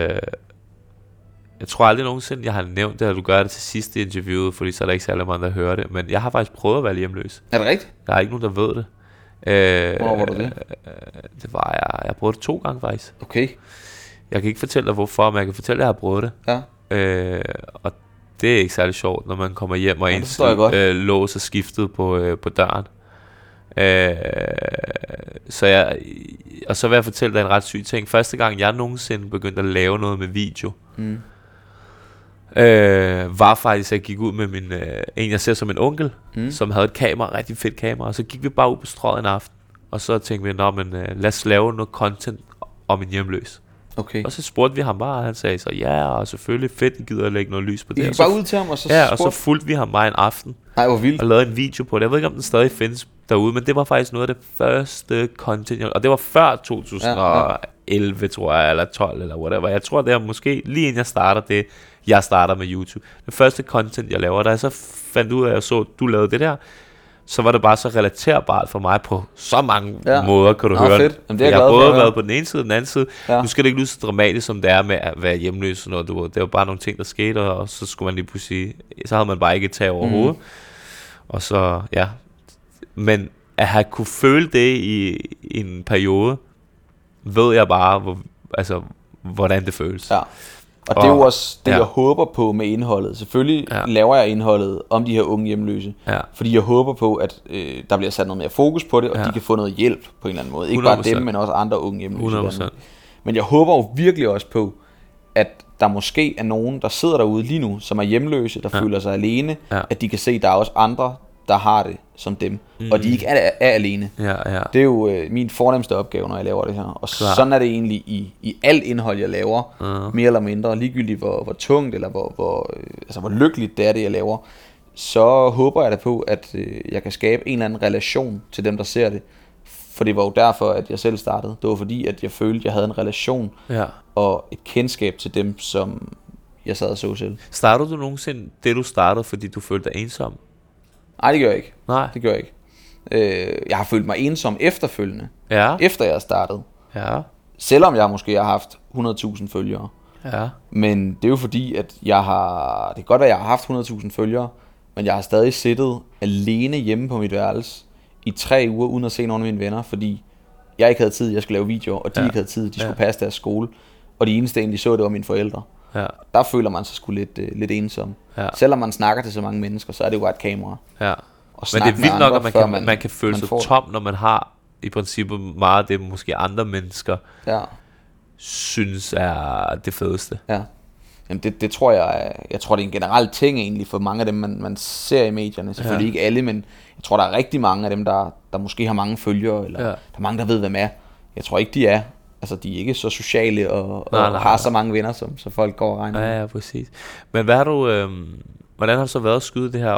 Jeg tror aldrig nogensinde, jeg har nævnt det, at du gør det til sidste interviewet, fordi så er der ikke særlig mange, der hører det, men jeg har faktisk prøvet at være hjemløs. Er det rigtigt? Der er ikke nogen, der ved det. Hvornår var du det? Det var jeg prøvede det 2 gange faktisk. Okay. Jeg kan ikke fortælle dig hvorfor, men jeg kan fortælle, at jeg har prøvet det. Ja. Og det er ikke særlig sjovt, når man kommer hjem og ens lås er skiftet på døren. Så vil jeg fortælle dig en ret syg ting. Første gang jeg nogensinde begyndte at lave noget med video, var faktisk, at jeg gik ud med en jeg ser som en onkel, som havde et kamera, rigtig fedt kamera, og så gik vi bare ud på strøget en aften, og så tænkte vi, lad os lave noget content om en hjemløs. Okay. Og så spurgte vi ham bare, og han sagde så, og selvfølgelig fedt, I gider at lægge noget lys på det. I gik bare ud til ham, og så og så fulgte vi ham bare en aften. Nej, hvor vildt. Og lavede en video på det. Jeg ved ikke, om den stadig findes derude, men det var faktisk noget af det første content, og det var før 2011, tror jeg, eller 12, eller whatever. Jeg tror, det er måske lige inden jeg starter med YouTube. Det første content, jeg laver, da jeg så fandt ud af, at jeg så, du lavede det der, så var det bare så relaterbart for mig på så mange måder, kan du høre. Fedt. Jamen, det er jeg har både været på den ene side og den anden side. Nu skal det ikke lyde så dramatisk, som det er med at være hjemløs og noget, du ved. Det var bare nogle ting, der skete, og så skulle man lige pludselig, så havde man bare ikke et tag over hovedet. Og så, men at have kunne føle det i en periode, ved jeg bare, hvordan det føles. Ja. Og det er jo også det, jeg håber på med indholdet. Selvfølgelig laver jeg indholdet om de her unge hjemløse, fordi jeg håber på, at der bliver sat noget mere fokus på det, og de kan få noget hjælp på en eller anden måde. Ikke 100%. Bare dem, men også andre unge hjemløse. 100%. Men jeg håber jo virkelig også på, at der måske er nogen, der sidder derude lige nu, som er hjemløse, der føler sig alene, at de kan se, at der er også andre, der har det som dem, og de ikke er alene. Det er jo min fornemmeste opgave, når jeg laver det her. Og sådan er det egentlig i alt indhold, jeg laver, mere eller mindre, ligegyldigt hvor tungt, eller hvor lykkeligt det er, det jeg laver. Så håber jeg da på, at jeg kan skabe en eller anden relation til dem, der ser det. For det var jo derfor, at jeg selv startede. Det var fordi, at jeg følte, at jeg havde en relation og et kendskab til dem, som jeg sad og så selv. Startede du nogensinde det, du startede, fordi du følte dig ensom? Nej, det gør jeg ikke. Nej. Det gør jeg ikke. Jeg har følt mig ensom efterfølgende. Efter jeg startede. Selvom jeg måske har haft 100.000 følgere. Men det er jo fordi, at det kan godt være, at jeg har haft 100.000 følgere, men jeg har stadig siddet alene hjemme på mit værelse i 3 uger, uden at se nogen af mine venner, fordi jeg ikke havde tid, jeg skulle lave videoer, og de ikke havde tid, de skulle passe deres skole, og de eneste egentlig så, det var mine forældre. Der føler man sig sgu lidt ensom. Selvom man snakker til så mange mennesker, så er det jo bare et kamera. Men det er vildt nok, at man kan føle sig tom, når man har i princippet meget af det, måske andre mennesker synes er det fedeste. Jamen det tror jeg tror det er en generel ting egentlig for mange af dem, man ser i medierne. Selvfølgelig ikke alle, men jeg tror, der er rigtig mange af dem, der måske har mange følgere, eller der er mange, der ved, hvem er. Jeg tror ikke, de er. Altså, de er ikke så sociale og har så mange venner, som folk går og regner med. Ja, præcis. Men hvad har du... hvordan har det så været at skyde det her,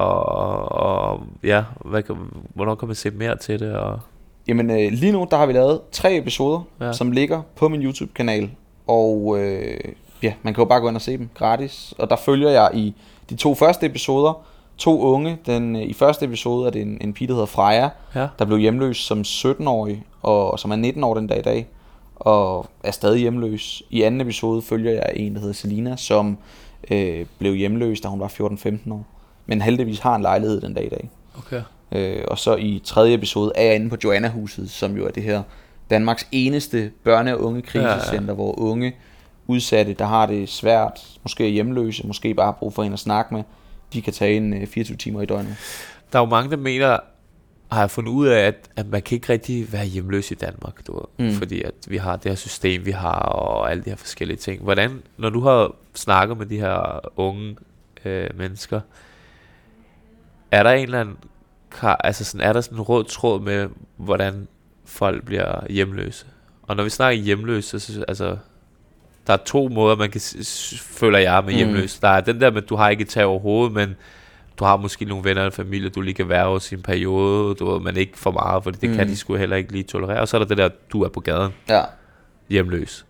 hvornår kan man se mere til det? Jamen, lige nu, der har vi lavet 3 episoder, som ligger på min YouTube-kanal, og man kan jo bare gå ind og se dem gratis, og der følger jeg i de 2 første episoder 2 unge. I første episode er det en pige, der hedder Freja, der blev hjemløs som 17-årig, og som er 19 år den dag i dag, og er stadig hjemløs. I anden episode følger jeg en, der hedder Selina, som blev hjemløs, da hun var 14-15 år, men heldigvis har en lejlighed den dag i dag. Og så i 3. episode er jeg inde på Joanna-huset, som jo er det her Danmarks eneste børne- og unge krisecenter, hvor unge udsatte, der har det svært, måske er hjemløse, måske bare har brug for en at snakke med, de kan tage ind 24 timer i døgnet. Der er jo mange, der mener, har jeg fundet ud af, at man kan ikke rigtig være hjemløs i Danmark, du ved. Fordi at vi har det her system, vi har, og alle de her forskellige ting. Hvordan, når du har snakket med de her unge mennesker, er der en eller anden, altså sådan, er der sådan en rød tråd med, hvordan folk bliver hjemløse? Og når vi snakker hjemløse, så altså, der er 2 måder, man kan føler jeg med hjemløse. Der er den der med, at du har ikke et tag over hovedet, men du har måske nogle venner eller familie, du lige kan være hos i en periode, du ved, men ikke for meget, for det kan de sgu heller ikke lige tolerere. Og så er der det der, du er på gaden, hjemløs.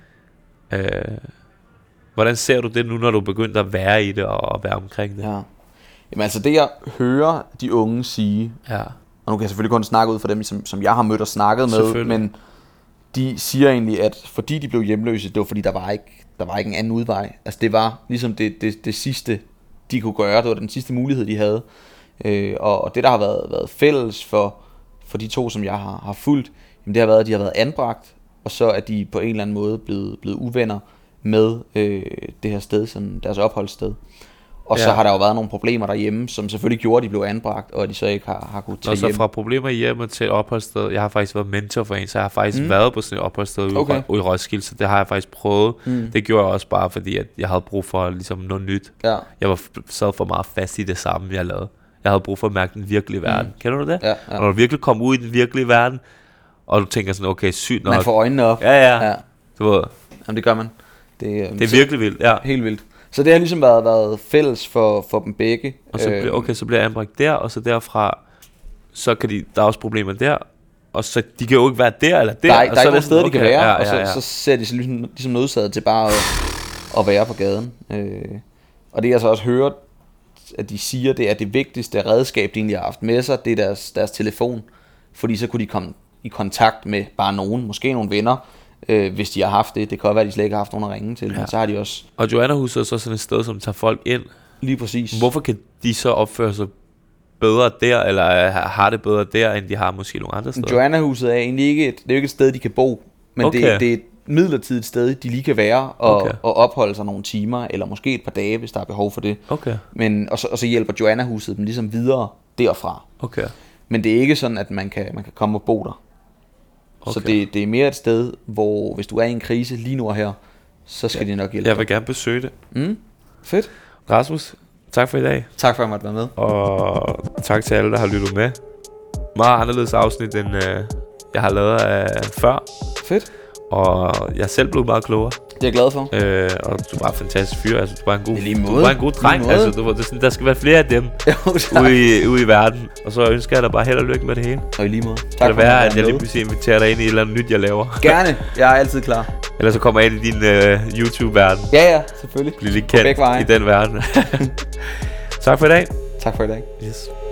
Hvordan ser du det nu, når du er begyndt at være i det og være omkring det? Ja. Jamen altså det jeg hører de unge sige, og nu kan jeg selvfølgelig kun snakke ud for dem, som jeg har mødt og snakket med, men de siger egentlig, at fordi de blev hjemløse, det var fordi der var ikke en anden udvej. Altså det var ligesom det sidste, de kunne gøre, det var den sidste mulighed, de havde. Og det der har været fælles for de 2, som jeg har fulgt, jamen det har været, at de har været anbragt, og så er de på en eller anden måde blevet uvenner med det her sted, sådan deres opholdssted. Og så har der jo været nogle problemer derhjemme, som selvfølgelig gjorde, at de blev anbragt, og at de så ikke har kunnet tage hjem. Og så fra problemer hjemme til et opholdssted, jeg har faktisk været mentor for en, så jeg har faktisk været på sådan et opholdssted ude i Roskilde, så det har jeg faktisk prøvet. Det gjorde jeg også bare, fordi at jeg havde brug for ligesom noget nyt. Jeg sad for meget fast i det samme, jeg lavede. Jeg havde brug for at mærke den virkelige verden. Kender du det? Ja. Og når du virkelig kommer ud i den virkelige verden, og du tænker sådan, okay, sygt nok. Man får øjnene op. Ja. Du ved. Jamen det gør man. Det er virkelig vildt, ja. Helt vildt. Så det har ligesom været fælles for dem begge. Og så bliver jeg anbragt der, og så derfra, så kan der er også problemer der, og så de kan jo ikke være der eller der. Der er ikke nogen steder, okay, de kan være, og så ser de sig ligesom nødsaget til bare at være på gaden. Og det jeg så også hørt, at de siger, det er det vigtigste redskab, de egentlig har haft med sig, det er deres telefon. Fordi så kunne de komme i kontakt med bare nogen, måske nogle venner, hvis de har haft det. Det kan også være, at de slet ikke har haft nogen at ringe til, men så har de også. Og Joanna-huset er så sådan et sted, som tager folk ind. Lige præcis. Hvorfor kan de så opføre sig bedre der, eller har det bedre der, end de har måske nogle andre steder? Joanna-huset er egentlig ikke et sted, de kan bo, men det er et midlertidigt sted, de lige kan være og opholde sig nogle timer, eller måske et par dage, hvis der er behov for det. Men, og så hjælper Joanna-huset dem ligesom videre derfra. Men det er ikke sådan, at man kan komme og bo der. Så det er mere et sted, hvor hvis du er i en krise lige nu og her, så skal de nok hjælpe. Jeg vil gerne besøge det. Fedt. Rasmus, tak for i dag. Tak for at jeg måtte være med. Og tak til alle, der har lyttet med. Meget anderledes afsnit, end jeg har lavet før. Fedt. Og jeg er selv blevet meget klogere. Det er jeg glad for. Og du er bare en fantastisk fyr. Altså, du er bare en god dreng. Altså, det er sådan, der skal være flere af dem ude i verden. Og så ønsker jeg dig bare held og lykke med det hele. Og i lige måde. Tak kan det være, at jeg lige pludselig inviterer dig ind i et eller andet nyt, jeg laver? Gerne. Jeg er altid klar. Eller så kommer jeg ind i din YouTube-verden. Ja, selvfølgelig. Bliv lidt kendt i den verden. Tak for i dag. Tak for i dag. Yes.